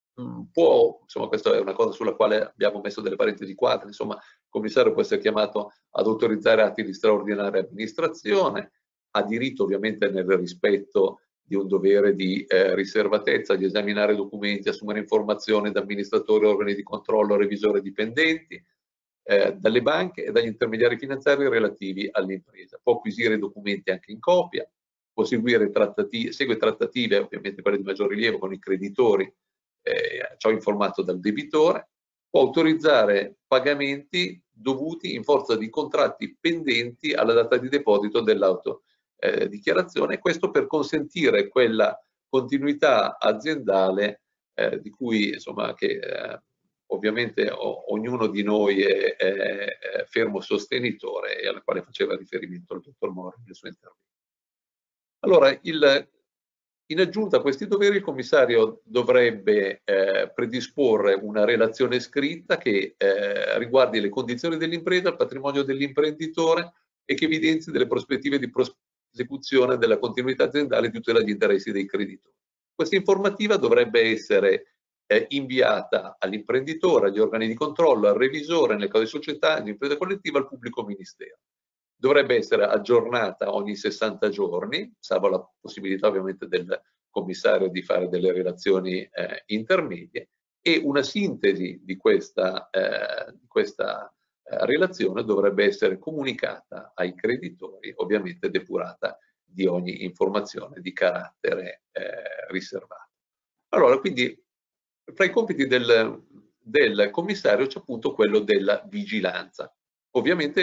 Può, insomma, questa è una cosa sulla quale abbiamo messo delle parentesi quadre, insomma, il commissario può essere chiamato ad autorizzare atti di straordinaria amministrazione, ha diritto ovviamente nel rispetto di un dovere di eh, riservatezza, di esaminare documenti, assumere informazioni da amministratori, organi di controllo, revisori dipendenti, eh, dalle banche e dagli intermediari finanziari relativi all'impresa. Può acquisire i documenti anche in copia, può seguire trattative, segue trattative, ovviamente quelle di maggior rilievo, con i creditori, Eh, ciò informato dal debitore, può autorizzare pagamenti dovuti in forza di contratti pendenti alla data di deposito dell'autodichiarazione, eh, questo per consentire quella continuità aziendale eh, di cui, insomma, che eh, ovviamente o, ognuno di noi è, è, è fermo sostenitore e alla quale faceva riferimento il dottor Mori nel suo intervento. Allora, il In aggiunta a questi doveri, il commissario dovrebbe eh, predisporre una relazione scritta che eh, riguardi le condizioni dell'impresa, il patrimonio dell'imprenditore e che evidenzi delle prospettive di prosecuzione della continuità aziendale e di tutela degli interessi dei creditori. Questa informativa dovrebbe essere eh, inviata all'imprenditore, agli organi di controllo, al revisore, nel caso di società, all'impresa collettiva, al pubblico ministero. Dovrebbe essere aggiornata ogni sessanta giorni, salvo la possibilità ovviamente del commissario di fare delle relazioni eh, intermedie, e una sintesi di questa, eh, di questa eh, relazione dovrebbe essere comunicata ai creditori, ovviamente depurata di ogni informazione di carattere eh, riservato. Allora, quindi, fra i compiti del, del commissario c'è appunto quello della vigilanza. Ovviamente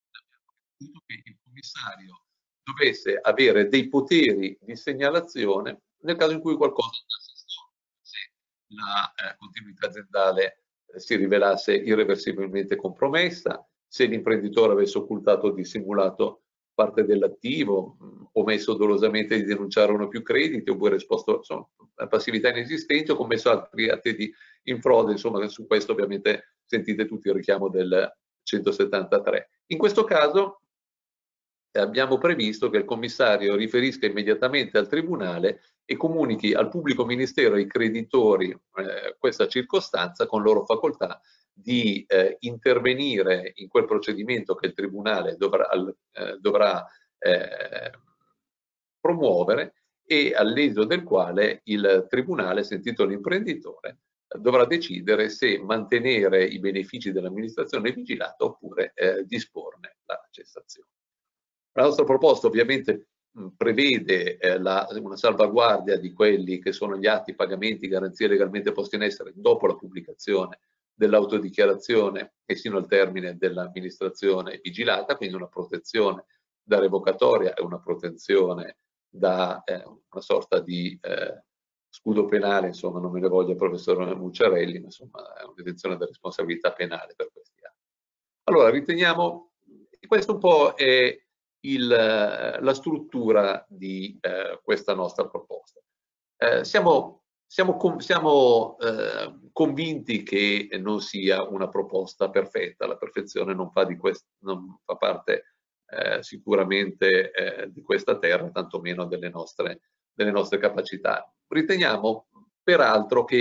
che il commissario dovesse avere dei poteri di segnalazione nel caso in cui qualcosa andasse storto, se la eh, continuità aziendale eh, si rivelasse irreversibilmente compromessa, se l'imprenditore avesse occultato o dissimulato parte dell'attivo, omesso dolosamente di denunciare uno o più crediti, oppure esposto insomma, a passività inesistenti o commesso altri atti di in frode, insomma su questo ovviamente sentite tutti il richiamo del centosettantatré. In questo caso abbiamo previsto che il commissario riferisca immediatamente al Tribunale e comunichi al pubblico ministero e ai creditori eh, questa circostanza con loro facoltà di eh, intervenire in quel procedimento che il Tribunale dovrà, eh, dovrà eh, promuovere e all'esito del quale il Tribunale, sentito l'imprenditore, dovrà decidere se mantenere i benefici dell'amministrazione vigilata oppure eh, disporne la cessazione. La nostra proposta ovviamente mh, prevede eh, la, una salvaguardia di quelli che sono gli atti, pagamenti, garanzie legalmente posti in essere dopo la pubblicazione dell'autodichiarazione e sino al termine dell'amministrazione vigilata, quindi una protezione da revocatoria e una protezione da eh, una sorta di eh, scudo penale, insomma non me ne voglia il professor Mucciarelli, ma insomma è una detenzione della responsabilità penale per questi atti. Allora riteniamo, e questo un po' è il, la struttura di eh, questa nostra proposta. Eh, siamo siamo, siamo eh, convinti che non sia una proposta perfetta, la perfezione non fa, di quest, non fa parte eh, sicuramente eh, di questa terra, tantomeno delle nostre, delle nostre capacità. Riteniamo peraltro che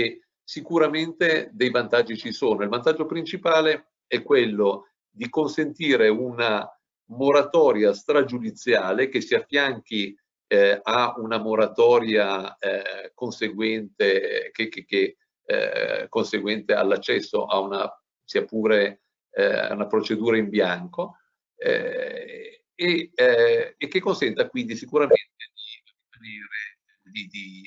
sicuramente dei vantaggi ci sono. Il vantaggio principale è quello di consentire una moratoria stragiudiziale che si affianchi eh, a una moratoria eh, conseguente, che, che, che, eh, conseguente all'accesso a una, sia pure eh, una procedura in bianco, eh, e, eh, e che consenta quindi sicuramente di, di, di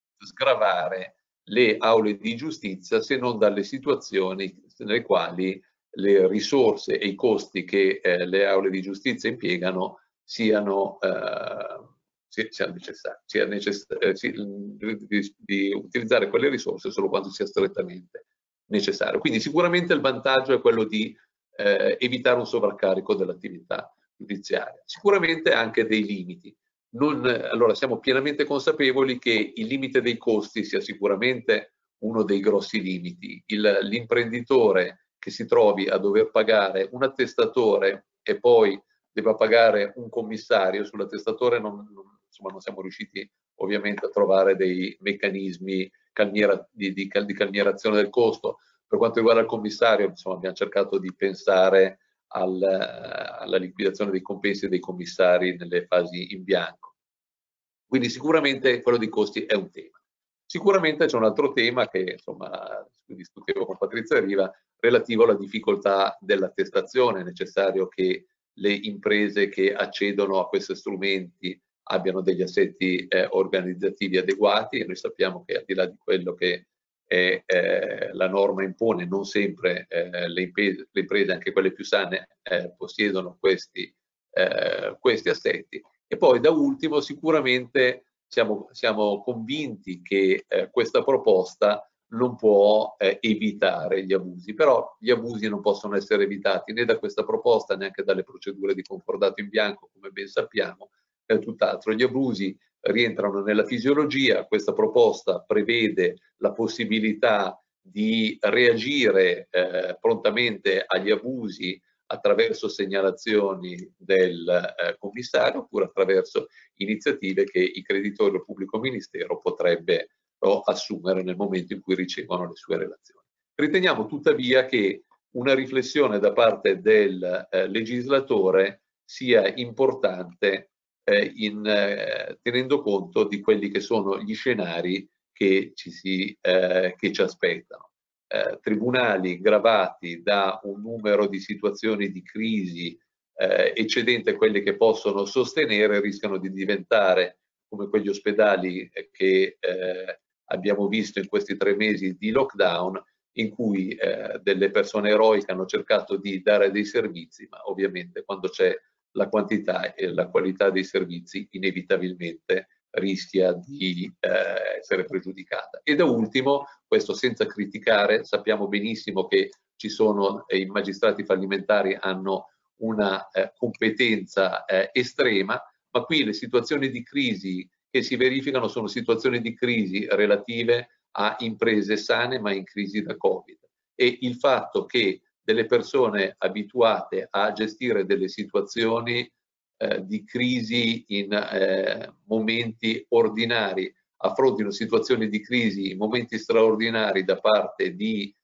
sgravare le aule di giustizia, se non dalle situazioni nelle quali le risorse e i costi che eh, le aule di giustizia impiegano siano, eh, sia necessari, sia necessari eh, si, di, di utilizzare quelle risorse solo quando sia strettamente necessario. Quindi sicuramente il vantaggio è quello di eh, evitare un sovraccarico dell'attività giudiziaria. Sicuramente anche dei limiti. Non, allora siamo pienamente consapevoli che il limite dei costi sia sicuramente uno dei grossi limiti. L'imprenditore che si trovi a dover pagare un attestatore e poi debba pagare un commissario, sull'attestatore non, non, insomma, non siamo riusciti ovviamente a trovare dei meccanismi calmiera, di, di, di calmierazione del costo. Per quanto riguarda il commissario, insomma, abbiamo cercato di pensare al, alla liquidazione dei compensi dei commissari nelle fasi in bianco. Quindi sicuramente quello dei costi è un tema. Sicuramente c'è un altro tema che insomma discutevo con Patrizia Riva, relativo alla difficoltà dell'attestazione. È necessario che le imprese che accedono a questi strumenti abbiano degli assetti eh, organizzativi adeguati, e noi sappiamo che al di là di quello che è, eh, la norma impone, non sempre eh, le, imprese, le imprese, anche quelle più sane, eh, possiedono questi, eh, questi assetti. E poi da ultimo sicuramente siamo, siamo convinti che eh, questa proposta non può eh, evitare gli abusi, però gli abusi non possono essere evitati né da questa proposta, neanche dalle procedure di concordato in bianco, come ben sappiamo, eh, tutt'altro. Gli abusi rientrano nella fisiologia. Questa proposta prevede la possibilità di reagire eh, prontamente agli abusi attraverso segnalazioni del eh, commissario, oppure attraverso iniziative che i creditori o il pubblico ministero potrebbe o assumere nel momento in cui ricevono le sue relazioni. Riteniamo tuttavia che una riflessione da parte del eh, legislatore sia importante eh, in, eh, tenendo conto di quelli che sono gli scenari che ci, si, eh, che ci aspettano. Eh, tribunali gravati da un numero di situazioni di crisi eh, eccedente quelle che possono sostenere, rischiano di diventare come quegli ospedali che eh, abbiamo visto in questi tre mesi di lockdown, in cui eh, delle persone eroiche hanno cercato di dare dei servizi, ma ovviamente quando c'è la quantità e la qualità dei servizi inevitabilmente rischia di eh, essere pregiudicata. E da ultimo, questo senza criticare, sappiamo benissimo che ci sono eh, i magistrati fallimentari hanno una eh, competenza eh, estrema, ma qui le situazioni di crisi che si verificano sono situazioni di crisi relative a imprese sane ma in crisi da Covid, e il fatto che delle persone abituate a gestire delle situazioni eh, di crisi in eh, momenti ordinari affrontino situazioni di crisi in momenti straordinari da parte di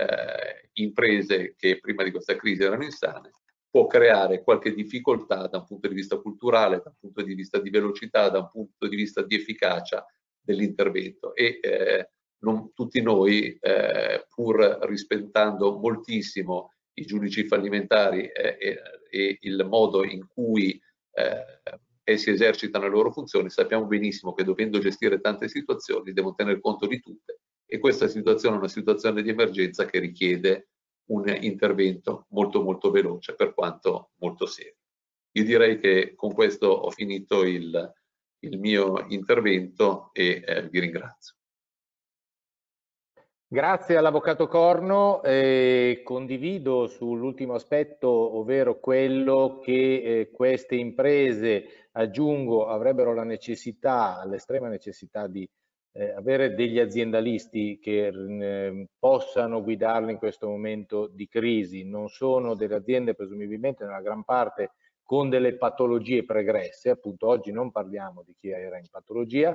eh, imprese che prima di questa crisi erano insane, può creare qualche difficoltà da un punto di vista culturale, da un punto di vista di velocità, da un punto di vista di efficacia dell'intervento. E eh, non tutti noi, eh, pur rispettando moltissimo i giudici fallimentari eh, e, e il modo in cui eh, essi esercitano le loro funzioni, sappiamo benissimo che dovendo gestire tante situazioni devono tener conto di tutte, e questa situazione è una situazione di emergenza che richiede un intervento molto molto veloce, per quanto molto serio. Io direi che con questo ho finito il, il mio intervento e eh, vi ringrazio. Grazie all'Avvocato Corno, eh, condivido sull'ultimo aspetto, ovvero quello che eh, queste imprese, aggiungo, avrebbero la necessità, l'estrema necessità di eh, avere degli aziendalisti che eh, possano guidarli in questo momento di crisi. Non sono delle aziende, presumibilmente nella gran parte, con delle patologie pregresse, appunto oggi non parliamo di chi era in patologia,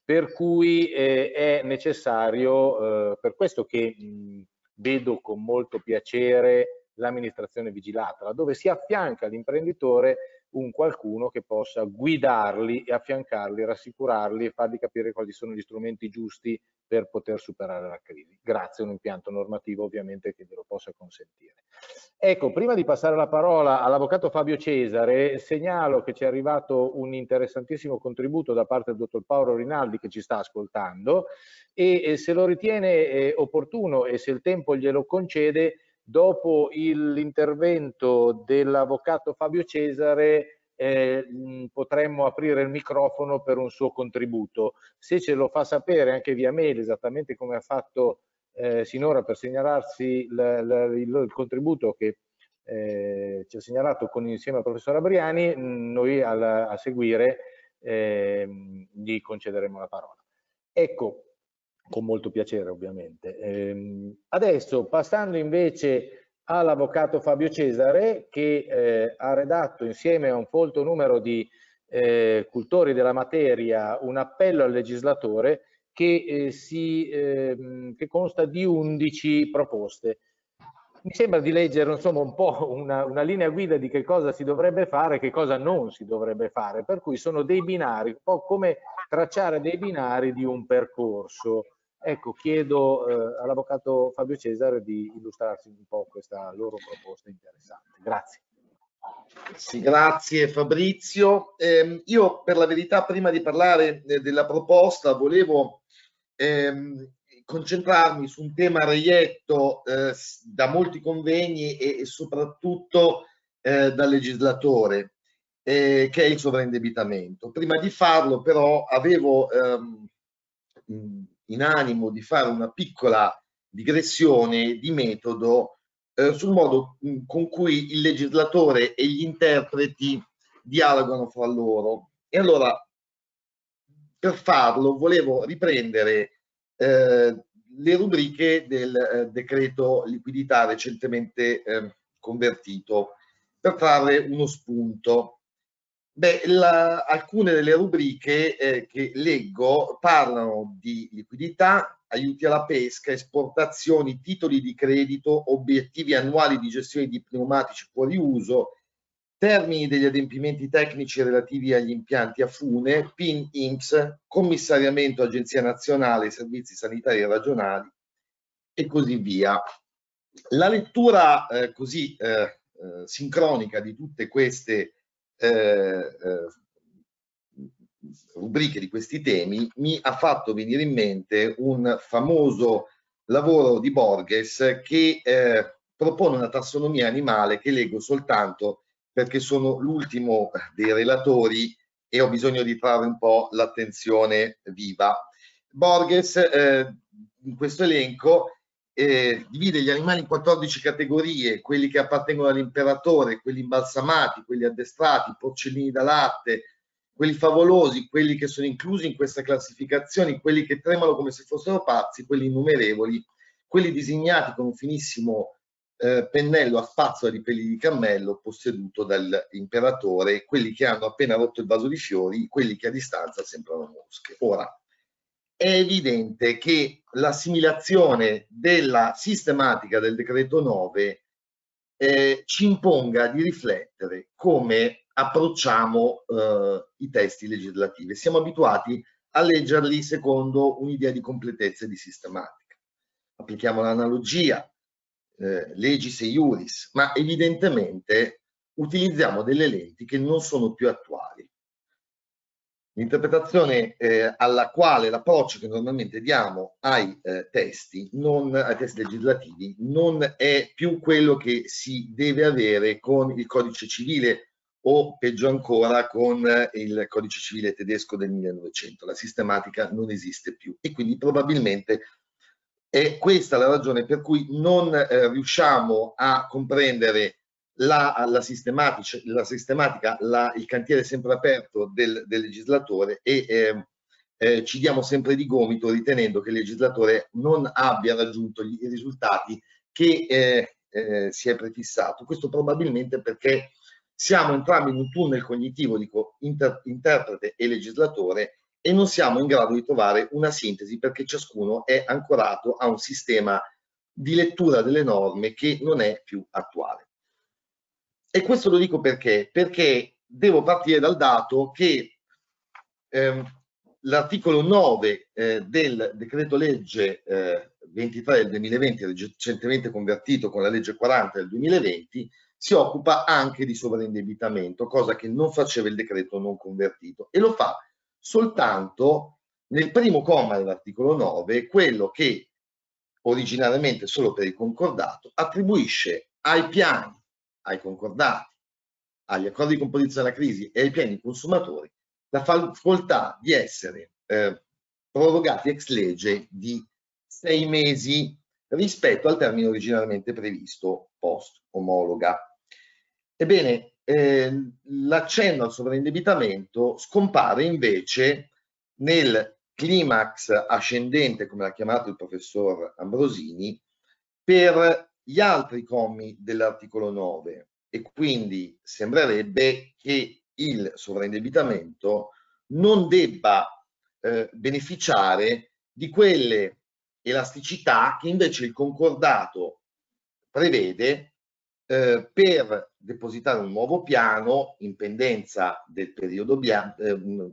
per cui eh, è necessario, eh, per questo che mh, vedo con molto piacere l'amministrazione vigilata, laddove si affianca all'imprenditore un qualcuno che possa guidarli e affiancarli, rassicurarli e fargli capire quali sono gli strumenti giusti per poter superare la crisi, grazie a un impianto normativo ovviamente che glielo possa consentire. Ecco, prima di passare la parola all'avvocato Fabio Cesare, segnalo che ci è arrivato un interessantissimo contributo da parte del dottor Paolo Rinaldi che ci sta ascoltando e, e se lo ritiene eh, opportuno e se il tempo glielo concede, dopo l'intervento dell'avvocato Fabio Cesare eh, potremmo aprire il microfono per un suo contributo. Se ce lo fa sapere anche via mail, esattamente come ha fatto eh, sinora per segnalarsi il, il, il contributo che eh, ci ha segnalato con, insieme al professor Abriani, noi al, a seguire eh, gli concederemo la parola. Ecco, con molto piacere ovviamente. Eh, adesso passando invece all'avvocato Fabio Cesare che eh, ha redatto insieme a un folto numero di eh, cultori della materia un appello al legislatore che, eh, si, eh, che consta di undici proposte. Mi sembra di leggere insomma un po' una, una linea guida di che cosa si dovrebbe fare e che cosa non si dovrebbe fare, per cui sono dei binari, un po' come tracciare dei binari di un percorso. Ecco, chiedo eh, all'avvocato Fabio Cesare di illustrarci un po' questa loro proposta interessante. Grazie. Sì, grazie Fabrizio. Eh, io per la verità prima di parlare eh, della proposta volevo ehm, concentrarmi su un tema reietto eh, da molti convegni e, e soprattutto eh, dal legislatore, eh, che è il sovraindebitamento. Prima di farlo però avevo ehm, in animo di fare una piccola digressione di metodo eh, sul modo con cui il legislatore e gli interpreti dialogano fra loro. E allora, per farlo, volevo riprendere eh, le rubriche del eh, decreto liquidità recentemente eh, convertito per trarre uno spunto. Beh, la, alcune delle rubriche eh, che leggo parlano di liquidità, aiuti alla pesca, esportazioni, titoli di credito, obiettivi annuali di gestione di pneumatici fuori uso, termini degli adempimenti tecnici relativi agli impianti a fune, P I N I N P S, commissariamento Agenzia Nazionale Servizi Sanitari Regionali e così via. La lettura eh, così eh, eh, sincronica di tutte queste Eh, eh, rubriche di questi temi mi ha fatto venire in mente un famoso lavoro di Borges che eh, propone una tassonomia animale che leggo soltanto perché sono l'ultimo dei relatori e ho bisogno di trarre un po' l'attenzione viva. Borges eh, in questo elenco Eh, divide gli animali in quattordici categorie: quelli che appartengono all'imperatore, quelli imbalsamati, quelli addestrati, porcellini da latte, quelli favolosi, quelli che sono inclusi in questa classificazione, quelli che tremano come se fossero pazzi, quelli innumerevoli, quelli disegnati con un finissimo eh, pennello a spazzola di peli di cammello posseduto dall'imperatore, quelli che hanno appena rotto il vaso di fiori, quelli che a distanza sembrano mosche. Ora, è evidente che l'assimilazione della sistematica del decreto nove eh, ci imponga di riflettere come approcciamo eh, i testi legislativi. Siamo abituati a leggerli secondo un'idea di completezza e di sistematica. Applichiamo l'analogia, eh, legis e iuris, ma evidentemente utilizziamo delle lenti che non sono più attuali. L'interpretazione eh, alla quale l'approccio che normalmente diamo ai eh, testi, non, ai testi legislativi, non è più quello che si deve avere con il codice civile o peggio ancora con eh, il codice civile tedesco del millenovecento. La sistematica non esiste più e quindi probabilmente è questa la ragione per cui non eh, riusciamo a comprendere La, la, sistematica, la sistematica la, il cantiere sempre aperto del, del legislatore e eh, eh, ci diamo sempre di gomito ritenendo che il legislatore non abbia raggiunto gli, i risultati che eh, eh, si è prefissato. Questo probabilmente perché siamo entrambi in un tunnel cognitivo, dico inter, interprete e legislatore, e non siamo in grado di trovare una sintesi perché ciascuno è ancorato a un sistema di lettura delle norme che non è più attuale. E questo lo dico perché? Perché devo partire dal dato che ehm, l'articolo nove eh, del decreto legge eh, ventitré del duemilaventi, recentemente convertito con la legge quaranta del duemilaventi, si occupa anche di sovraindebitamento, cosa che non faceva il decreto non convertito, e lo fa soltanto nel primo comma dell'articolo nove, quello che originariamente solo per il concordato attribuisce ai piani, ai concordati, agli accordi di composizione della crisi e ai piani consumatori la facoltà di essere eh, prorogati ex legge di sei mesi rispetto al termine originariamente previsto post omologa. Ebbene, eh, l'accenno al sovraindebitamento scompare invece nel climax ascendente, come l'ha chiamato il professor Ambrosini, per gli altri commi dell'articolo nove, e quindi sembrerebbe che il sovraindebitamento non debba eh, beneficiare di quelle elasticità che invece il concordato prevede eh, per depositare un nuovo piano in pendenza del periodo eh,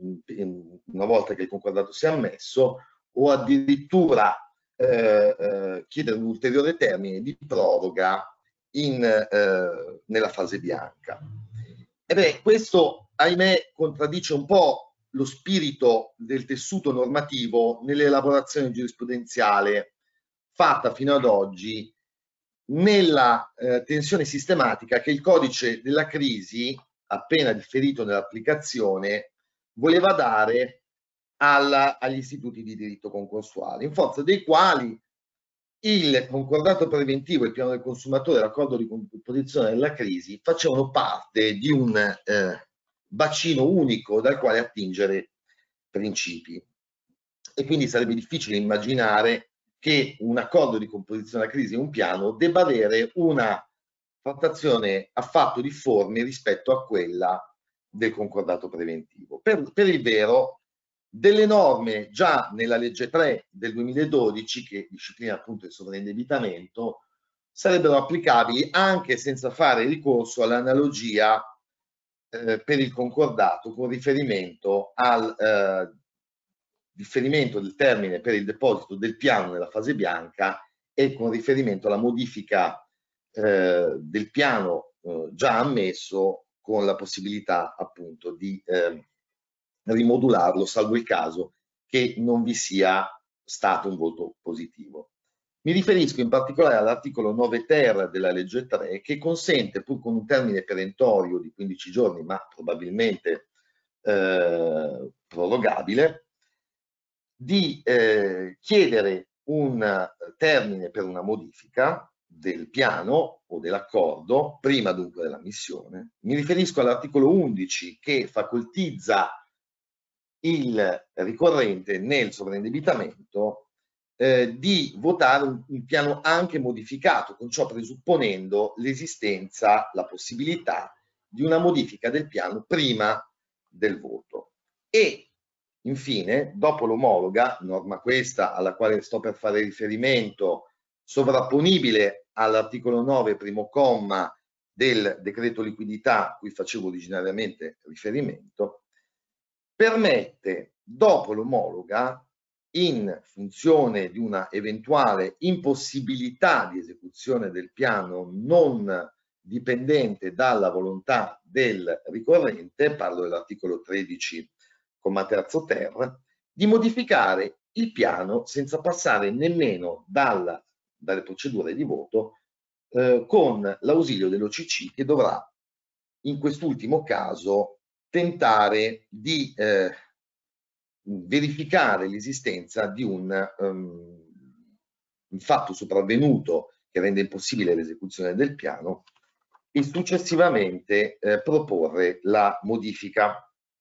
una volta che il concordato sia ammesso, o addirittura eh, eh, chiedere un ulteriore termine di proroga in, eh, nella fase bianca. E beh, questo, ahimè, contraddice un po' lo spirito del tessuto normativo nell'elaborazione giurisprudenziale fatta fino ad oggi, nella eh, tensione sistematica che il codice della crisi, appena differito nell'applicazione, voleva dare alla, agli istituti di diritto concorsuale, in forza dei quali il concordato preventivo, il piano del consumatore e l'accordo di composizione della crisi facevano parte di un eh, bacino unico dal quale attingere principi. E quindi sarebbe difficile immaginare che un accordo di composizione della crisi e un piano debba avere una trattazione affatto difforme rispetto a quella del concordato preventivo. Per, per il vero, delle norme già nella legge tre del duemiladodici, che disciplina appunto il sovraindebitamento, sarebbero applicabili anche senza fare ricorso all'analogia eh, per il concordato con riferimento al eh, differimento del termine per il deposito del piano nella fase bianca e con riferimento alla modifica eh, del piano eh, già ammesso, con la possibilità appunto di eh, rimodularlo salvo il caso che non vi sia stato un voto positivo. Mi riferisco in particolare all'articolo nove ter della legge tre, che consente, pur con un termine perentorio di quindici giorni, ma probabilmente eh, prorogabile, di eh, chiedere un termine per una modifica del piano o dell'accordo, prima dunque dell'ammissione. Mi riferisco all'articolo undici, che facoltizza il ricorrente nel sovraindebitamento eh, di votare un, un piano anche modificato, con ciò presupponendo l'esistenza, la possibilità di una modifica del piano prima del voto. E infine, dopo l'omologa, norma questa alla quale sto per fare riferimento, sovrapponibile all'articolo nove primo comma del decreto liquidità a cui facevo originariamente riferimento, permette dopo l'omologa, in funzione di una eventuale impossibilità di esecuzione del piano non dipendente dalla volontà del ricorrente, parlo dell'articolo tredici comma terzo ter, di modificare il piano senza passare nemmeno dalla, dalle procedure di voto eh, con l'ausilio dell'O C C, che dovrà in quest'ultimo caso tentare di eh, verificare l'esistenza di un, um, un fatto sopravvenuto che rende impossibile l'esecuzione del piano e successivamente eh, proporre la modifica.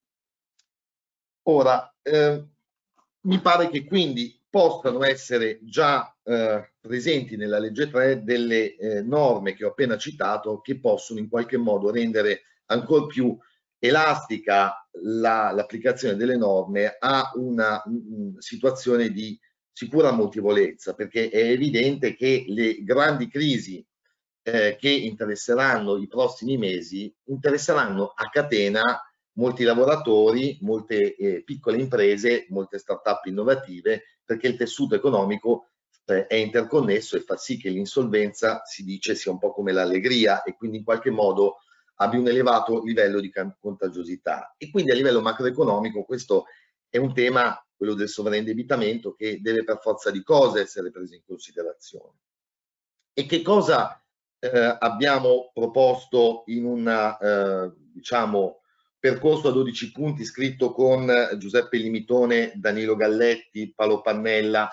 Ora, eh, mi pare che quindi possano essere già eh, presenti nella legge tre delle eh, norme che ho appena citato, che possono in qualche modo rendere ancora più elastica l'applicazione delle norme a una mh, situazione di sicura motivolezza, perché è evidente che le grandi crisi eh, che interesseranno i prossimi mesi interesseranno a catena molti lavoratori, molte eh, piccole imprese, molte start-up innovative, perché il tessuto economico eh, è interconnesso e fa sì che l'insolvenza, si dice, sia un po' come l'allegria e quindi in qualche modo abbia un elevato livello di contagiosità. E quindi a livello macroeconomico questo è un tema, quello del sovraindebitamento, che deve per forza di cose essere preso in considerazione. E che cosa eh, abbiamo proposto in un eh, diciamo, percorso a dodici punti scritto con Giuseppe Limitone, Danilo Galletti, Paolo Pannella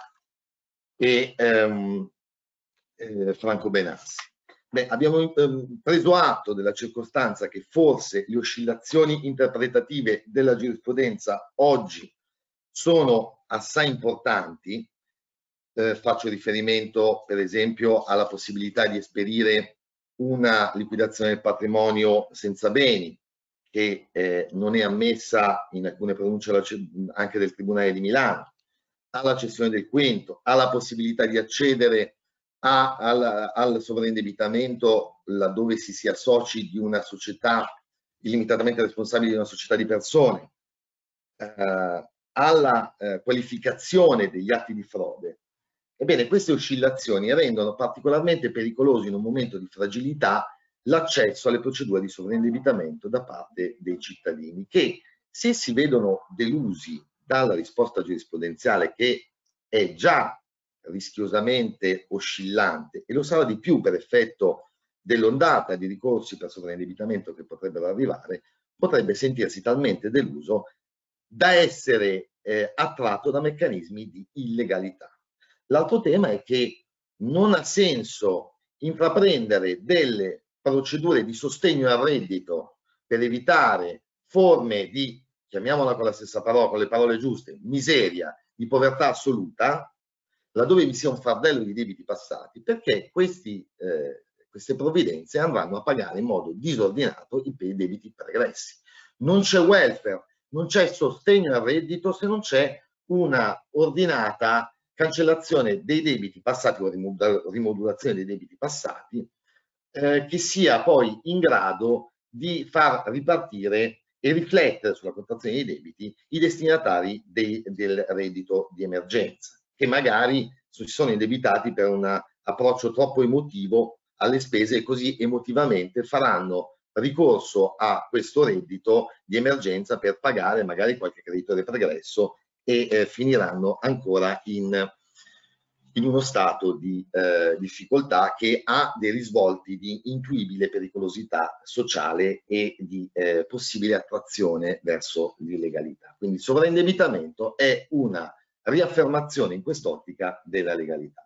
e ehm, eh, Franco Benassi? Beh, abbiamo ehm, preso atto della circostanza che forse le oscillazioni interpretative della giurisprudenza oggi sono assai importanti. Eh, faccio riferimento per esempio alla possibilità di esperire una liquidazione del patrimonio senza beni, che eh, non è ammessa in alcune pronunce anche del Tribunale di Milano, alla cessione del quinto, alla possibilità di accedere a, al, al sovraindebitamento laddove si sia soci di una società illimitatamente responsabile di una società di persone, eh, alla eh, qualificazione degli atti di frode. Ebbene, queste oscillazioni rendono particolarmente pericoloso in un momento di fragilità l'accesso alle procedure di sovraindebitamento da parte dei cittadini, che se si vedono delusi dalla risposta giurisprudenziale, che è già rischiosamente oscillante e lo sarà di più per effetto dell'ondata di ricorsi per sovraindebitamento che potrebbero arrivare, potrebbe sentirsi talmente deluso da essere eh, attratto da meccanismi di illegalità. L'altro tema è che non ha senso intraprendere delle procedure di sostegno al reddito per evitare forme di, chiamiamola con la stessa parola, con le parole giuste, miseria, di povertà assoluta, laddove vi sia un fardello di debiti passati, perché questi, eh, queste provvidenze andranno a pagare in modo disordinato i debiti pregressi. Non c'è welfare, non c'è sostegno al reddito se non c'è una ordinata cancellazione dei debiti passati o rimodulazione dei debiti passati eh, che sia poi in grado di far ripartire e riflettere sulla contrazione dei debiti i destinatari dei, del reddito di emergenza, che magari si sono indebitati per un approccio troppo emotivo alle spese e così emotivamente faranno ricorso a questo reddito di emergenza per pagare magari qualche creditore pregresso e eh, finiranno ancora in, in uno stato di eh, difficoltà che ha dei risvolti di intuibile pericolosità sociale e di eh, possibile attrazione verso l'illegalità. Quindi il sovraindebitamento è una riaffermazione in quest'ottica della legalità.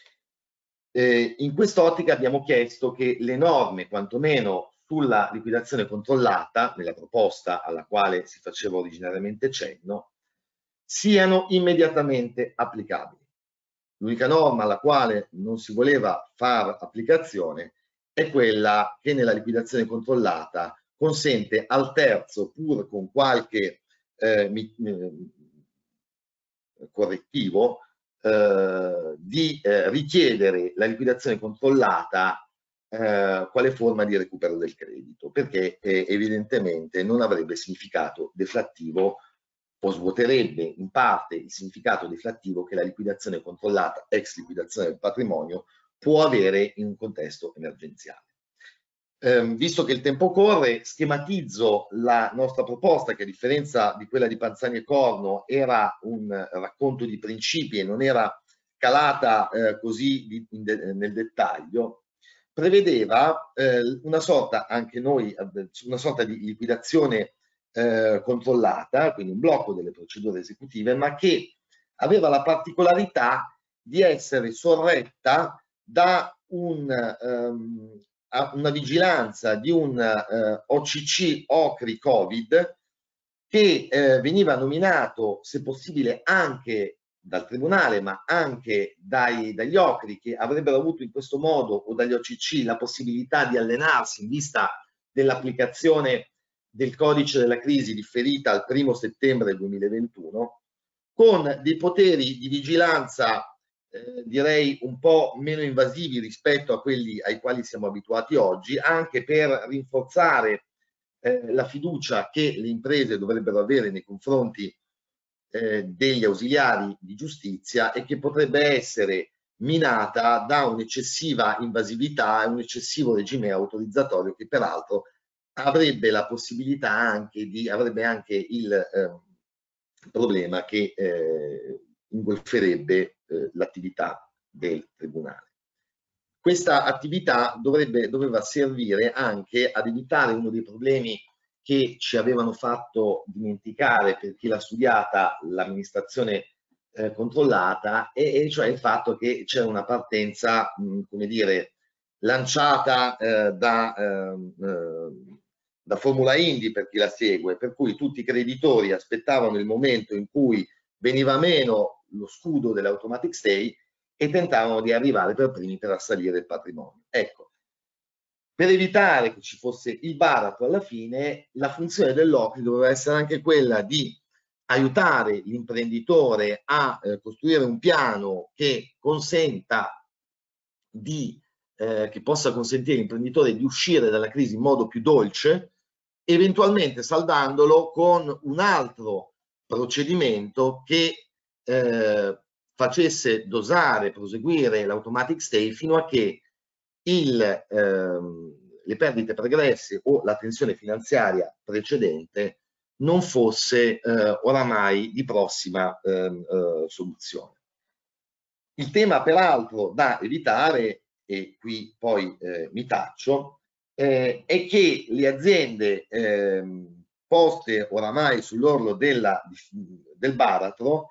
Eh, in quest'ottica abbiamo chiesto che le norme, quantomeno sulla liquidazione controllata, nella proposta alla quale si faceva originariamente cenno, siano immediatamente applicabili. L'unica norma alla quale non si voleva far applicazione è quella che nella liquidazione controllata consente al terzo, pur con qualche eh, mi, eh, correttivo, eh, di eh, richiedere la liquidazione controllata eh, quale forma di recupero del credito, perché eh, evidentemente non avrebbe significato deflattivo o svuoterebbe in parte il significato deflattivo che la liquidazione controllata, ex liquidazione del patrimonio, può avere in un contesto emergenziale. Eh, visto che il tempo corre, schematizzo la nostra proposta, che a differenza di quella di Panzani e Corno era un racconto di principi e non era calata eh, così di, de, nel dettaglio. Prevedeva eh, una sorta, anche noi, una sorta di liquidazione eh, controllata, quindi un blocco delle procedure esecutive, ma che aveva la particolarità di essere sorretta da un, um, una vigilanza di un uh, O C C OCRI Covid che eh, veniva nominato, se possibile, anche dal Tribunale, ma anche dai, dagli OCRI, che avrebbero avuto in questo modo, o dagli O C C, la possibilità di allenarsi in vista dell'applicazione del codice della crisi differita al primo settembre duemilaventuno, con dei poteri di vigilanza eh, direi un po' meno invasivi rispetto a quelli ai quali siamo abituati oggi, anche per rinforzare eh, la fiducia che le imprese dovrebbero avere nei confronti eh, degli ausiliari di giustizia e che potrebbe essere minata da un'eccessiva invasività e un eccessivo regime autorizzatorio che peraltro avrebbe la possibilità anche di, avrebbe anche il eh, problema che eh, ingolferebbe eh, l'attività del Tribunale. Questa attività dovrebbe, doveva servire anche ad evitare uno dei problemi che ci avevano fatto dimenticare, per chi l'ha studiata, l'amministrazione eh, controllata, e, e cioè il fatto che c'è una partenza, mh, come dire, lanciata eh, da, eh, eh, da Formula Indy per chi la segue, per cui tutti i creditori aspettavano il momento in cui veniva meno lo scudo dell'automatic stay e tentavano di arrivare per primi per assalire il patrimonio. Ecco, per evitare che ci fosse il baratro alla fine, la funzione dell'O C R I doveva essere anche quella di aiutare l'imprenditore a eh, costruire un piano che consenta di, eh, che possa consentire all'imprenditore di uscire dalla crisi in modo più dolce, eventualmente saldandolo con un altro procedimento che eh, facesse dosare, proseguire l'automatic stay fino a che il, ehm, le perdite pregresse o la tensione finanziaria precedente non fosse eh, oramai di prossima ehm, eh, soluzione. Il tema peraltro da evitare, e qui poi eh, mi taccio, eh, è che le aziende ehm, poste oramai sull'orlo della, del baratro,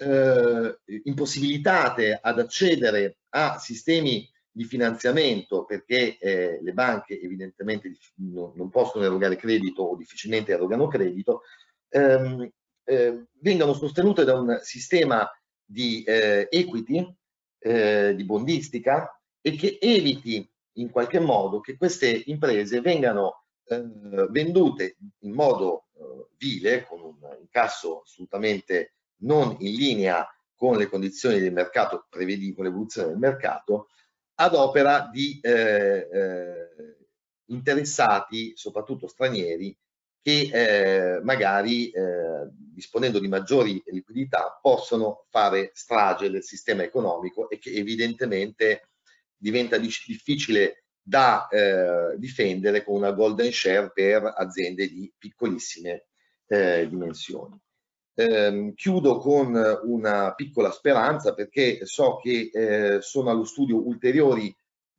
eh, impossibilitate ad accedere a sistemi di finanziamento perché eh, le banche evidentemente non, non possono erogare credito o difficilmente erogano credito, ehm, eh, vengono sostenute da un sistema di eh, equity, eh, di bondistica, e che eviti in qualche modo che queste imprese vengano eh, vendute in modo eh, vile, con un incasso assolutamente non in linea con le condizioni del mercato, prevedibili con l'evoluzione del mercato, ad opera di eh, eh, interessati, soprattutto stranieri, che eh, magari eh, disponendo di maggiori liquidità possono fare strage del sistema economico e che evidentemente diventa difficile da eh, difendere con una golden share per aziende di piccolissime eh, dimensioni. Eh, chiudo con una piccola speranza, perché so che eh, sono allo studio ulteriori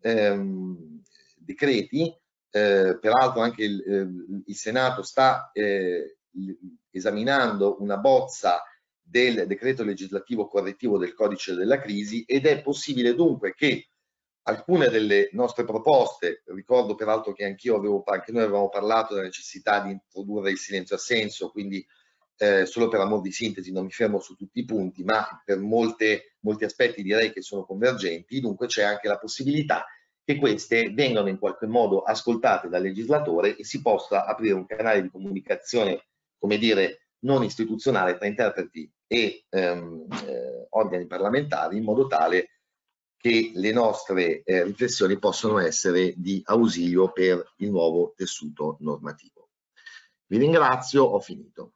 ehm, decreti. Eh, peraltro anche il, eh, il Senato sta eh, esaminando una bozza del decreto legislativo correttivo del codice della crisi, ed è possibile dunque che alcune delle nostre proposte, ricordo peraltro che anch'io avevo, anche noi avevamo parlato della necessità di introdurre il silenzio assenso, quindi eh, solo per amor di sintesi non mi fermo su tutti i punti, ma per molte, molti aspetti direi che sono convergenti. Dunque c'è anche la possibilità che queste vengano in qualche modo ascoltate dal legislatore e si possa aprire un canale di comunicazione, come dire, non istituzionale tra interpreti e ehm, eh, organi parlamentari, in modo tale che le nostre eh, riflessioni possono essere di ausilio per il nuovo tessuto normativo. Vi ringrazio, ho finito.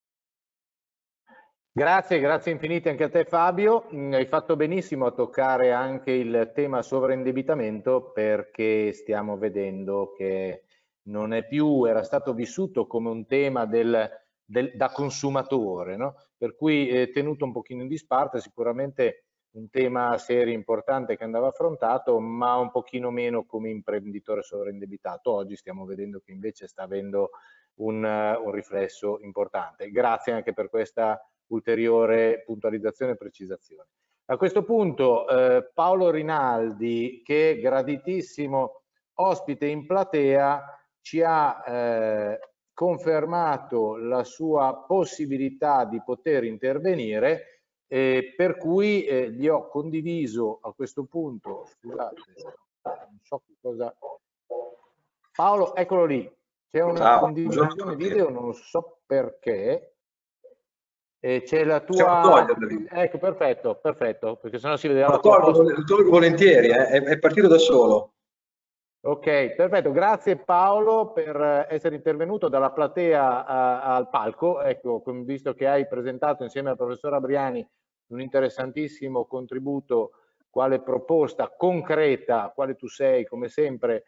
Grazie, grazie infinite anche a te Fabio. Mm, hai fatto benissimo a toccare anche il tema sovraindebitamento, perché stiamo vedendo che non è più, era stato vissuto come un tema del, del, da consumatore, no? Per cui eh, tenuto un pochino in disparte, sicuramente un tema serio, importante, che andava affrontato, ma un pochino meno come imprenditore sovraindebitato. Oggi stiamo vedendo che invece sta avendo un, uh, un riflesso importante. Grazie anche per questa ulteriore puntualizzazione e precisazione. A questo punto eh, Paolo Rinaldi, che graditissimo ospite in platea, ci ha eh, confermato la sua possibilità di poter intervenire, eh, per cui eh, gli ho condiviso a questo punto, scusate, non so cosa... Paolo, eccolo lì. C'è una Ciao, condivisione video, non so perché. E c'è la tua... Ecco, perfetto, perfetto, perché sennò si vedeva la tua tolgo, lo tolgo volentieri, eh, è, è partito da solo. Ok, perfetto, grazie Paolo per essere intervenuto dalla platea a, al palco. Ecco, visto che hai presentato insieme al professor Abriani un interessantissimo contributo, quale proposta concreta, quale tu sei come sempre,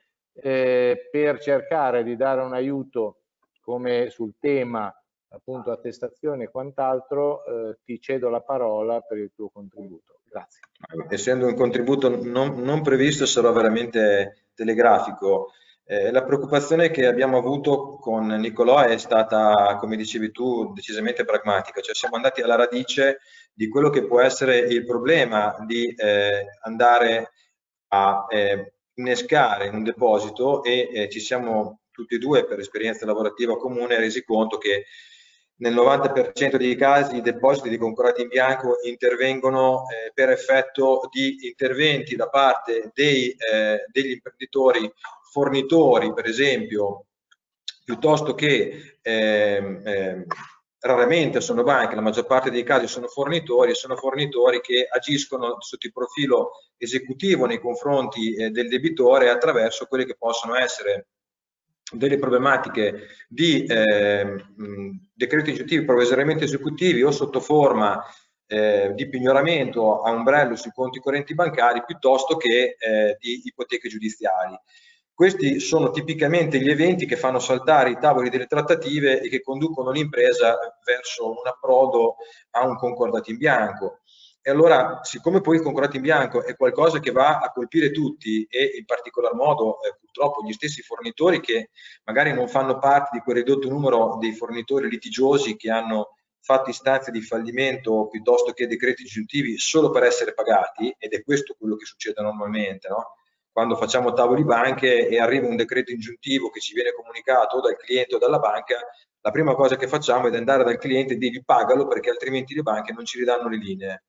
eh, per cercare di dare un aiuto come sul tema appunto attestazione e quant'altro, eh, ti cedo la parola per il tuo contributo. Grazie. Essendo un contributo non, non previsto, sarò veramente telegrafico. Eh, la preoccupazione che abbiamo avuto con Nicolò è stata, come dicevi tu, decisamente pragmatica, cioè siamo andati alla radice di quello che può essere il problema di eh, andare a eh, innescare un deposito e eh, ci siamo tutti e due, per esperienza lavorativa comune, resi conto che nel novanta per cento dei casi i depositi di concordato in bianco intervengono eh, per effetto di interventi da parte dei, eh, degli imprenditori fornitori, per esempio, piuttosto che eh, eh, raramente sono banche, la maggior parte dei casi sono fornitori, e sono fornitori che agiscono sotto il profilo esecutivo nei confronti eh, del debitore attraverso quelle che possono essere delle problematiche di eh, mh, decreti ingiuntivi provvisoriamente esecutivi o sotto forma eh, di pignoramento a ombrello sui conti correnti bancari piuttosto che eh, di ipoteche giudiziali. Questi sono tipicamente gli eventi che fanno saltare i tavoli delle trattative e che conducono l'impresa verso un approdo a un concordato in bianco. E allora, siccome poi il concordato in bianco è qualcosa che va a colpire tutti e in particolar modo eh, purtroppo gli stessi fornitori che magari non fanno parte di quel ridotto numero dei fornitori litigiosi che hanno fatto istanze di fallimento piuttosto che decreti ingiuntivi solo per essere pagati, ed è questo quello che succede normalmente, no? Quando facciamo tavoli banche e arriva un decreto ingiuntivo che ci viene comunicato o dal cliente o dalla banca, la prima cosa che facciamo è andare dal cliente e dirgli pagalo perché altrimenti le banche non ci ridanno le linee.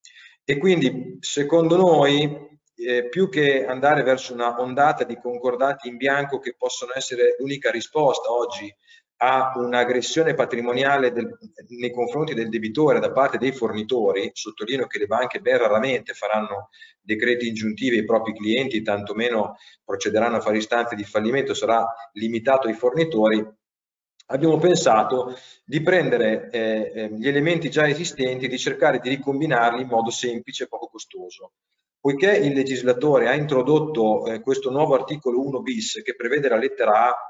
E quindi secondo noi eh, più che andare verso una ondata di concordati in bianco che possono essere l'unica risposta oggi a un'aggressione patrimoniale del, nei confronti del debitore da parte dei fornitori, sottolineo che le banche ben raramente faranno decreti ingiuntivi ai propri clienti, tantomeno procederanno a fare istanze di fallimento, sarà limitato ai fornitori. Abbiamo pensato di prendere eh, gli elementi già esistenti e di cercare di ricombinarli in modo semplice e poco costoso. Poiché il legislatore ha introdotto eh, questo nuovo articolo uno bis che prevede la lettera A,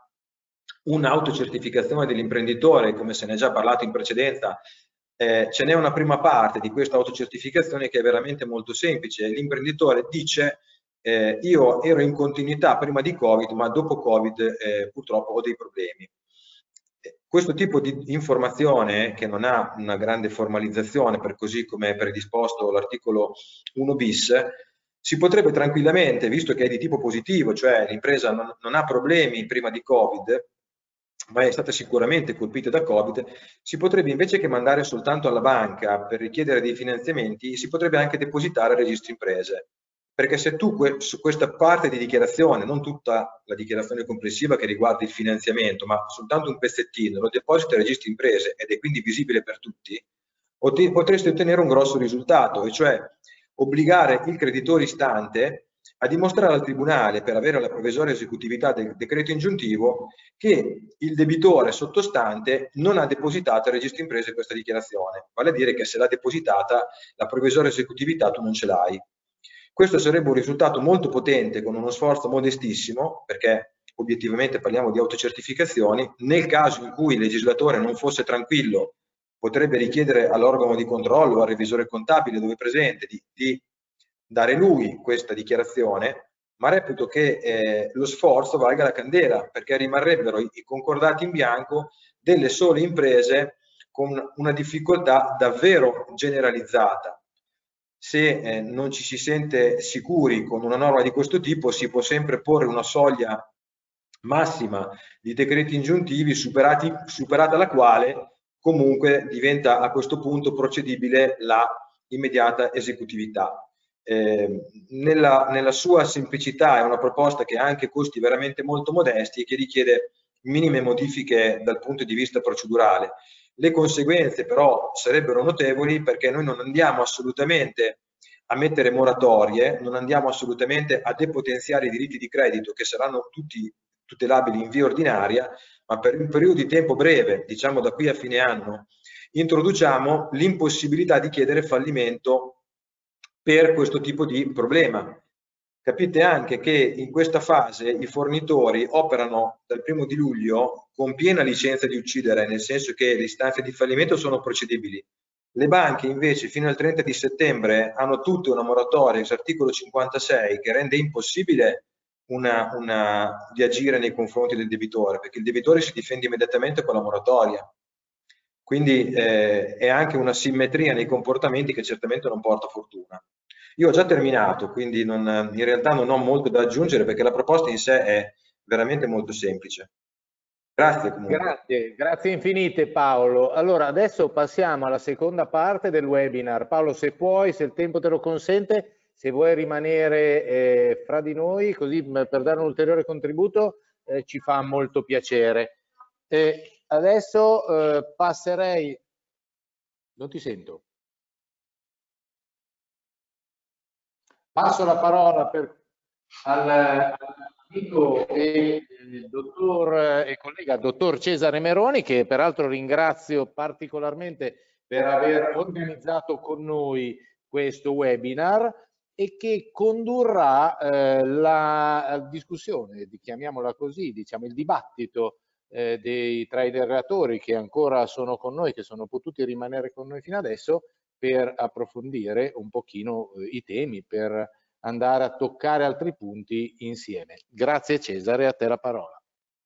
un'autocertificazione dell'imprenditore, come se ne è già parlato in precedenza, eh, ce n'è una prima parte di questa autocertificazione che è veramente molto semplice. L'imprenditore dice eh, io ero in continuità prima di Covid, ma dopo Covid eh, purtroppo ho dei problemi. Questo tipo di informazione, che non ha una grande formalizzazione, per così come è predisposto l'articolo uno bis, si potrebbe tranquillamente, visto che è di tipo positivo, cioè l'impresa non, non ha problemi prima di Covid, ma è stata sicuramente colpita da Covid, si potrebbe invece che mandare soltanto alla banca per richiedere dei finanziamenti, si potrebbe anche depositare al registro imprese. Perché se tu su questa parte di dichiarazione, non tutta la dichiarazione complessiva che riguarda il finanziamento, ma soltanto un pezzettino, lo depositi al registro imprese ed è quindi visibile per tutti, potresti ottenere un grosso risultato, e cioè obbligare il creditore istante a dimostrare al tribunale, per avere la provvisoria esecutività del decreto ingiuntivo, che il debitore sottostante non ha depositato al registro imprese questa dichiarazione, vale a dire che se l'ha depositata la provvisoria esecutività tu non ce l'hai. Questo sarebbe un risultato molto potente con uno sforzo modestissimo, perché obiettivamente parliamo di autocertificazioni. Nel caso in cui il legislatore non fosse tranquillo, potrebbe richiedere all'organo di controllo o al revisore contabile dove è presente di, di dare lui questa dichiarazione, ma reputo che eh, lo sforzo valga la candela, perché rimarrebbero i, i concordati in bianco delle sole imprese con una difficoltà davvero generalizzata. Se eh, non ci si sente sicuri con una norma di questo tipo, si può sempre porre una soglia massima di decreti ingiuntivi superati, superata la quale comunque diventa a questo punto procedibile la immediata esecutività. Eh, nella, nella sua semplicità è una proposta che ha anche costi veramente molto modesti e che richiede minime modifiche dal punto di vista procedurale. Le conseguenze però sarebbero notevoli, perché noi non andiamo assolutamente a mettere moratorie, non andiamo assolutamente a depotenziare i diritti di credito, che saranno tutti tutelabili in via ordinaria, ma per un periodo di tempo breve, diciamo da qui a fine anno, introduciamo l'impossibilità di chiedere fallimento per questo tipo di problema. Capite anche che in questa fase i fornitori operano dal primo di luglio con piena licenza di uccidere, nel senso che le istanze di fallimento sono procedibili. Le banche invece fino al trenta di settembre hanno tutte una moratoria, ex articolo cinquantasei, che rende impossibile una, una, di agire nei confronti del debitore, perché il debitore si difende immediatamente con la moratoria. Quindi eh, è anche una simmetria nei comportamenti che certamente non porta fortuna. Io ho già terminato, quindi non, in realtà non ho molto da aggiungere, perché la proposta in sé è veramente molto semplice. Grazie comunque. Grazie, grazie infinite Paolo. Allora adesso passiamo alla seconda parte del webinar. Paolo, se puoi, se il tempo te lo consente, se vuoi rimanere eh, fra di noi, così per dare un ulteriore contributo eh, ci fa molto piacere. Eh, adesso eh, passerei... Non ti sento. Passo la parola per, al, all'amico e eh, dottor e collega dottor Cesare Meroni, che peraltro ringrazio particolarmente per aver organizzato con noi questo webinar e che condurrà eh, la discussione, chiamiamola così, diciamo il dibattito eh, dei, tra i relatori che ancora sono con noi, che sono potuti rimanere con noi fino adesso, per approfondire un pochino eh, i temi, per andare a toccare altri punti insieme. Grazie Cesare, a te la parola.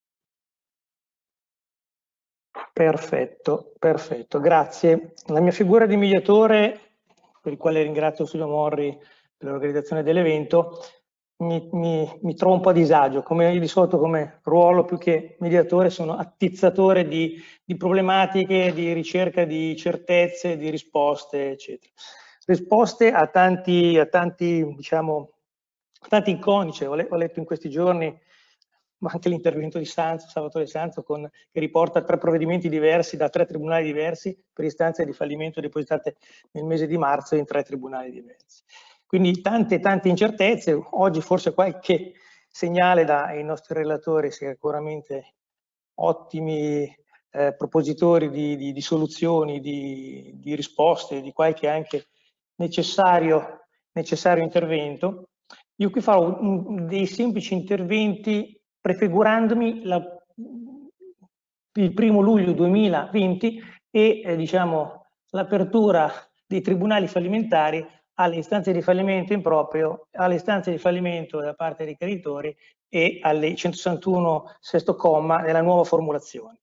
Perfetto, perfetto, grazie. La mia figura di mediatore, per il quale ringrazio Studio Morri per l'organizzazione dell'evento, mi, mi, mi trovo un po' a disagio. Come di solito come ruolo, più che mediatore, sono attizzatore di, di problematiche, di ricerca di certezze, di risposte, eccetera. Risposte a tanti, a tanti, diciamo, a tanti inconsci. Ho, ho letto in questi giorni, ma anche l'intervento di Sanzo, Salvatore Sanzo, con, che riporta tre provvedimenti diversi da tre tribunali diversi per istanze di fallimento depositate nel mese di marzo in tre tribunali diversi. Quindi tante, tante incertezze. Oggi forse qualche segnale dai nostri relatori, sicuramente ottimi eh, propositori di, di, di soluzioni, di, di risposte, di qualche anche necessario, necessario intervento. Io qui farò un, dei semplici interventi prefigurandomi la, il primo luglio duemilaventi e eh, diciamo l'apertura dei tribunali fallimentari alle istanze di fallimento improprio, alle istanze di fallimento da parte dei creditori e alle centosessantuno sesto comma nella nuova formulazione.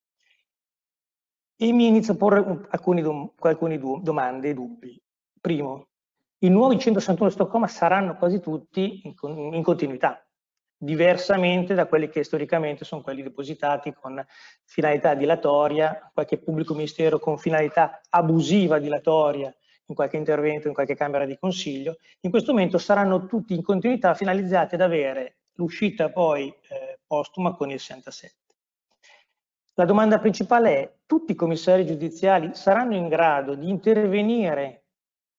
E mi inizio a porre alcuni, dom alcuni domande e dubbi. Primo, i nuovi centosessantuno sesto comma saranno quasi tutti in, in continuità, diversamente da quelli che storicamente sono quelli depositati con finalità dilatoria, qualche pubblico ministero con finalità abusiva dilatoria in qualche intervento, in qualche Camera di Consiglio. In questo momento saranno tutti in continuità finalizzati ad avere l'uscita poi eh, postuma con il sessantasette. La domanda principale è: tutti i commissari giudiziali saranno in grado di intervenire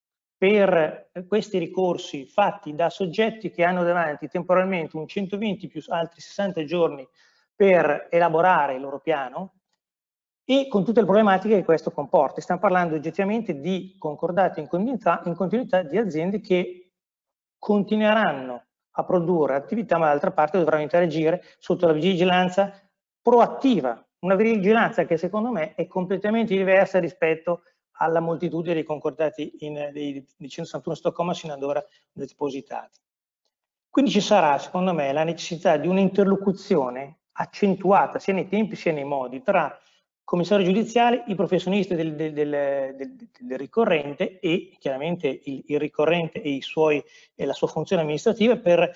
per questi ricorsi fatti da soggetti che hanno davanti temporalmente un centoventi più altri sessanta giorni per elaborare il loro piano, e con tutte le problematiche che questo comporta? Stiamo parlando oggettivamente di concordati in continuità, in continuità di aziende che continueranno a produrre attività, ma dall'altra parte dovranno interagire sotto la vigilanza proattiva, una vigilanza che secondo me è completamente diversa rispetto alla moltitudine dei concordati in, dei, dei centosessantuno sesto comma sino ad ora depositati. Quindi ci sarà, secondo me, la necessità di un'interlocuzione accentuata sia nei tempi sia nei modi tra commissario giudiziale, i professionisti del, del, del, del, del ricorrente e chiaramente il, il ricorrente e, i suoi, e la sua funzione amministrativa per,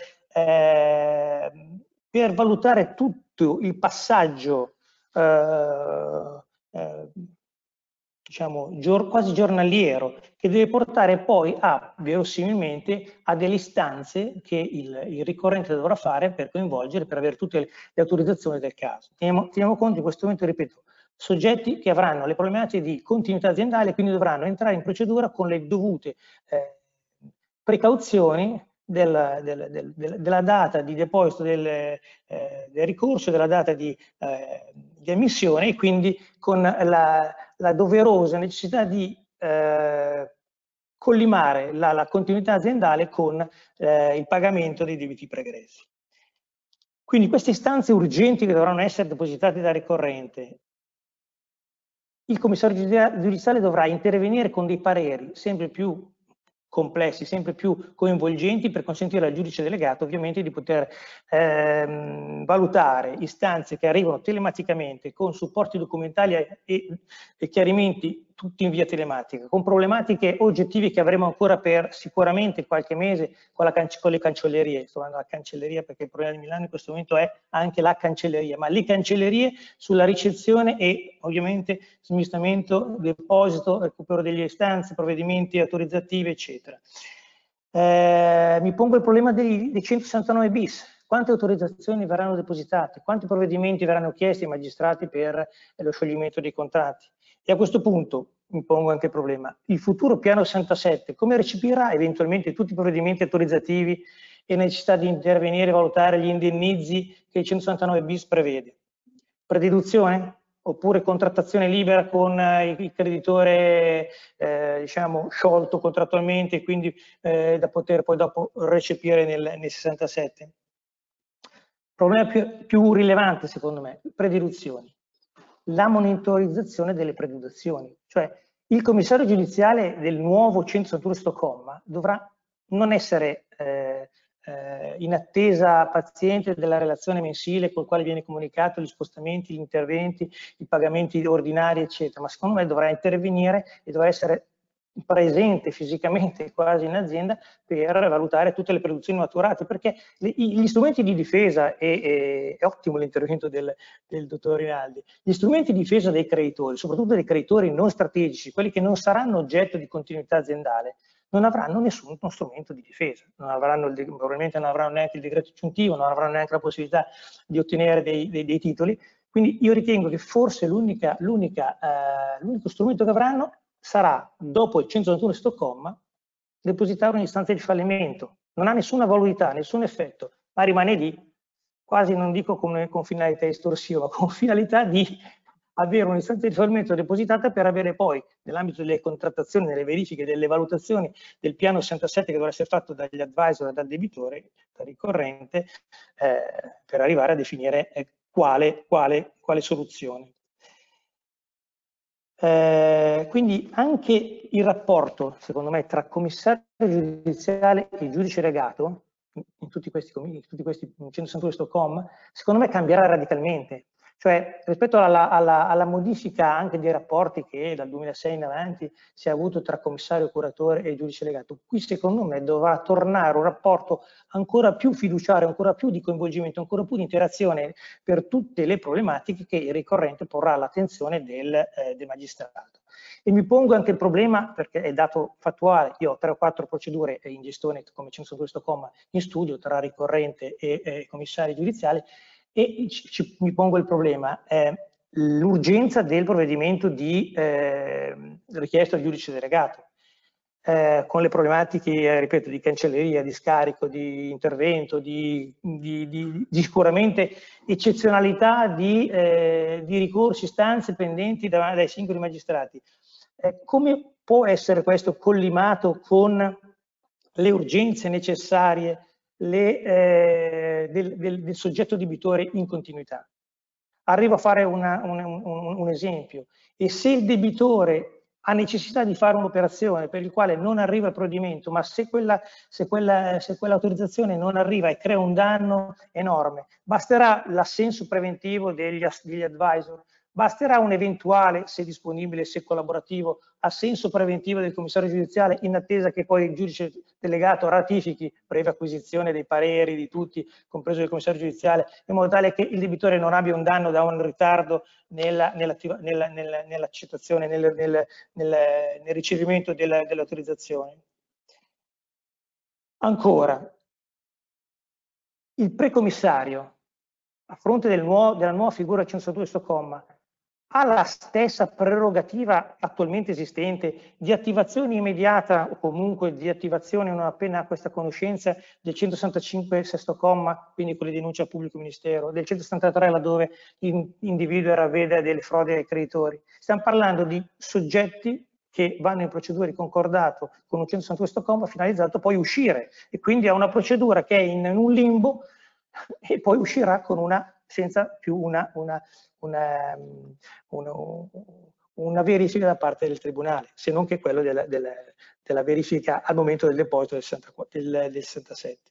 eh, per valutare tutto il passaggio eh, eh, diciamo, gior quasi giornaliero, che deve portare poi a, verosimilmente, a delle istanze che il, il ricorrente dovrà fare per coinvolgere, per avere tutte le, le autorizzazioni del caso. Teniamo, teniamo conto in questo momento, ripeto, soggetti che avranno le problematiche di continuità aziendale e quindi dovranno entrare in procedura con le dovute eh, precauzioni del, del, del, del, della data di deposito del, eh, del ricorso, della data di, eh, di emissione, e quindi con la, la doverosa necessità di eh, collimare la, la continuità aziendale con eh, il pagamento dei debiti pregressi. Quindi queste istanze urgenti che dovranno essere depositate dal ricorrente, il commissario giudiziale dovrà intervenire con dei pareri sempre più complessi, sempre più coinvolgenti, per consentire al giudice delegato ovviamente di poter ehm, valutare istanze che arrivano telematicamente con supporti documentali e, e chiarimenti tutti in via telematica, con problematiche oggettive che avremo ancora per sicuramente qualche mese con, la con le cancellerie. Sto parlando della cancelleria perché il problema di Milano in questo momento è anche la cancelleria, ma le cancellerie sulla ricezione e ovviamente smistamento, deposito, recupero delle istanze, provvedimenti autorizzativi, eccetera. Eh, mi pongo il problema dei, dei centosessantanove bis. Quante autorizzazioni verranno depositate? Quanti provvedimenti verranno chiesti ai magistrati per lo scioglimento dei contratti? E a questo punto mi pongo anche il problema: il futuro piano sessantasette come recepirà eventualmente tutti i provvedimenti autorizzativi e la necessità di intervenire e valutare gli indennizzi che il centosessantanove bis prevede? Prededuzione? Oppure contrattazione libera con eh, il creditore eh, diciamo sciolto contrattualmente e quindi eh, da poter poi dopo recepire nel, nel sessantasette? Problema più, più rilevante secondo me, prededuzioni. La monitorizzazione delle prededuzioni, cioè il commissario giudiziale del nuovo centosessantuno Stoccolma dovrà non essere eh, eh, in attesa paziente della relazione mensile col quale viene comunicato gli spostamenti, gli interventi, i pagamenti ordinari, eccetera, ma secondo me dovrà intervenire e dovrà essere presente fisicamente quasi in azienda per valutare tutte le produzioni maturate, perché le, gli strumenti di difesa, e è ottimo l'intervento del, del dottor Rinaldi, gli strumenti di difesa dei creditori, soprattutto dei creditori non strategici, quelli che non saranno oggetto di continuità aziendale, non avranno nessun strumento di difesa, non avranno il, probabilmente non avranno neanche il decreto aggiuntivo, non avranno neanche la possibilità di ottenere dei, dei, dei titoli. Quindi io ritengo che forse l'unico eh, strumento che avranno sarà, dopo il centosessantuno Stoccolma, depositare un'istanza di fallimento. Non ha nessuna validità, nessun effetto, ma rimane lì, quasi non dico con, con finalità estorsiva, ma con finalità di avere un'istanza di fallimento depositata per avere poi, nell'ambito delle contrattazioni, delle verifiche, delle valutazioni del piano sessantasette che dovrà essere fatto dagli advisor e dal debitore, dal ricorrente, eh, per arrivare a definire eh, quale, quale, quale soluzione. Eh, quindi anche il rapporto, secondo me, tra commissario giudiziale e giudice legato, in, in tutti questi, in tutti questi centosessantuno Stoccolma, secondo me cambierà radicalmente. Cioè, rispetto alla, alla, alla modifica anche dei rapporti che dal duemilasei in avanti si è avuto tra commissario curatore e giudice legato, qui secondo me dovrà tornare un rapporto ancora più fiduciario, ancora più di coinvolgimento, ancora più di interazione per tutte le problematiche che il ricorrente porrà all'attenzione del, eh, del magistrato. E mi pongo anche il problema, perché è dato fattuale, io ho tre o quattro procedure in gestione come centosessantuno Stoccolma in studio tra ricorrente e eh, commissario giudiziale, e ci, ci, mi pongo il problema, eh, l'urgenza del provvedimento di eh, richiesta al giudice delegato, eh, con le problematiche, eh, ripeto, di cancelleria, di scarico, di intervento, di, di, di, di sicuramente eccezionalità di, eh, di ricorsi, istanze pendenti da, dai singoli magistrati. Eh, come può essere questo collimato con le urgenze necessarie Le, eh, del, del, del soggetto debitore in continuità? Arrivo a fare una, una, un, un esempio: e se il debitore ha necessità di fare un'operazione per il quale non arriva il provvedimento, ma se quella, se quella, se quell'autorizzazione non arriva e crea un danno enorme, basterà l'assenso preventivo degli, degli advisor, Basterà un eventuale, se disponibile, se collaborativo, assenso preventivo del commissario giudiziale in attesa che poi il giudice delegato ratifichi, previa acquisizione dei pareri di tutti, compreso il commissario giudiziale, in modo tale che il debitore non abbia un danno da un ritardo nell'accettazione, nel, nel, nel, nel ricevimento dell'autorizzazione. Ancora, il precommissario, a fronte del nuovo, della nuova figura centosessantadue sto comma, ha la stessa prerogativa attualmente esistente di attivazione immediata o comunque di attivazione non appena ha questa conoscenza del centosessantacinque sesto comma, quindi con le denunce al pubblico ministero, del centosessantatré laddove individua e ravvede delle frodi ai creditori. Stiamo parlando di soggetti che vanno in procedura di concordato con un centosessantadue sesto comma finalizzato poi a uscire e quindi a una procedura che è in un limbo e poi uscirà con una senza più una, una, una, una, una verifica da parte del Tribunale, se non che quello della, della, della verifica al momento del deposito del, sessantaquattro, del, del sessantasette.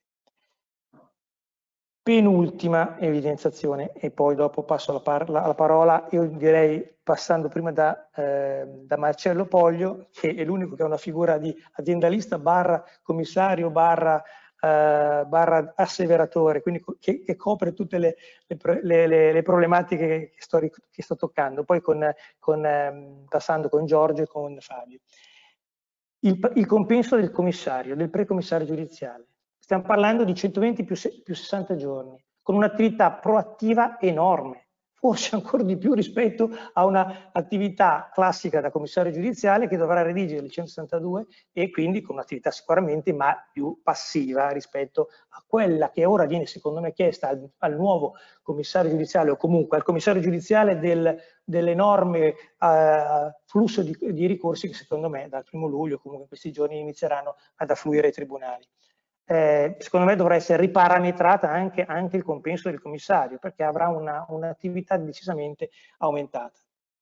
Penultima evidenziazione e poi dopo passo la, par la, la parola, io direi passando prima da, eh, da Marcello Poglio, che è l'unico che ha una figura di aziendalista barra commissario barra Uh, barra asseveratore, quindi che, che copre tutte le, le, le, le problematiche che sto, che sto toccando, poi con, con, um, passando con Giorgio e con Fabio. Il, il compenso del commissario, del precommissario giudiziale. Stiamo parlando di centoventi più, più sessanta giorni, con un'attività proattiva enorme, forse ancora di più rispetto a un'attività classica da commissario giudiziale che dovrà redigere il centosessantadue e quindi con un'attività sicuramente ma più passiva rispetto a quella che ora viene secondo me chiesta al, al nuovo commissario giudiziale o comunque al commissario giudiziale del, dell'enorme uh, flusso di, di ricorsi che secondo me dal primo luglio comunque in questi giorni inizieranno ad affluire ai tribunali. Eh, secondo me dovrà essere riparametrata anche, anche il compenso del commissario perché avrà un'attività un decisamente aumentata.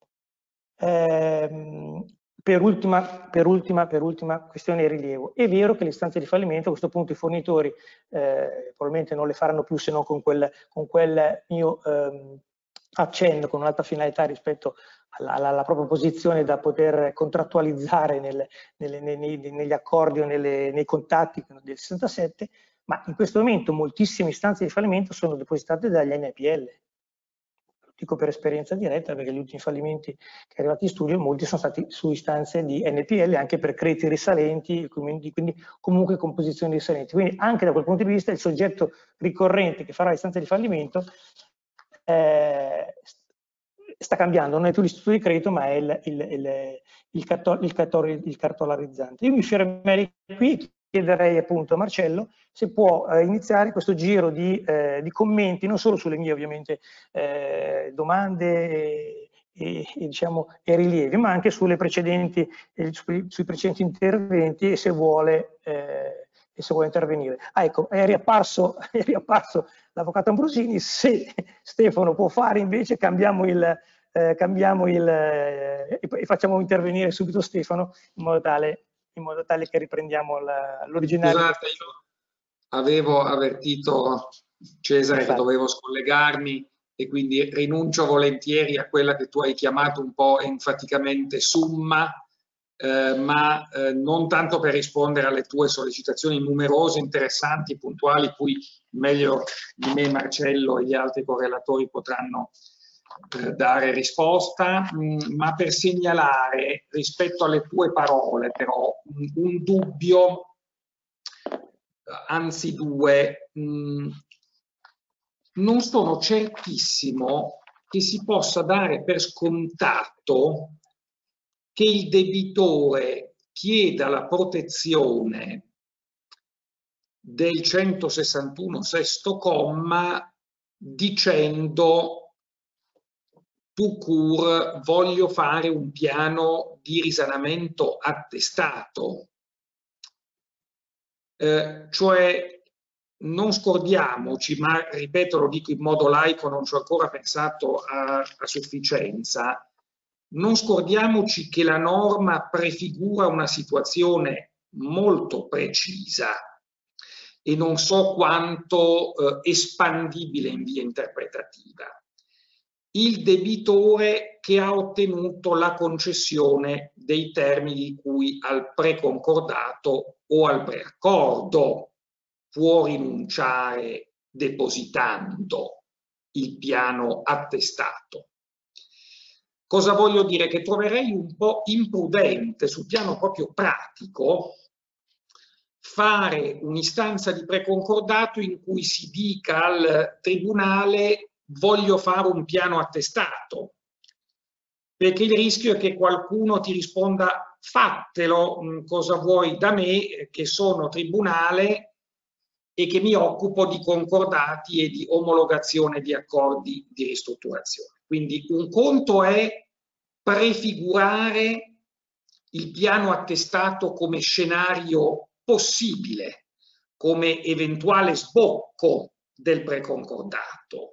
Eh, per, ultima, per, ultima, per ultima questione di rilievo, è vero che le istanze di fallimento a questo punto i fornitori eh, probabilmente non le faranno più se non con quel, con quel mio eh, accenno, con un'altra finalità rispetto alla, alla, alla propria posizione da poter contrattualizzare nel, nelle, nei, negli accordi o nelle, nei contatti del sessantasette, ma in questo momento moltissime istanze di fallimento sono depositate dagli N P L. Lo dico per esperienza diretta perché gli ultimi fallimenti che sono arrivati in studio, molti sono stati su istanze di N P L anche per crediti risalenti, quindi, quindi comunque con posizioni risalenti. Quindi anche da quel punto di vista il soggetto ricorrente che farà l'istanza di fallimento eh, sta cambiando, non è più l'istituto di credito ma è il, il, il, il, cartol, il, cartol, il cartolarizzante. Io mi fermerei qui e chiederei appunto a Marcello se può eh, iniziare questo giro di, eh, di commenti, non solo sulle mie ovviamente eh, domande e, e, e, diciamo, e rilievi, ma anche sulle precedenti, eh, sui, sui precedenti interventi e se vuole, eh, e se vuole intervenire. Ah, ecco, è riapparso, è riapparso l'avvocato Ambrosini. Se Stefano può fare invece cambiamo il, eh, cambiamo il eh, e facciamo intervenire subito Stefano in modo tale, in modo tale che riprendiamo l'originale. Scusate, io avevo avvertito Cesare che dovevo scollegarmi e quindi rinuncio volentieri a quella che tu hai chiamato un po' enfaticamente summa, eh, ma eh, non tanto per rispondere alle tue sollecitazioni numerose, interessanti, puntuali, cui meglio di me Marcello e gli altri correlatori potranno eh, dare risposta, mh, ma per segnalare rispetto alle tue parole però un, un dubbio, anzi due. Mh, non sono certissimo che si possa dare per scontato che il debitore chieda la protezione del centosessantuno sesto comma dicendo tout court voglio fare un piano di risanamento attestato, eh, cioè non scordiamoci, ma ripeto, lo dico in modo laico, non ci ho ancora pensato a, a sufficienza, non scordiamoci che la norma prefigura una situazione molto precisa e non so quanto eh, espandibile in via interpretativa. il debitore che ha ottenuto la concessione dei termini di cui al preconcordato o al preaccordo può rinunciare depositando il piano attestato. Cosa voglio dire? Che troverei un po' imprudente sul piano proprio pratico fare un'istanza di preconcordato in cui si dica al tribunale voglio fare un piano attestato, perché il rischio è che qualcuno ti risponda fatelo, cosa vuoi da me che sono tribunale e che mi occupo di concordati e di omologazione di accordi di ristrutturazione. Quindi un conto è prefigurare il piano attestato come scenario possibile, come eventuale sbocco del preconcordato.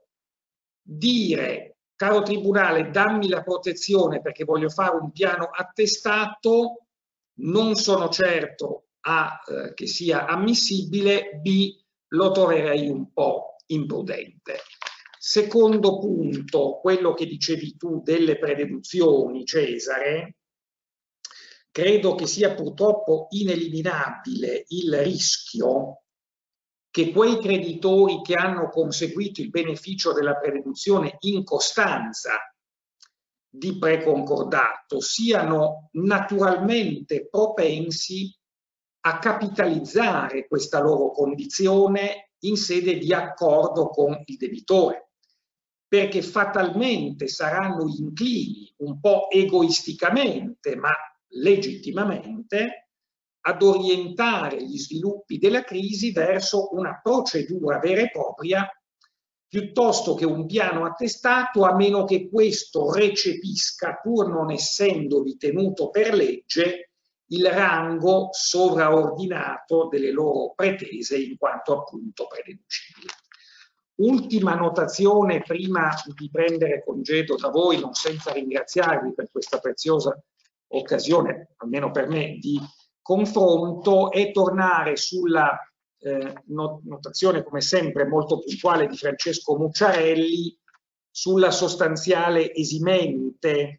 Dire, caro tribunale, dammi la protezione perché voglio fare un piano attestato, non sono certo A, eh, che sia ammissibile, B, lo troverei un po' imprudente. Secondo punto, quello che dicevi tu delle prededuzioni, Cesare, credo che sia purtroppo ineliminabile il rischio che quei creditori che hanno conseguito il beneficio della prededuzione in costanza di preconcordato siano naturalmente propensi a capitalizzare questa loro condizione in sede di accordo con il debitore, perché fatalmente saranno inclini, un po' egoisticamente, ma legittimamente, ad orientare gli sviluppi della crisi verso una procedura vera e propria piuttosto che un piano attestato, a meno che questo recepisca, pur non essendo ritenuto per legge, il rango sovraordinato delle loro pretese in quanto appunto prededucibili. Ultima notazione prima di prendere congedo da voi, non senza ringraziarvi per questa preziosa occasione, almeno per me, di confronto, è tornare sulla eh, notazione, come sempre, molto puntuale di Francesco Mucciarelli sulla sostanziale esimente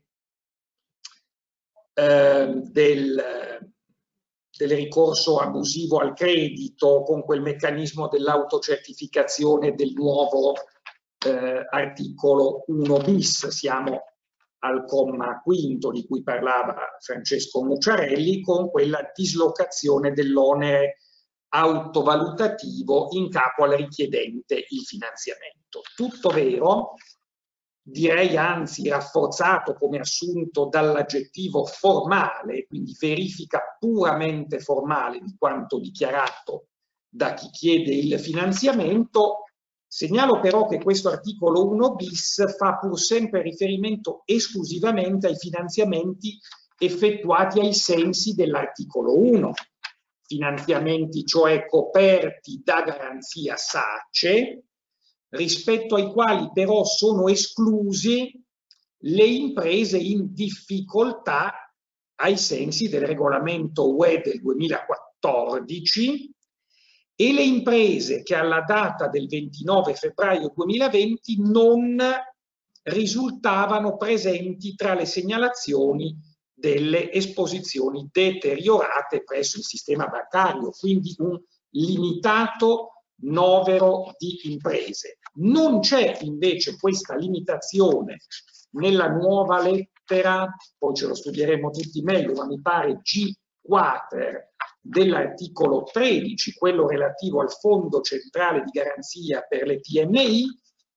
eh, del, del ricorso abusivo al credito con quel meccanismo dell'autocertificazione del nuovo eh, articolo uno bis. Siamo al comma quinto di cui parlava Francesco Mucciarelli, con quella dislocazione dell'onere autovalutativo in capo al richiedente il finanziamento. Tutto vero, direi anzi rafforzato come assunto dall'aggettivo formale, quindi verifica puramente formale di quanto dichiarato da chi chiede il finanziamento. Segnalo però che questo articolo uno bis fa pur sempre riferimento esclusivamente ai finanziamenti effettuati ai sensi dell'articolo uno, finanziamenti cioè coperti da garanzia SACE, rispetto ai quali però sono esclusi le imprese in difficoltà ai sensi del regolamento U E del duemilaquattordici e le imprese che alla data del ventinove febbraio duemilaventi non risultavano presenti tra le segnalazioni delle esposizioni deteriorate presso il sistema bancario, quindi un limitato novero di imprese. Non c'è invece questa limitazione nella nuova lettera, poi ce lo studieremo tutti meglio, ma mi pare G quater dell'articolo tredici, quello relativo al Fondo Centrale di Garanzia per le P M I.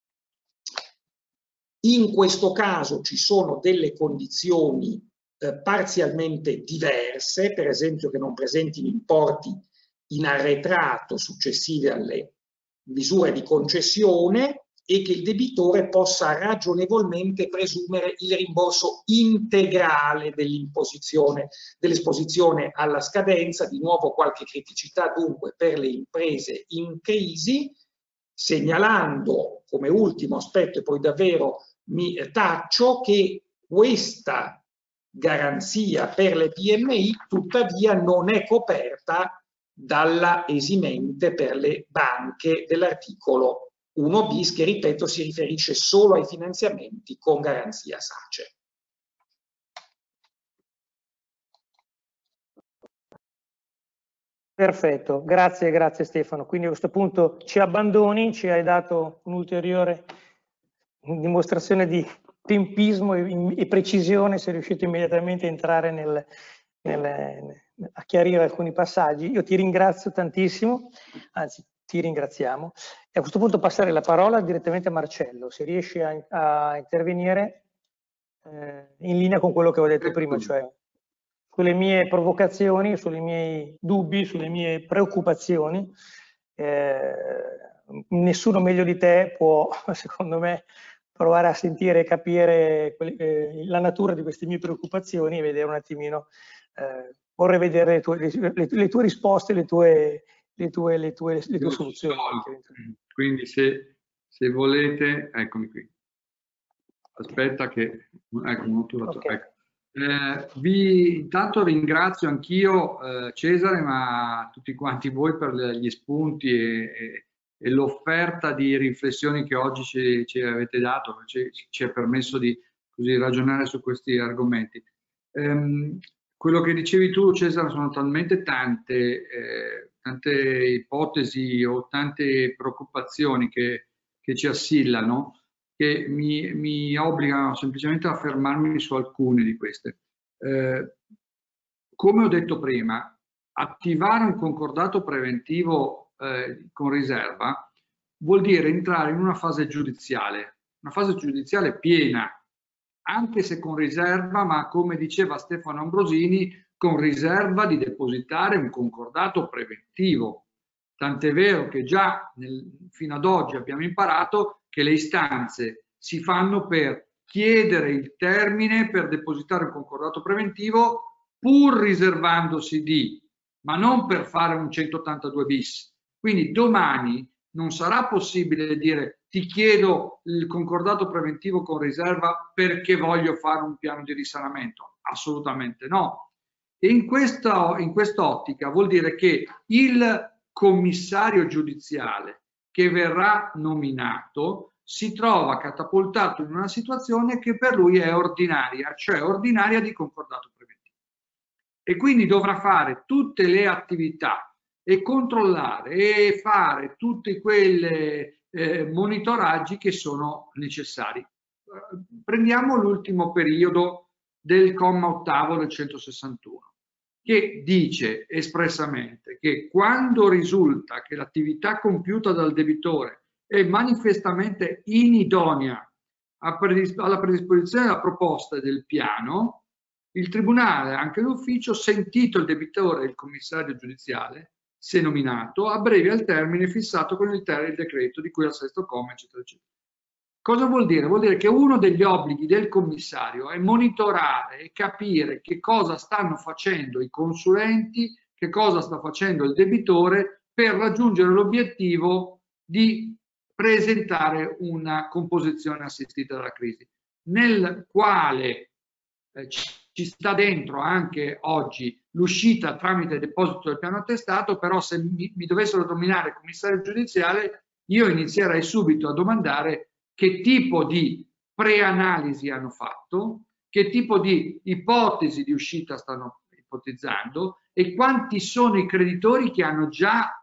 In questo caso ci sono delle condizioni eh, parzialmente diverse, per esempio che non presentino importi in arretrato successive alle misure di concessione e che il debitore possa ragionevolmente presumere il rimborso integrale dell'imposizione, dell'esposizione alla scadenza. Di nuovo qualche criticità dunque per le imprese in crisi, segnalando come ultimo aspetto, e poi davvero mi taccio, che questa garanzia per le P M I tuttavia non è coperta dalla esimente per le banche dell'articolo uno bis che, ripeto, si riferisce solo ai finanziamenti con garanzia SACE. Perfetto, grazie, grazie Stefano. Quindi a questo punto ci abbandoni, ci hai dato un'ulteriore dimostrazione di tempismo e, e precisione, sei riuscito immediatamente a entrare nel, nel, a chiarire alcuni passaggi. Io ti ringrazio tantissimo, anzi ti ringraziamo. E a questo punto passare la parola direttamente a Marcello, se riesci a, a intervenire eh, in linea con quello che ho detto prima, cioè sulle mie provocazioni, sui miei dubbi, sulle mie preoccupazioni. Eh, nessuno meglio di te può, secondo me, provare a sentire e capire eh, la natura di queste mie preoccupazioni e vedere un attimino, eh, vorrei vedere le tue, le, le tue risposte, le tue, le tue, le tue, le tue soluzioni. Quindi se, se volete, eccomi qui. Aspetta che, ecco, molto okay. Ecco. Eh, vi intanto ringrazio anch'io eh, Cesare, ma tutti quanti voi per le, gli spunti e, e, e l'offerta di riflessioni che oggi ci, ci avete dato, ci, ci ha permesso di così ragionare su questi argomenti. Ehm, quello che dicevi tu, Cesare, sono talmente tante, eh, tante ipotesi o tante preoccupazioni che, che ci assillano, che mi, mi obbligano semplicemente a fermarmi su alcune di queste. Eh, come ho detto prima, attivare un concordato preventivo eh, con riserva vuol dire entrare in una fase giudiziale, una fase giudiziale piena, anche se con riserva, ma come diceva Stefano Ambrosini, con riserva di depositare un concordato preventivo. Tant'è vero che già nel, fino ad oggi abbiamo imparato che le istanze si fanno per chiedere il termine per depositare un concordato preventivo pur riservandosi di, ma non per fare un centottantadue bis. Quindi domani non sarà possibile dire ti chiedo il concordato preventivo con riserva perché voglio fare un piano di risanamento. Assolutamente no. E in questa, in quest'ottica vuol dire che il commissario giudiziale che verrà nominato si trova catapultato in una situazione che per lui è ordinaria, cioè ordinaria di concordato preventivo. E quindi dovrà fare tutte le attività e controllare e fare tutti quei eh, monitoraggi che sono necessari. Prendiamo l'ultimo periodo del comma ottavo del centosessantuno. Che dice espressamente che quando risulta che l'attività compiuta dal debitore è manifestamente inidonea alla predisposizione della proposta del piano, il Tribunale, anche l'ufficio, sentito il debitore e il commissario giudiziale, se nominato, abbrevi al termine fissato con il, il decreto di cui al sesto comma, eccetera, eccetera. Cosa vuol dire? Vuol dire che uno degli obblighi del commissario è monitorare e capire che cosa stanno facendo i consulenti, che cosa sta facendo il debitore per raggiungere l'obiettivo di presentare una composizione assistita dalla crisi, nel quale eh, ci sta dentro anche oggi l'uscita tramite deposito del piano attestato, però se mi, mi dovessero nominare commissario giudiziale io inizierei subito a domandare che tipo di preanalisi hanno fatto, che tipo di ipotesi di uscita stanno ipotizzando e quanti sono i creditori che hanno già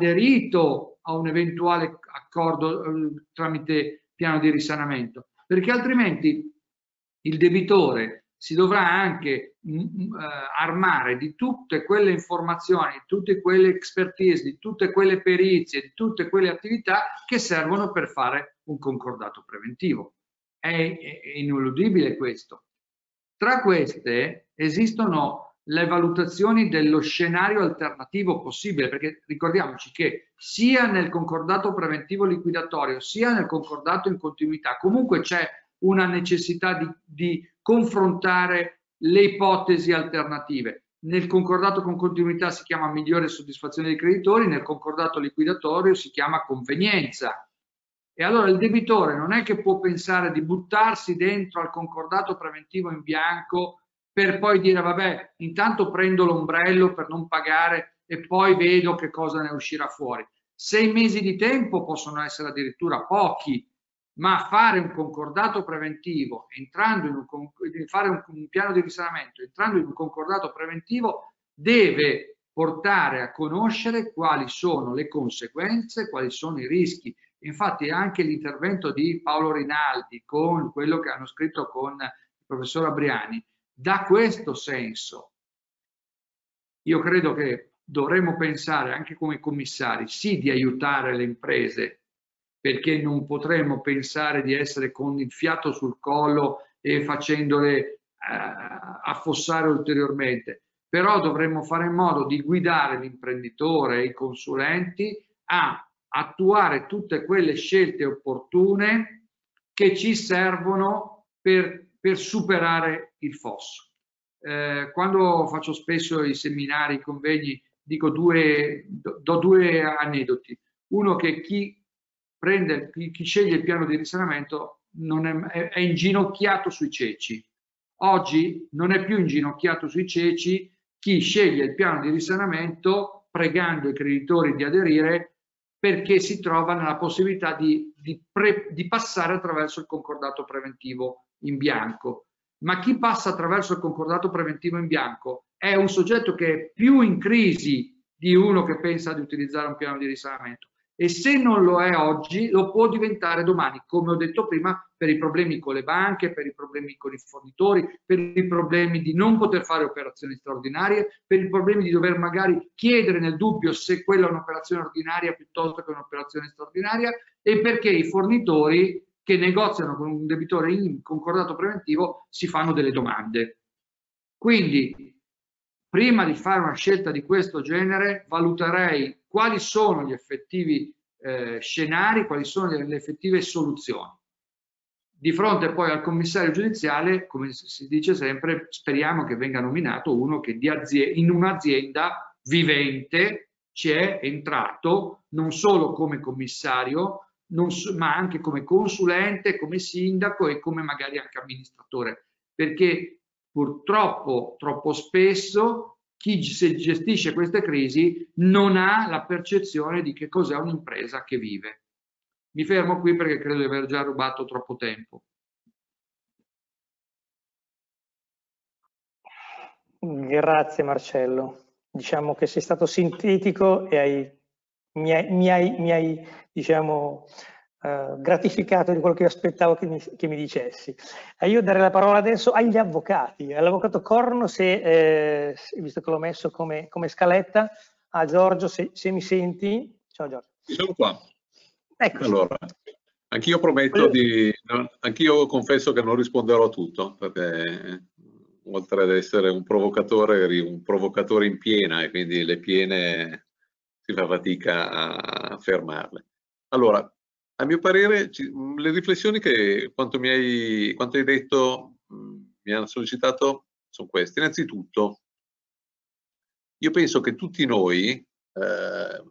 aderito a un eventuale accordo eh, tramite piano di risanamento, perché altrimenti il debitore si dovrà anche mh, uh, armare di tutte quelle informazioni, di tutte quelle expertise, di tutte quelle perizie, di tutte quelle attività che servono per fare un concordato preventivo. È, è, è ineludibile questo. Tra queste esistono le valutazioni dello scenario alternativo possibile, perché ricordiamoci che sia nel concordato preventivo liquidatorio, sia nel concordato in continuità, comunque c'è una necessità di, di confrontare le ipotesi alternative. Nel concordato con continuità si chiama migliore soddisfazione dei creditori, nel concordato liquidatorio si chiama convenienza. E allora il debitore non è che può pensare di buttarsi dentro al concordato preventivo in bianco per poi dire vabbè, intanto prendo l'ombrello per non pagare e poi vedo che cosa ne uscirà fuori. Sei mesi di tempo possono essere addirittura pochi, ma fare un concordato preventivo, entrando in un, fare un, un piano di risanamento, entrando in un concordato preventivo, deve portare a conoscere quali sono le conseguenze, quali sono i rischi. Infatti anche l'intervento di Paolo Rinaldi con quello che hanno scritto con il professor Abriani dà questo senso. Io credo che dovremmo pensare anche come commissari, sì, di aiutare le imprese, perché non potremmo pensare di essere con il fiato sul collo e facendole eh, affossare ulteriormente, però dovremmo fare in modo di guidare l'imprenditore e i consulenti a attuare tutte quelle scelte opportune che ci servono per, per superare il fosso. Eh, quando faccio spesso i seminari, i convegni, dico due, do, do due aneddoti. Uno, che chi prende, chi, chi sceglie il piano di risanamento non è, è inginocchiato sui ceci. Oggi non è più inginocchiato sui ceci chi sceglie il piano di risanamento pregando i creditori di aderire, perché si trova nella possibilità di, di, pre, di passare attraverso il concordato preventivo in bianco. Ma chi passa attraverso il concordato preventivo in bianco è un soggetto che è più in crisi di uno che pensa di utilizzare un piano di risanamento, e se non lo è oggi lo può diventare domani, come ho detto prima, per i problemi con le banche, per i problemi con i fornitori, per i problemi di non poter fare operazioni straordinarie, per i problemi di dover magari chiedere nel dubbio se quella è un'operazione ordinaria piuttosto che un'operazione straordinaria, e perché i fornitori che negoziano con un debitore in concordato preventivo si fanno delle domande. Quindi, prima di fare una scelta di questo genere, valuterei quali sono gli effettivi eh, scenari, quali sono le effettive soluzioni. Di fronte poi al commissario giudiziale, come si dice sempre, speriamo che venga nominato uno che di in un'azienda vivente ci è entrato non solo come commissario, non so, ma anche come consulente, come sindaco e come magari anche amministratore, perché purtroppo troppo spesso chi gestisce queste crisi non ha la percezione di che cos'è un'impresa che vive. Mi fermo qui perché credo di aver già rubato troppo tempo. Grazie Marcello. Diciamo che sei stato sintetico e hai, mi hai, mi hai, mi hai diciamo, Uh, gratificato di quello che io aspettavo che mi, che mi dicessi. E io darei la parola adesso agli avvocati, all'avvocato Corno, se, eh, visto che l'ho messo come, come scaletta, a Giorgio, se, se mi senti. Ciao Giorgio. Sono qua. Eccoci. Allora, anch'io prometto di, anch'io confesso che non risponderò a tutto, perché oltre ad essere un provocatore, eri un provocatore in piena e quindi le piene si fa fatica a fermarle. Allora, a mio parere, le riflessioni che quanto mi hai, quanto hai detto mi hanno sollecitato sono queste. Innanzitutto, io penso che tutti noi eh,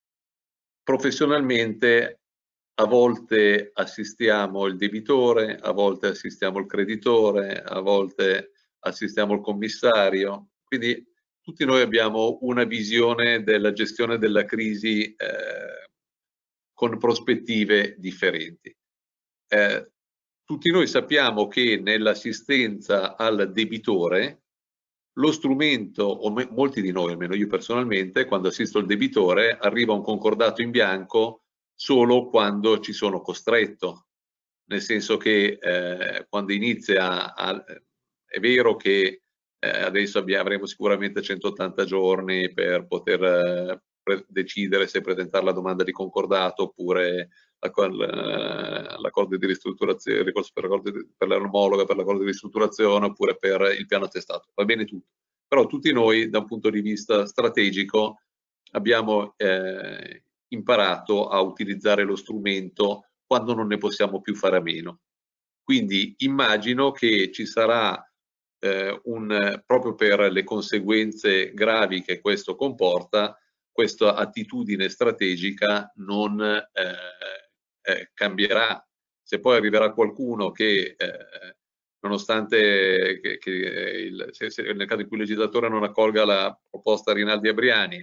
professionalmente a volte assistiamo il debitore, a volte assistiamo il creditore, a volte assistiamo il commissario, quindi tutti noi abbiamo una visione della gestione della crisi eh, con prospettive differenti. Eh, tutti noi sappiamo che nell'assistenza al debitore lo strumento, o me, molti di noi, almeno io personalmente, quando assisto il debitore, arriva un concordato in bianco solo quando ci sono costretto, nel senso che eh, quando inizia, a, è vero che eh, adesso abbiamo, avremo sicuramente centottanta giorni per poter eh, decidere se presentare la domanda di concordato oppure l'accordo di ristrutturazione, il ricorso per, per l'omologa, per l'accordo di ristrutturazione oppure per il piano attestato. Va bene tutto. Però tutti noi da un punto di vista strategico abbiamo eh, imparato a utilizzare lo strumento quando non ne possiamo più fare a meno. Quindi immagino che ci sarà eh, un, proprio per le conseguenze gravi che questo comporta, questa attitudine strategica non eh, eh, cambierà. Se poi arriverà qualcuno che, eh, nonostante che, che il, se, se nel caso in cui il legislatore non accolga la proposta Rinaldi Abriani,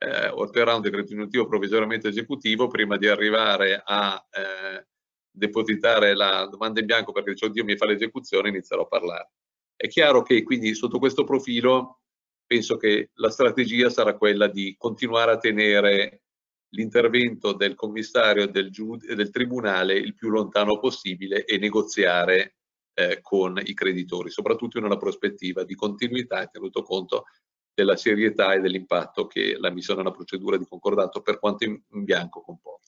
eh, otterrà un decreto ingiuntivo provvisoriamente esecutivo prima di arrivare a eh, depositare la domanda in bianco perché dice oddio mi fa l'esecuzione, inizierò a parlare. È chiaro che quindi sotto questo profilo penso che la strategia sarà quella di continuare a tenere l'intervento del commissario e del, del tribunale il più lontano possibile e negoziare eh, con i creditori, soprattutto in una prospettiva di continuità, tenuto conto della serietà e dell'impatto che la missione a una procedura di concordato per quanto in, in bianco comporta.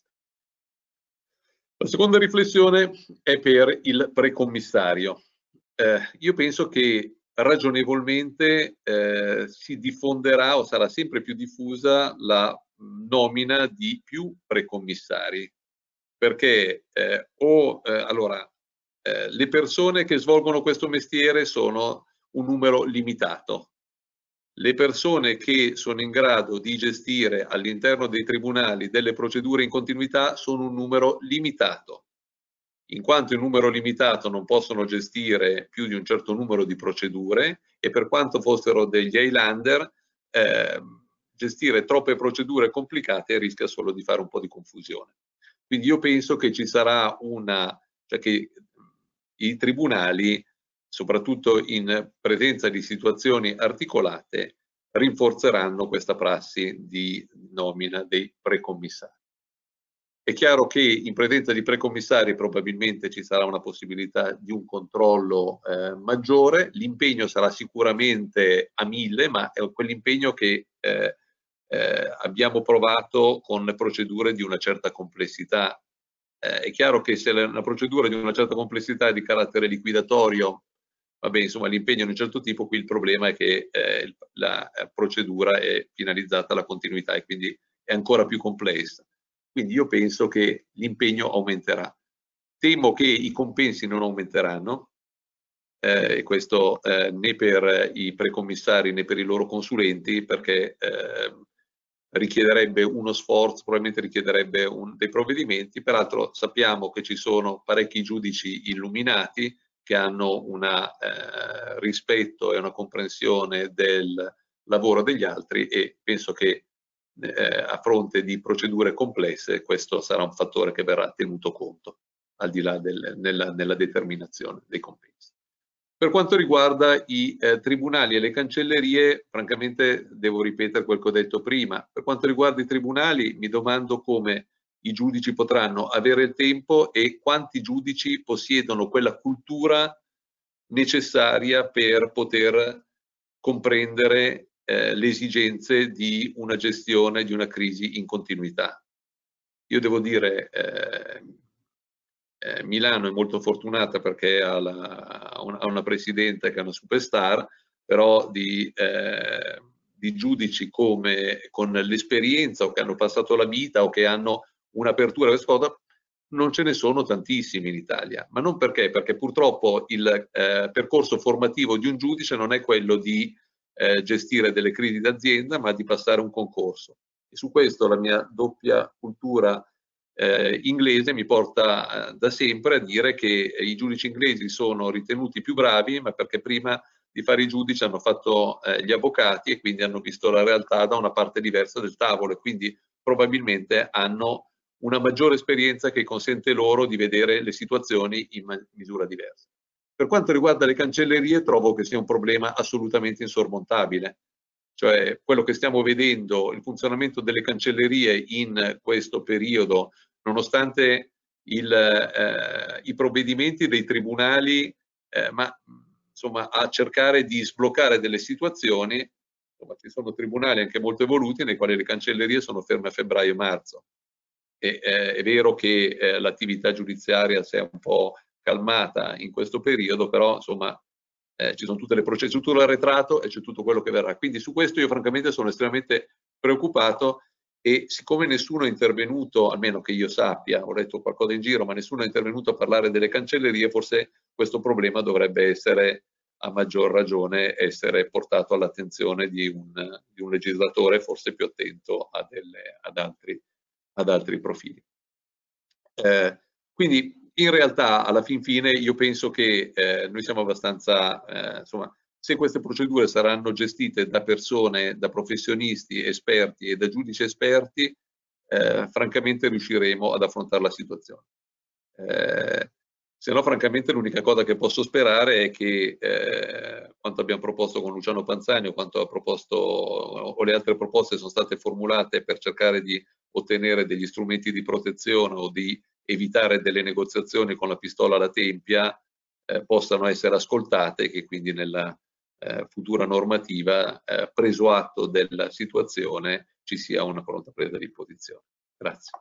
La seconda riflessione è per il precommissario. Eh, io penso che ragionevolmente eh, si diffonderà o sarà sempre più diffusa la nomina di più precommissari, perché eh, o eh, allora eh, le persone che svolgono questo mestiere sono un numero limitato. Le persone che sono in grado di gestire all'interno dei tribunali delle procedure in continuità sono un numero limitato. In quanto in numero limitato non possono gestire più di un certo numero di procedure e per quanto fossero degli Highlander, eh, gestire troppe procedure complicate rischia solo di fare un po' di confusione. Quindi io penso che ci sarà una, cioè che i tribunali, soprattutto in presenza di situazioni articolate, rinforzeranno questa prassi di nomina dei precommissari. È chiaro che in presenza di precommissari probabilmente ci sarà una possibilità di un controllo eh, maggiore, l'impegno sarà sicuramente a mille, ma è quell'impegno che eh, eh, abbiamo provato con procedure di una certa complessità. Eh, è chiaro che se una procedura di una certa complessità è di carattere liquidatorio, vabbè, insomma, l'impegno di un certo tipo, qui il problema è che eh, la procedura è finalizzata alla continuità e quindi è ancora più complessa. Quindi io penso che l'impegno aumenterà. Temo che i compensi non aumenteranno, eh, e questo eh, né per i precommissari né per i loro consulenti, perché eh, richiederebbe uno sforzo, probabilmente richiederebbe un, dei provvedimenti. Peraltro sappiamo che ci sono parecchi giudici illuminati che hanno un eh, rispetto e una comprensione del lavoro degli altri e penso che Eh, a fronte di procedure complesse questo sarà un fattore che verrà tenuto conto al di là del, nella, nella determinazione dei compensi. Per quanto riguarda i eh, tribunali e le cancellerie, francamente devo ripetere quel che ho detto prima. Per quanto riguarda i tribunali mi domando come i giudici potranno avere il tempo e quanti giudici possiedono quella cultura necessaria per poter comprendere Eh, le esigenze di una gestione di una crisi in continuità. Io devo dire eh, eh, Milano è molto fortunata perché ha, la, ha, una, ha una presidente che è una superstar, però di, eh, di giudici come, con l'esperienza o che hanno passato la vita o che hanno un'apertura a questa cosa non ce ne sono tantissimi in Italia, ma non perché, perché purtroppo il eh, percorso formativo di un giudice non è quello di Eh, gestire delle crisi d'azienda, ma di passare un concorso. E su questo la mia doppia cultura eh, inglese mi porta eh, da sempre a dire che eh, i giudici inglesi sono ritenuti più bravi, ma perché prima di fare i giudici hanno fatto eh, gli avvocati e quindi hanno visto la realtà da una parte diversa del tavolo e quindi probabilmente hanno una maggiore esperienza che consente loro di vedere le situazioni in misura diversa. Per quanto riguarda le cancellerie trovo che sia un problema assolutamente insormontabile, cioè quello che stiamo vedendo, il funzionamento delle cancellerie in questo periodo, nonostante il, eh, i provvedimenti dei tribunali, eh, ma insomma a cercare di sbloccare delle situazioni, insomma, ci sono tribunali anche molto evoluti nei quali le cancellerie sono ferme a febbraio e marzo. E, eh, è vero che eh, l'attività giudiziaria si è un po' calmata in questo periodo, però insomma eh, ci sono tutte le procedure arretrato e c'è tutto quello che verrà. Quindi su questo io francamente sono estremamente preoccupato e siccome nessuno è intervenuto, almeno che io sappia, ho letto qualcosa in giro, ma nessuno è intervenuto a parlare delle cancellerie, forse questo problema dovrebbe essere a maggior ragione essere portato all'attenzione di un, di un legislatore forse più attento a delle, ad, altri, ad altri profili. Eh, quindi in realtà alla fin fine io penso che eh, noi siamo abbastanza, eh, insomma, Se queste procedure saranno gestite da persone, da professionisti esperti e da giudici esperti, eh, francamente riusciremo ad affrontare la situazione. Eh, se no, francamente, l'unica cosa che posso sperare è che eh, quanto abbiamo proposto con Luciano Panzani o quanto ha proposto o le altre proposte sono state formulate per cercare di ottenere degli strumenti di protezione o di evitare delle negoziazioni con la pistola alla tempia eh, possano essere ascoltate e che quindi nella eh, futura normativa, eh, preso atto della situazione, ci sia una pronta presa di posizione. Grazie.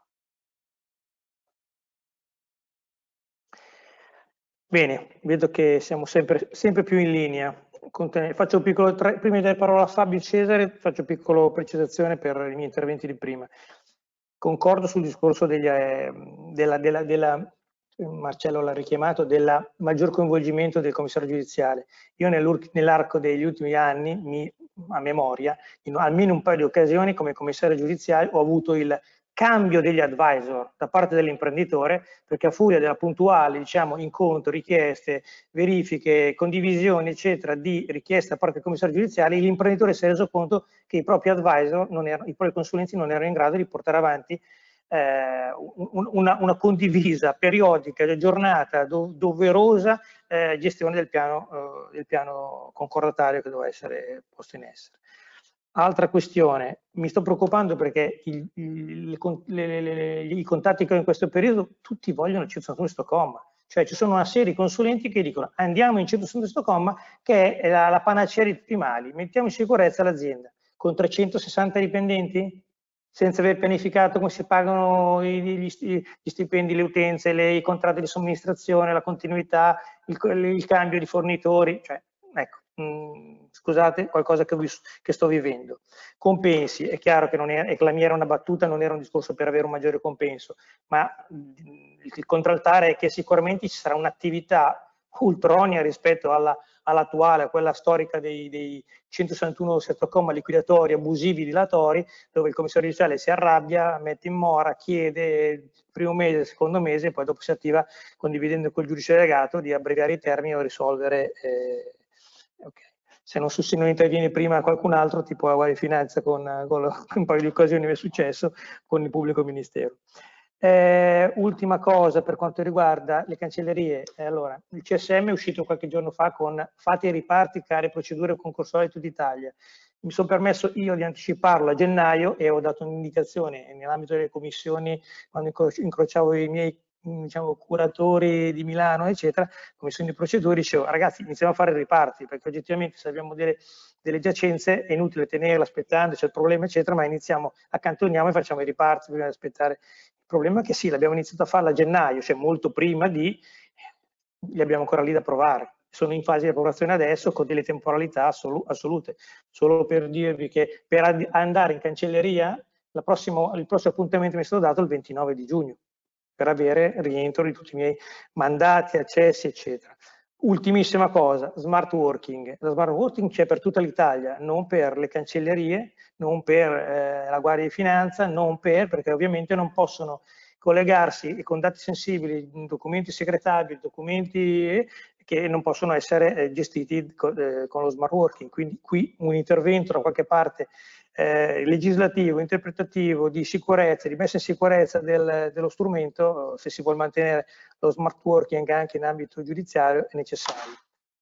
Bene, vedo che siamo sempre, sempre più in linea. Faccio un piccolo, tra, prima di dare parola a Fabio Cesare, faccio una piccola precisazione per i miei interventi di prima. Concordo sul discorso degli, eh, della, della, della, Marcello l'ha richiamato, del maggior coinvolgimento del commissario giudiziale. Io nell'arco degli ultimi anni, mi, a memoria, in almeno un paio di occasioni come commissario giudiziario ho avuto il cambio degli advisor da parte dell'imprenditore, perché a furia della puntuale, diciamo, incontro, richieste, verifiche, condivisioni, eccetera, di richieste da parte del commissario giudiziale, l'imprenditore si è reso conto che i propri advisor, non erano, i propri consulenti non erano in grado di portare avanti eh, una, una condivisa, periodica, aggiornata, do, doverosa eh, gestione del piano, eh, del piano concordatario che doveva essere posto in essere. Altra questione, mi sto preoccupando perché il, il, le, le, le, i contatti che ho in questo periodo tutti vogliono il centosessantuno di Stoccolma, cioè ci sono una serie di consulenti che dicono andiamo in centosessantuno di Stoccolma che è la, la panacea di tutti i mali, mettiamo in sicurezza l'azienda con trecentosessanta dipendenti senza aver pianificato come si pagano gli, gli stipendi, le utenze, le, i contratti di somministrazione, la continuità, il, il cambio di fornitori, cioè ecco. Mm, scusate, qualcosa che, che sto vivendo. Compensi, è chiaro che, non è, che la mia era una battuta, non era un discorso per avere un maggiore compenso, ma il contraltare è che sicuramente ci sarà un'attività ultronia rispetto alla, all'attuale, a quella storica dei, dei centosessantuno Stoccolma liquidatori, abusivi, dilatori, dove il commissario giudiziale si arrabbia, mette in mora, chiede il primo mese, secondo mese, e poi dopo si attiva condividendo col giudice delegato di abbreviare i termini o risolvere. Eh, Okay. Se, non, se non interviene prima qualcun altro, tipo la Guardia di Finanza, con, con un paio di occasioni mi è successo con il pubblico ministero. Eh, ultima cosa per quanto riguarda le cancellerie, eh, allora il C S M è uscito qualche giorno fa con fate i riparti, care procedure concorsuali di tutta Italia. Mi sono permesso io di anticiparlo a gennaio e ho dato un'indicazione nell'ambito delle commissioni, quando incrociavo i miei diciamo curatori di Milano eccetera, commissioni di procedure, dicevo ragazzi iniziamo a fare riparti perché oggettivamente se abbiamo delle, delle giacenze è inutile tenerle aspettando, c'è il problema eccetera, ma iniziamo, accantoniamo e facciamo i riparti prima di aspettare. Il problema è che sì, l'abbiamo iniziato a farla a gennaio, cioè molto prima di, li abbiamo ancora lì da provare, sono in fase di approvazione adesso con delle temporalità assolu assolute, solo per dirvi che per andare in cancelleria la prossimo, il prossimo appuntamento mi è stato dato il ventinove di giugno per avere rientro di tutti i miei mandati, accessi, eccetera. Ultimissima cosa, smart working. La smart working c'è per tutta l'Italia, non per le cancellerie, non per eh, la Guardia di Finanza, non per, perché ovviamente non possono collegarsi con dati sensibili, documenti segretabili, documenti eh, che non possono essere eh, gestiti co eh, con lo smart working. Quindi qui un intervento da qualche parte Eh, legislativo, interpretativo, di sicurezza, di messa in sicurezza del, dello strumento, se si vuole mantenere lo smart working anche in ambito giudiziario, è necessario.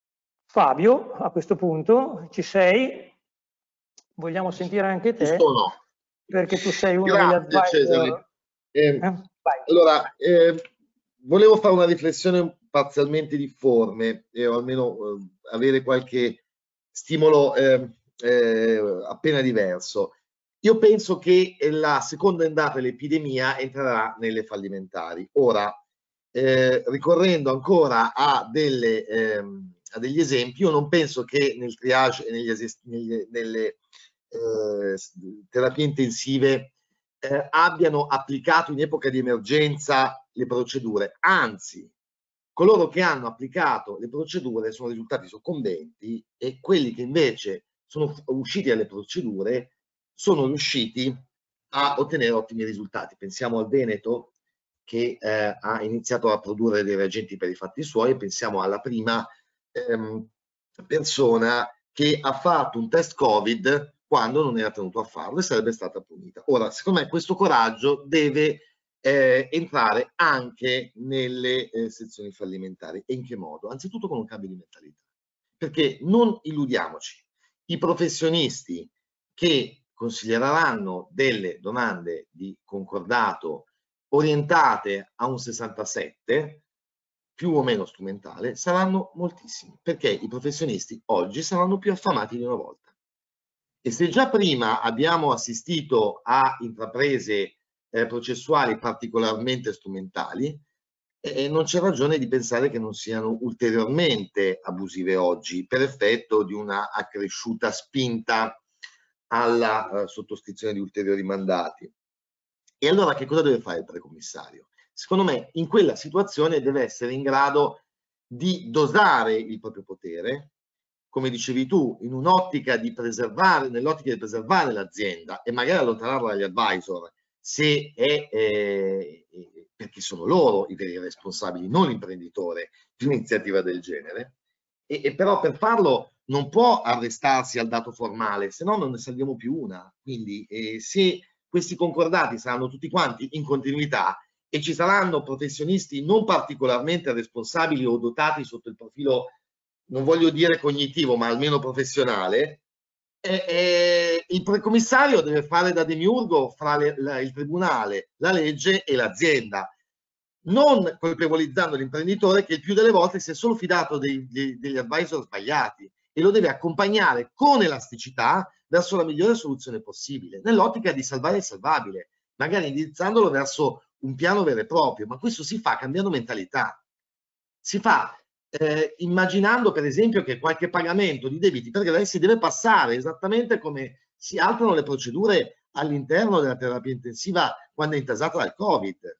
Fabio, a questo punto ci sei? Vogliamo sentire anche te? Sono. Perché tu sei uno Grazie, degli advisor. Eh, eh, allora, eh, volevo fare una riflessione parzialmente difforme, eh, o almeno eh, avere qualche stimolo eh, Eh, appena diverso. Io penso che la seconda ondata dell'epidemia entrerà nelle fallimentari. Ora, eh, ricorrendo ancora a, delle, ehm, a degli esempi, io non penso che nel triage e negli, negli, nelle eh, terapie intensive eh, abbiano applicato in epoca di emergenza le procedure, anzi coloro che hanno applicato le procedure sono risultati soccombenti e quelli che invece sono usciti dalle procedure sono riusciti a ottenere ottimi risultati. Pensiamo al Veneto che eh, ha iniziato a produrre dei reagenti per i fatti suoi, pensiamo alla prima ehm, persona che ha fatto un test Covid quando non era tenuto a farlo e sarebbe stata punita. Ora, secondo me questo coraggio deve eh, entrare anche nelle eh, sezioni fallimentari. E in che modo? Anzitutto con un cambio di mentalità. Perché non illudiamoci, i professionisti che consiglieranno delle domande di concordato orientate a un sessantasette, più o meno strumentale, saranno moltissimi, perché i professionisti oggi saranno più affamati di una volta. E se già prima abbiamo assistito a intraprese eh, processuali particolarmente strumentali, eh, non c'è ragione di pensare che non siano ulteriormente abusive oggi, per effetto di una accresciuta spinta alla eh, sottoscrizione di ulteriori mandati. E allora che cosa deve fare il precommissario? Secondo me in quella situazione deve essere in grado di dosare il proprio potere, come dicevi tu, in un'ottica di preservare, nell'ottica di preservare l'azienda e magari allontanarla dagli advisor, se è, eh, perché sono loro i veri responsabili, non l'imprenditore, di un'iniziativa del genere. E, e però per farlo non può arrestarsi al dato formale, se no non ne salviamo più una. Quindi eh, se questi concordati saranno tutti quanti in continuità e ci saranno professionisti non particolarmente responsabili o dotati sotto il profilo, non voglio dire cognitivo, ma almeno professionale, eh, eh, il precommissario deve fare da demiurgo fra le, la, il tribunale, la legge e l'azienda, non colpevolizzando l'imprenditore che il più delle volte si è solo fidato dei, dei, degli advisor sbagliati e lo deve accompagnare con elasticità verso la migliore soluzione possibile, nell'ottica di salvare il salvabile, magari indirizzandolo verso un piano vero e proprio, ma questo si fa cambiando mentalità. Si fa eh, immaginando per esempio che qualche pagamento di debiti per greve si deve passare esattamente come si alterano le procedure all'interno della terapia intensiva quando è intasata dal Covid.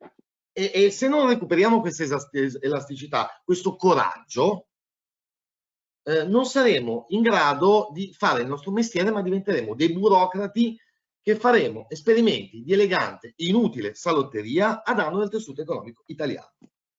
E, e se non recuperiamo questa elasticità, questo coraggio, eh, non saremo in grado di fare il nostro mestiere, ma diventeremo dei burocrati che faremo esperimenti di elegante e inutile salotteria a danno del tessuto economico italiano.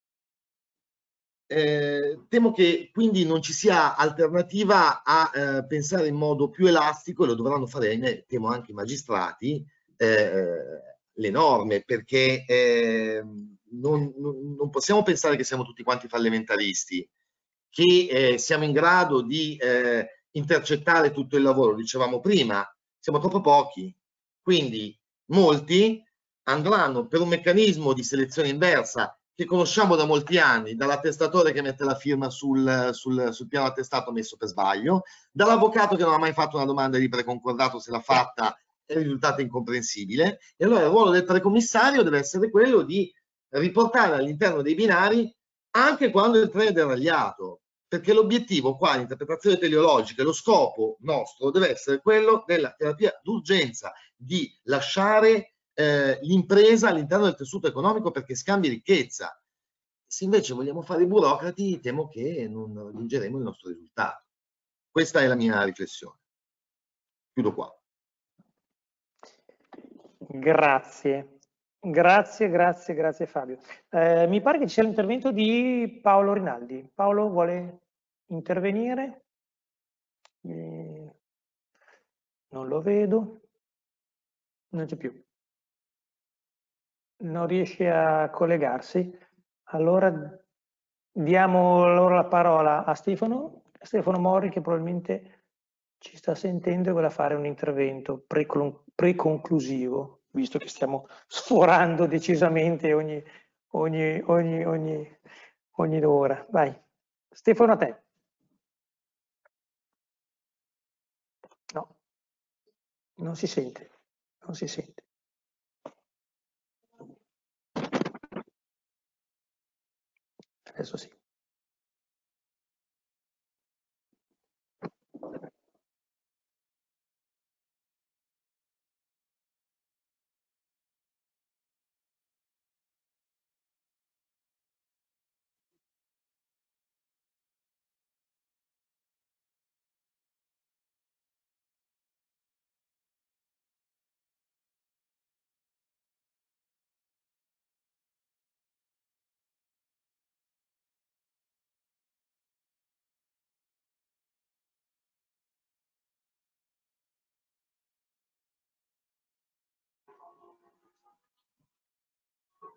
Eh, temo che quindi non ci sia alternativa a eh, pensare in modo più elastico, e lo dovranno fare, ahimè, temo anche i magistrati, eh, le norme, perché eh, non, non, non possiamo pensare che siamo tutti quanti fallimentaristi, che eh, siamo in grado di eh, intercettare tutto il lavoro, dicevamo prima, siamo troppo pochi, quindi molti andranno per un meccanismo di selezione inversa che conosciamo da molti anni, dall'attestatore che mette la firma sul, sul, sul piano attestato messo per sbaglio, dall'avvocato che non ha mai fatto una domanda di preconcordato, se l'ha fatta è risultata incomprensibile, e allora il ruolo del precommissario deve essere quello di riportare all'interno dei binari anche quando il treno è deragliato, perché l'obiettivo qua, l'interpretazione teleologica, lo scopo nostro deve essere quello della terapia d'urgenza, di lasciare eh, l'impresa all'interno del tessuto economico perché scambi ricchezza. Se invece vogliamo fare i burocrati, temo che non raggiungeremo il nostro risultato. Questa è la mia riflessione. Chiudo qua. Grazie. Grazie, grazie, grazie Fabio. Eh, mi pare che ci sia l'intervento di Paolo Rinaldi. Paolo vuole intervenire? Eh, non lo vedo. Non c'è più. Non riesce a collegarsi. Allora diamo allora la parola a Stefano, Stefano Mori, che probabilmente ci sta sentendo e vuole fare un intervento preconclusivo, visto che stiamo sforando decisamente ogni, ogni, ogni, ogni, ogni ora. Vai, Stefano, a te. No, non si sente, non si sente. Adesso sì.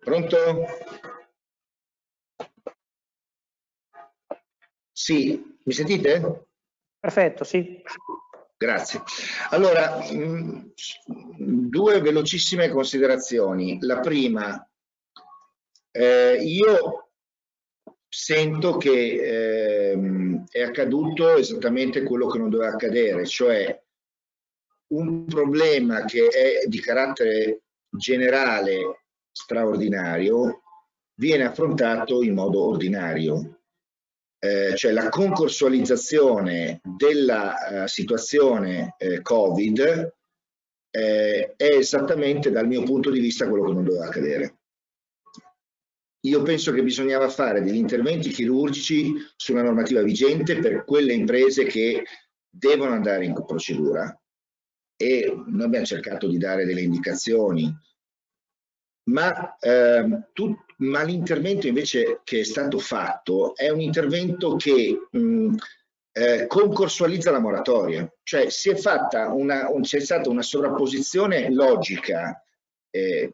Pronto? Sì, mi sentite? Perfetto, sì. Grazie. Allora, mh, due velocissime considerazioni. La prima, eh, io sento che eh, è accaduto esattamente quello che non doveva accadere, cioè un problema che è di carattere generale straordinario viene affrontato in modo ordinario. Eh, cioè la concorsualizzazione della uh, situazione eh, Covid eh, è esattamente dal mio punto di vista quello che non doveva accadere. Io penso che bisognava fare degli interventi chirurgici sulla normativa vigente per quelle imprese che devono andare in procedura, e noi abbiamo cercato di dare delle indicazioni, ma, ehm, ma l'intervento invece che è stato fatto è un intervento che mh, eh, concorsualizza la moratoria, cioè si è fatta una, un, c'è stata una sovrapposizione logica eh,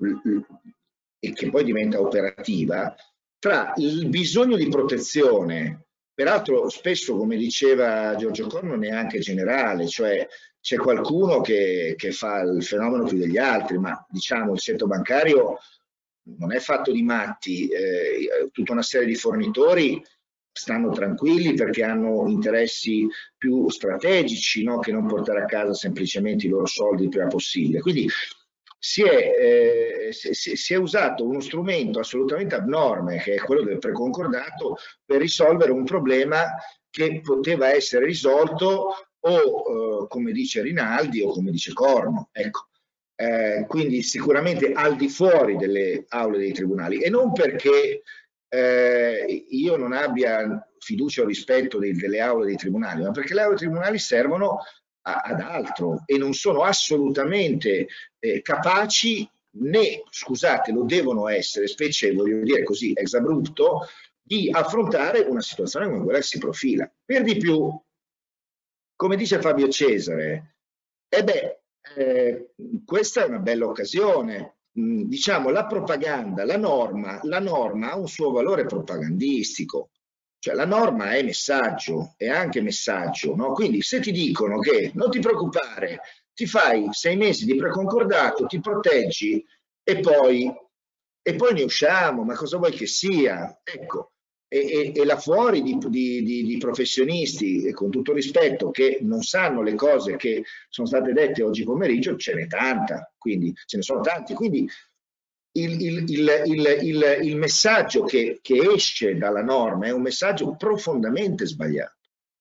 e che poi diventa operativa tra il bisogno di protezione, peraltro spesso, come diceva Giorgio Corno, neanche generale, cioè c'è qualcuno che, che fa il fenomeno più degli altri, ma diciamo il centro bancario non è fatto di matti, eh, tutta una serie di fornitori stanno tranquilli perché hanno interessi più strategici, no? Che non portare a casa semplicemente i loro soldi il prima possibile. Quindi si è, eh, si, si è usato uno strumento assolutamente abnorme, che è quello del preconcordato, per risolvere un problema che poteva essere risolto o, eh, come dice Rinaldi, o come dice Corno. Ecco. Eh, quindi sicuramente al di fuori delle aule dei tribunali, e non perché eh, io non abbia fiducia o rispetto dei, delle aule dei tribunali, ma perché le aule dei tribunali servono a, ad altro e non sono assolutamente eh, capaci, né, scusate, lo devono essere, specie, voglio dire così, ex abrupto, di affrontare una situazione come quella che si profila. Per di più, come dice Fabio Cesare, e beh, Eh, questa è una bella occasione. Mm, diciamo, la propaganda, la norma, la norma ha un suo valore propagandistico, cioè la norma è messaggio, è anche messaggio, no? Quindi se ti dicono che non ti preoccupare, ti fai sei mesi di preconcordato, ti proteggi e poi, e poi ne usciamo, ma cosa vuoi che sia? Ecco. E, e, e là fuori di, di, di, di professionisti, e con tutto rispetto, che non sanno le cose che sono state dette oggi pomeriggio, ce n'è tanta, quindi ce ne sono tanti. Quindi il, il, il, il, il, il messaggio che, che esce dalla norma è un messaggio profondamente sbagliato.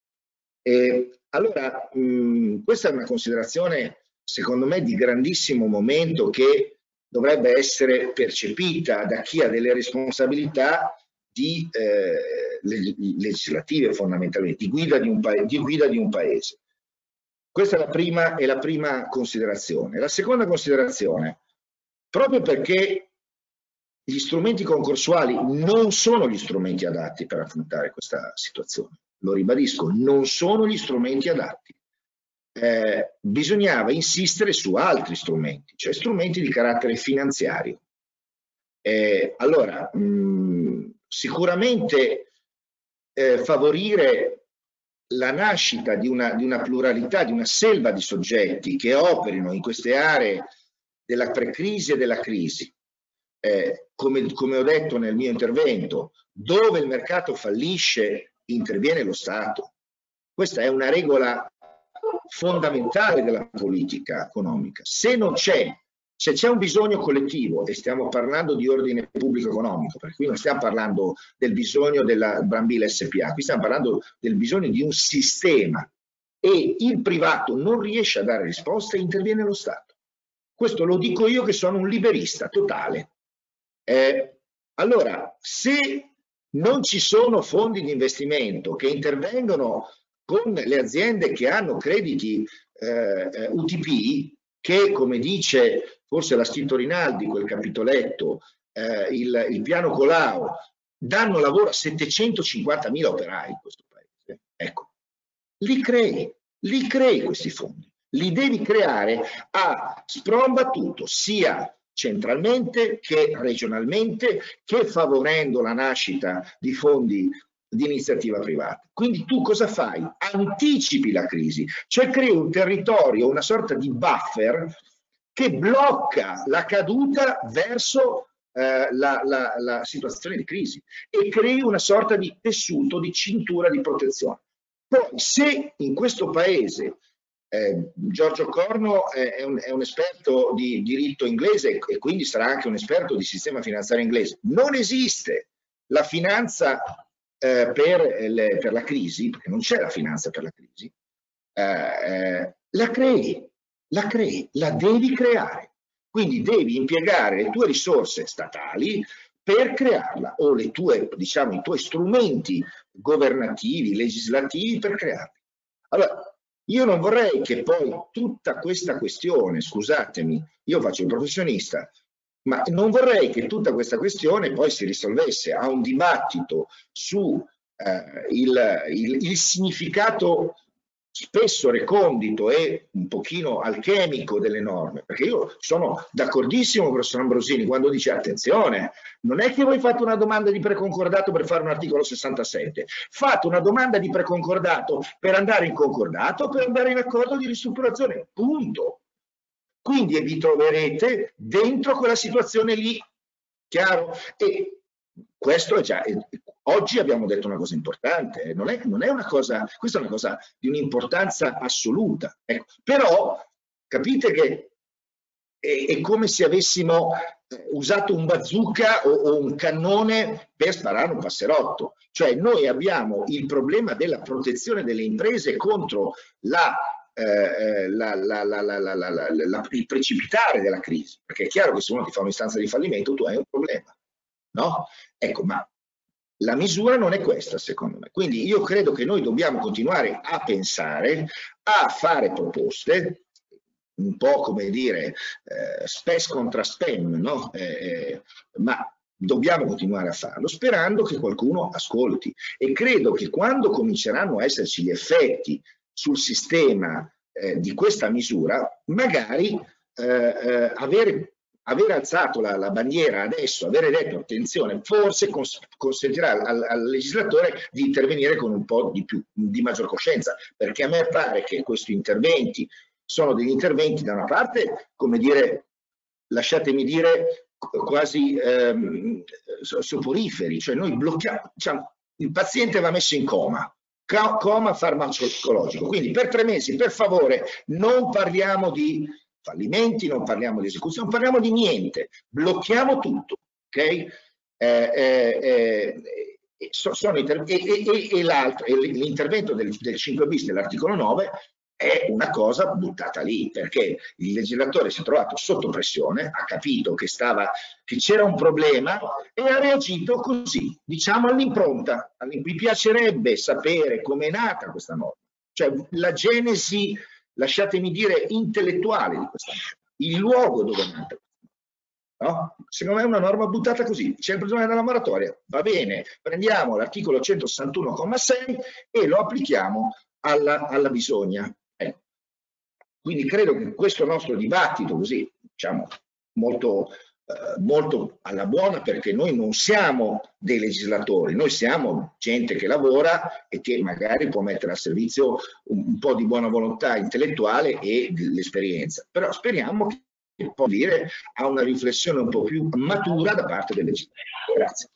E allora, mh, questa è una considerazione, secondo me, di grandissimo momento, che dovrebbe essere percepita da chi ha delle responsabilità di eh, legislative, fondamentalmente, di guida di, un di guida di un paese. Questa è la prima, è la prima considerazione. La seconda considerazione, proprio perché gli strumenti concorsuali non sono gli strumenti adatti per affrontare questa situazione, lo ribadisco, non sono gli strumenti adatti. Eh, bisognava insistere su altri strumenti, cioè strumenti di carattere finanziario. Eh, allora, mh, sicuramente eh, favorire la nascita di una, di una pluralità, di una selva di soggetti che operino in queste aree della pre-crisi e della crisi, eh, come, come ho detto nel mio intervento, dove il mercato fallisce interviene lo Stato. Questa è una regola fondamentale della politica economica. Se non c'è Se c'è un bisogno collettivo, e stiamo parlando di ordine pubblico economico, perché qui non stiamo parlando del bisogno della Brambilla S P A, qui stiamo parlando del bisogno di un sistema, e il privato non riesce a dare risposte, interviene lo Stato. Questo lo dico io che sono un liberista totale. Eh, allora, se non ci sono fondi di investimento che intervengono con le aziende che hanno crediti eh, U T P, che, come dice, forse l'ha scritto Rinaldi, quel capitoletto, eh, il, il piano Colau, danno lavoro a settecentocinquantamila operai in questo paese. Ecco, li crei, li crei questi fondi, li devi creare a sprombattuto, sia centralmente che regionalmente, che favorendo la nascita di fondi di iniziativa privata. Quindi tu cosa fai? Anticipi la crisi, cioè crei un territorio, una sorta di buffer che blocca la caduta verso eh, la, la, la situazione di crisi e crei una sorta di tessuto, di cintura di protezione. Poi se in questo paese Eh, Giorgio Corno è, è, un, è un esperto di diritto inglese e quindi sarà anche un esperto di sistema finanziario inglese. Non esiste la finanza eh, per, le, per la crisi, perché non c'è la finanza per la crisi, eh, eh, la crei, la crei, la devi creare. Quindi devi impiegare le tue risorse statali per crearla o le tue, diciamo, i tuoi strumenti governativi, legislativi per crearla. Allora, io non vorrei che poi tutta questa questione, scusatemi, io faccio il professionista, ma non vorrei che tutta questa questione poi si risolvesse a un dibattito su eh, il, il, il significato spesso recondito e un pochino alchemico delle norme, perché io sono d'accordissimo con il professor Ambrosini quando dice attenzione, non è che voi fate una domanda di preconcordato per fare un articolo sessantasette, fate una domanda di preconcordato per andare in concordato, per andare in accordo di ristrutturazione, punto. Quindi vi troverete dentro quella situazione lì, chiaro? E questo è già, oggi abbiamo detto una cosa importante, non è, non è una cosa, questa è una cosa di un'importanza assoluta, ecco. Però capite che è, è come se avessimo usato un bazooka o, o un cannone per sparare un passerotto, cioè noi abbiamo il problema della protezione delle imprese contro la Eh, la, la, la, la, il precipitare della crisi, perché è chiaro che se uno ti fa un'istanza di fallimento tu hai un problema, no? Ecco, ma la misura non è questa secondo me, quindi io credo che noi dobbiamo continuare a pensare, a fare proposte, un po' come dire eh, spes contra spem, no? Eh, ma dobbiamo continuare a farlo sperando che qualcuno ascolti e credo che quando cominceranno a esserci gli effetti sul sistema eh, di questa misura, magari eh, eh, avere, aver alzato la, la bandiera adesso, avere detto attenzione, forse cons consentirà al, al legislatore di intervenire con un po' di, più, di maggior coscienza, perché a me pare che questi interventi sono degli interventi da una parte, come dire, lasciatemi dire, quasi ehm, soporiferi, cioè noi blocchiamo, diciamo, il paziente va messo in coma, coma farmacologico, quindi per tre mesi per favore non parliamo di fallimenti, non parliamo di esecuzione, non parliamo di niente, blocchiamo tutto, ok? Eh, eh, eh, so, sono e e, e l'altro, l'intervento del, del cinque bis dell'articolo nove è una cosa buttata lì, perché il legislatore si è trovato sotto pressione, ha capito che stava, che c'era un problema e ha reagito così, diciamo all'impronta. Mi piacerebbe sapere come è nata questa norma, cioè la genesi, lasciatemi dire, intellettuale di questa norma, il luogo dove è nata. No? Secondo me è una norma buttata così, c'è il problema della moratoria, va bene, prendiamo l'articolo centosessantuno comma sei e lo applichiamo alla, alla bisogna. Ecco. Quindi credo che questo nostro dibattito così, diciamo, molto, eh, molto alla buona, perché noi non siamo dei legislatori, noi siamo gente che lavora e che magari può mettere a servizio un, un po' di buona volontà intellettuale e l'esperienza, però speriamo che può dire a una riflessione un po' più matura da parte del legislatore. Grazie.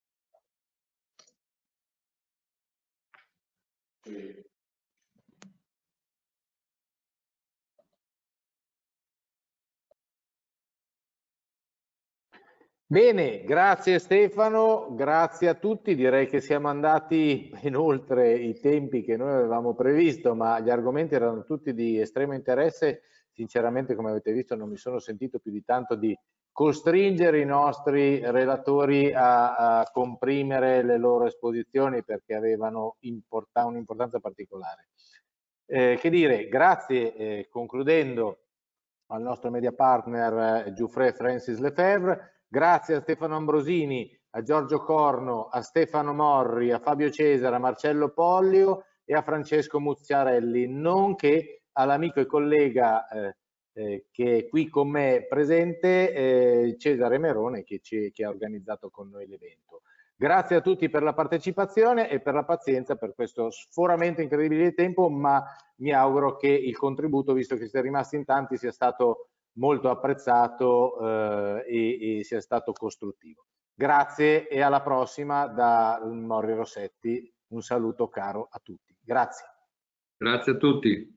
Bene, grazie Stefano, grazie a tutti, direi che siamo andati ben oltre i tempi che noi avevamo previsto, ma gli argomenti erano tutti di estremo interesse. Sinceramente, come avete visto, non mi sono sentito più di tanto di costringere i nostri relatori a, a comprimere le loro esposizioni perché avevano un'importanza particolare. Eh, che dire, grazie, eh, concludendo, al nostro media partner eh, Giuffre Francis Lefebvre, grazie a Stefano Ambrosini, a Giorgio Corno, a Stefano Morri, a Fabio Cesare, a Marcello Pollio e a Francesco Muzziarelli, nonché all'amico e collega eh, eh, che è qui con me presente, eh, Cesare Merone, che, ci, che ha organizzato con noi l'evento. Grazie a tutti per la partecipazione e per la pazienza per questo sforamento incredibile di tempo, ma mi auguro che il contributo, visto che siete rimasti in tanti, sia stato molto apprezzato eh, e, e sia stato costruttivo. Grazie e alla prossima da Morri Rossetti. Un saluto caro a tutti. Grazie. Grazie a tutti.